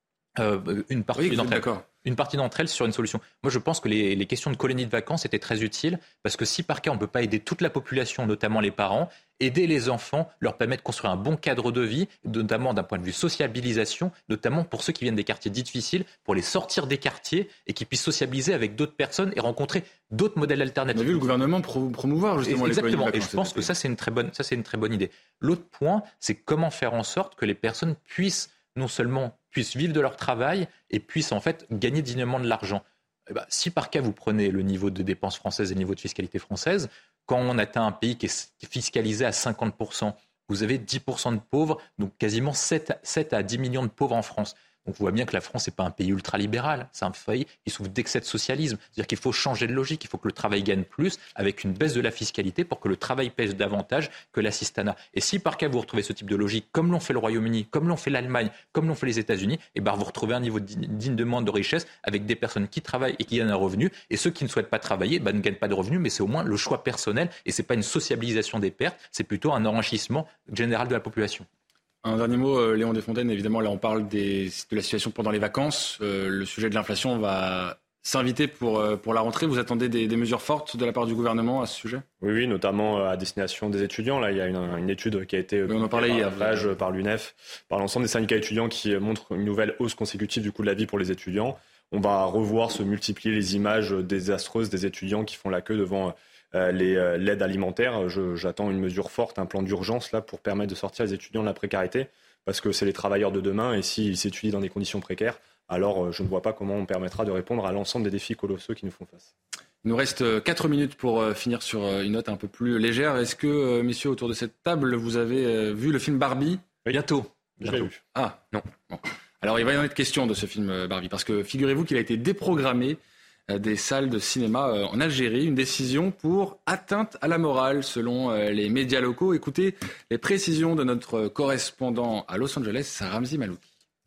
Speaker 13: Euh, une, partie oui, d'entre elles, une partie d'entre elles sur une solution. Moi, je pense que les, les questions de colonies de vacances étaient très utiles parce que si par cas on ne peut pas aider toute la population, notamment les parents, aider les enfants, leur permettre de construire un bon cadre de vie, notamment d'un point de vue sociabilisation, notamment pour ceux qui viennent des quartiers dits difficiles, pour les sortir des quartiers et qu'ils puissent sociabiliser avec d'autres personnes et rencontrer d'autres modèles alternatifs.
Speaker 1: On a vu le gouvernement pro- promouvoir justement les colonies de vacances.
Speaker 13: Et je pense que ça c'est une très bonne, ça c'est une très bonne idée. L'autre point, c'est comment faire en sorte que les personnes puissent non seulement puissent vivre de leur travail et puissent en fait gagner dignement de l'argent. Eh ben, si par cas vous prenez le niveau de dépenses françaises et le niveau de fiscalité française, quand on atteint un pays qui est fiscalisé à cinquante pour cent, vous avez dix pour cent de pauvres, donc quasiment sept à dix millions de pauvres en France. Donc on voit bien que la France n'est pas un pays ultralibéral, c'est un pays qui souffre d'excès de socialisme. C'est-à-dire qu'il faut changer de logique, il faut que le travail gagne plus avec une baisse de la fiscalité pour que le travail pèse davantage que l'assistanat. Et si par cas vous retrouvez ce type de logique, comme l'ont fait le Royaume-Uni, comme l'ont fait l'Allemagne, comme l'ont fait les États-Unis, et ben vous retrouvez un niveau dignement de richesse avec des personnes qui travaillent et qui gagnent un revenu. Et ceux qui ne souhaitent pas travailler ben, ne gagnent pas de revenus, mais c'est au moins le choix personnel et c'est pas une sociabilisation des pertes, c'est plutôt un enrichissement général de la population.
Speaker 1: Un dernier mot, euh, Léon Desfontaines, évidemment, là on parle des, de la situation pendant les vacances. Euh, le sujet de l'inflation va s'inviter pour, euh, pour la rentrée. Vous attendez des, des mesures fortes de la part du gouvernement à ce sujet ?
Speaker 14: Oui, oui, notamment à destination des étudiants. Là, il y a une, une étude qui a été
Speaker 1: oui, on en parlait hier,
Speaker 14: par, par l'U N E F, par l'ensemble des syndicats étudiants qui montrent une nouvelle hausse consécutive du coût de la vie pour les étudiants. On va revoir se multiplier les images désastreuses des étudiants qui font la queue devant Euh, les, euh, l'aide alimentaire. Je, j'attends une mesure forte, un plan d'urgence là pour permettre de sortir les étudiants de la précarité, parce que c'est les travailleurs de demain et s'ils s'étudient dans des conditions précaires, alors euh, je ne vois pas comment on permettra de répondre à l'ensemble des défis colossaux qui nous font face.
Speaker 1: Il nous reste quatre minutes pour euh, finir sur euh, une note un peu plus légère. Est-ce que, euh, messieurs, autour de cette table, vous avez euh, vu le film Barbie ?
Speaker 14: Oui.
Speaker 1: Bientôt.
Speaker 14: Je l'ai vu.
Speaker 1: Ah, non. Bon. Alors, il va y en être question de ce film euh, Barbie, parce que figurez-vous qu'il a été déprogrammé des salles de cinéma en Algérie, une décision pour atteinte à la morale selon les médias locaux. Écoutez les précisions de notre correspondant à Los Angeles, Ramzi Malouki.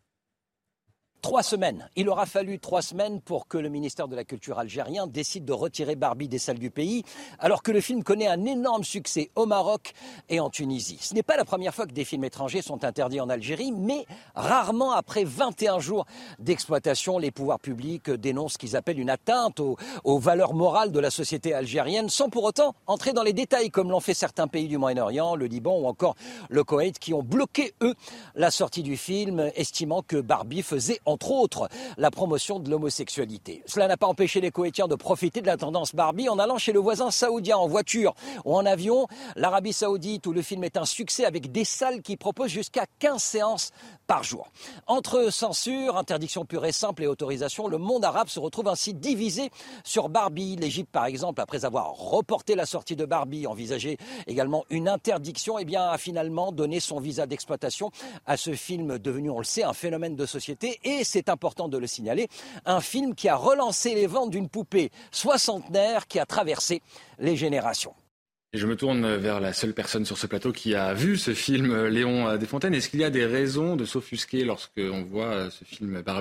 Speaker 11: Trois semaines. Il aura fallu trois semaines pour que le ministère de la Culture algérien décide de retirer Barbie des salles du pays, alors que le film connaît un énorme succès au Maroc et en Tunisie. Ce n'est pas la première fois que des films étrangers sont interdits en Algérie, mais rarement après vingt et un jours d'exploitation, les pouvoirs publics dénoncent ce qu'ils appellent une atteinte aux, aux valeurs morales de la société algérienne, sans pour autant entrer dans les détails, comme l'ont fait certains pays du Moyen-Orient, le Liban ou encore le Koweït, qui ont bloqué, eux, la sortie du film, estimant que Barbie faisait en entre autres la promotion de l'homosexualité. Cela n'a pas empêché les Koweïtiens de profiter de la tendance Barbie en allant chez le voisin saoudien en voiture ou en avion. L'Arabie saoudite, où le film est un succès avec des salles qui proposent jusqu'à quinze séances par jour. Entre censure, interdiction pure et simple et autorisation, le monde arabe se retrouve ainsi divisé sur Barbie. L'Égypte, par exemple, après avoir reporté la sortie de Barbie, envisageait également une interdiction, eh bien, a finalement donné son visa d'exploitation à ce film devenu, on le sait, un phénomène de société. Et c'est important de le signaler, un film qui a relancé les ventes d'une poupée soixantenaire qui a traversé les générations.
Speaker 1: Et je me tourne vers la seule personne sur ce plateau qui a vu ce film, Léon Desfontaines. Est-ce qu'il y a des raisons de s'offusquer lorsqu'on voit ce film Barbie ?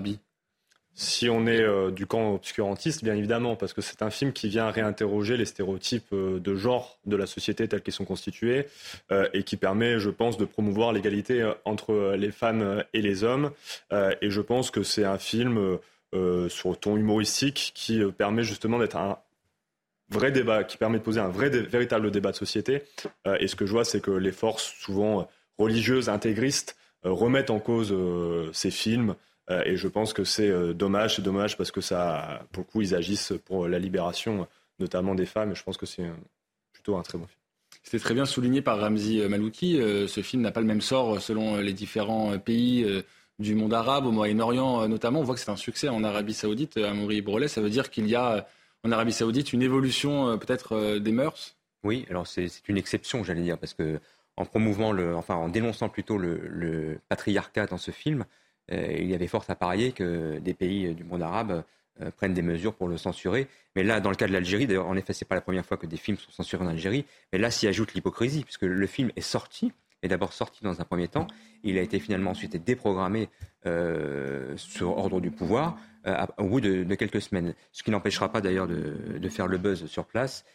Speaker 14: Si on est euh, du camp obscurantiste, bien évidemment, parce que c'est un film qui vient réinterroger les stéréotypes euh, de genre de la société tels qu'ils sont constitués euh, et qui permet, je pense, de promouvoir l'égalité euh, entre les femmes et les hommes. Euh, et je pense que c'est un film euh, sur ton humoristique qui euh, permet justement d'être un vrai débat, qui permet de poser un vrai, dé- véritable débat de société. Euh, et ce que je vois, c'est que les forces, souvent religieuses, intégristes, euh, remettent en cause euh, ces films. Euh, et je pense que c'est euh, dommage, c'est dommage parce que ça, pour le coup, ils agissent pour la libération, notamment des femmes. Et je pense que c'est euh, plutôt un très bon film.
Speaker 1: C'était très bien souligné par Ramzi Malouki. Euh, ce film n'a pas le même sort selon les différents pays euh, du monde arabe, au Moyen-Orient euh, notamment. On voit que c'est un succès en Arabie Saoudite. Amaury Brelet, ça veut dire qu'il y a en Arabie Saoudite une évolution euh, peut-être euh, des mœurs ?
Speaker 15: Oui, alors c'est, c'est une exception, j'allais dire, parce que en promouvant le, enfin en dénonçant plutôt le, le patriarcat dans ce film, euh, il y avait fort à parier que des pays du monde arabe euh, prennent des mesures pour le censurer. Mais là, dans le cas de l'Algérie, d'ailleurs, en effet, c'est pas la première fois que des films sont censurés en Algérie, mais là s'y ajoute l'hypocrisie, puisque le film est sorti, est d'abord sorti dans un premier temps, il a été finalement ensuite déprogrammé euh, sur ordre du pouvoir euh, au bout de, de quelques semaines, ce qui n'empêchera pas d'ailleurs de, de faire le buzz sur place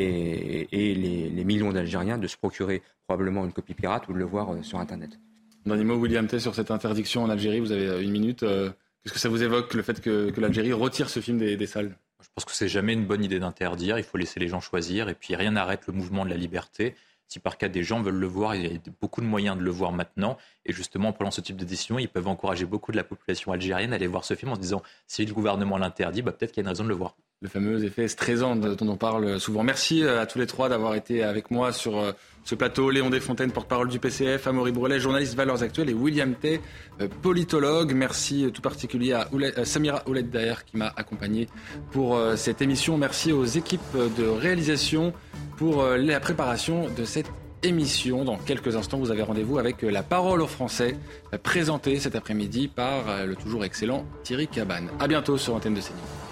Speaker 15: et, et les, les millions d'Algériens de se procurer probablement une copie pirate ou de le voir euh, sur Internet.
Speaker 1: Dernier mot, William Tay, sur cette interdiction en Algérie, vous avez une minute. Euh, qu'est-ce que ça vous évoque, le fait que, que l'Algérie retire ce film des, des salles ?
Speaker 13: Je pense que c'est jamais une bonne idée d'interdire, il faut laisser les gens choisir et puis rien n'arrête le mouvement de la liberté. Si par cas des gens veulent le voir, il y a beaucoup de moyens de le voir maintenant. Et justement, en prenant ce type de décision, ils peuvent encourager beaucoup de la population algérienne à aller voir ce film en se disant si le gouvernement l'interdit, bah, peut-être qu'il y a une raison de le voir.
Speaker 1: Le fameux effet stressant dont on parle souvent. Merci à tous les trois d'avoir été avec moi sur ce plateau. Léon Desfontaines, porte-parole du P C F, Amaury Brelet, journaliste Valeurs Actuelles, et William Tay, politologue. Merci tout particulier à Ouled, Samira Ouled-Daher qui m'a accompagné pour cette émission. Merci aux équipes de réalisation pour la préparation de cette émission. Dans quelques instants, vous avez rendez-vous avec La Parole aux Français, présentée cet après-midi par le toujours excellent Thierry Cabane. À bientôt sur l'antenne de CNews.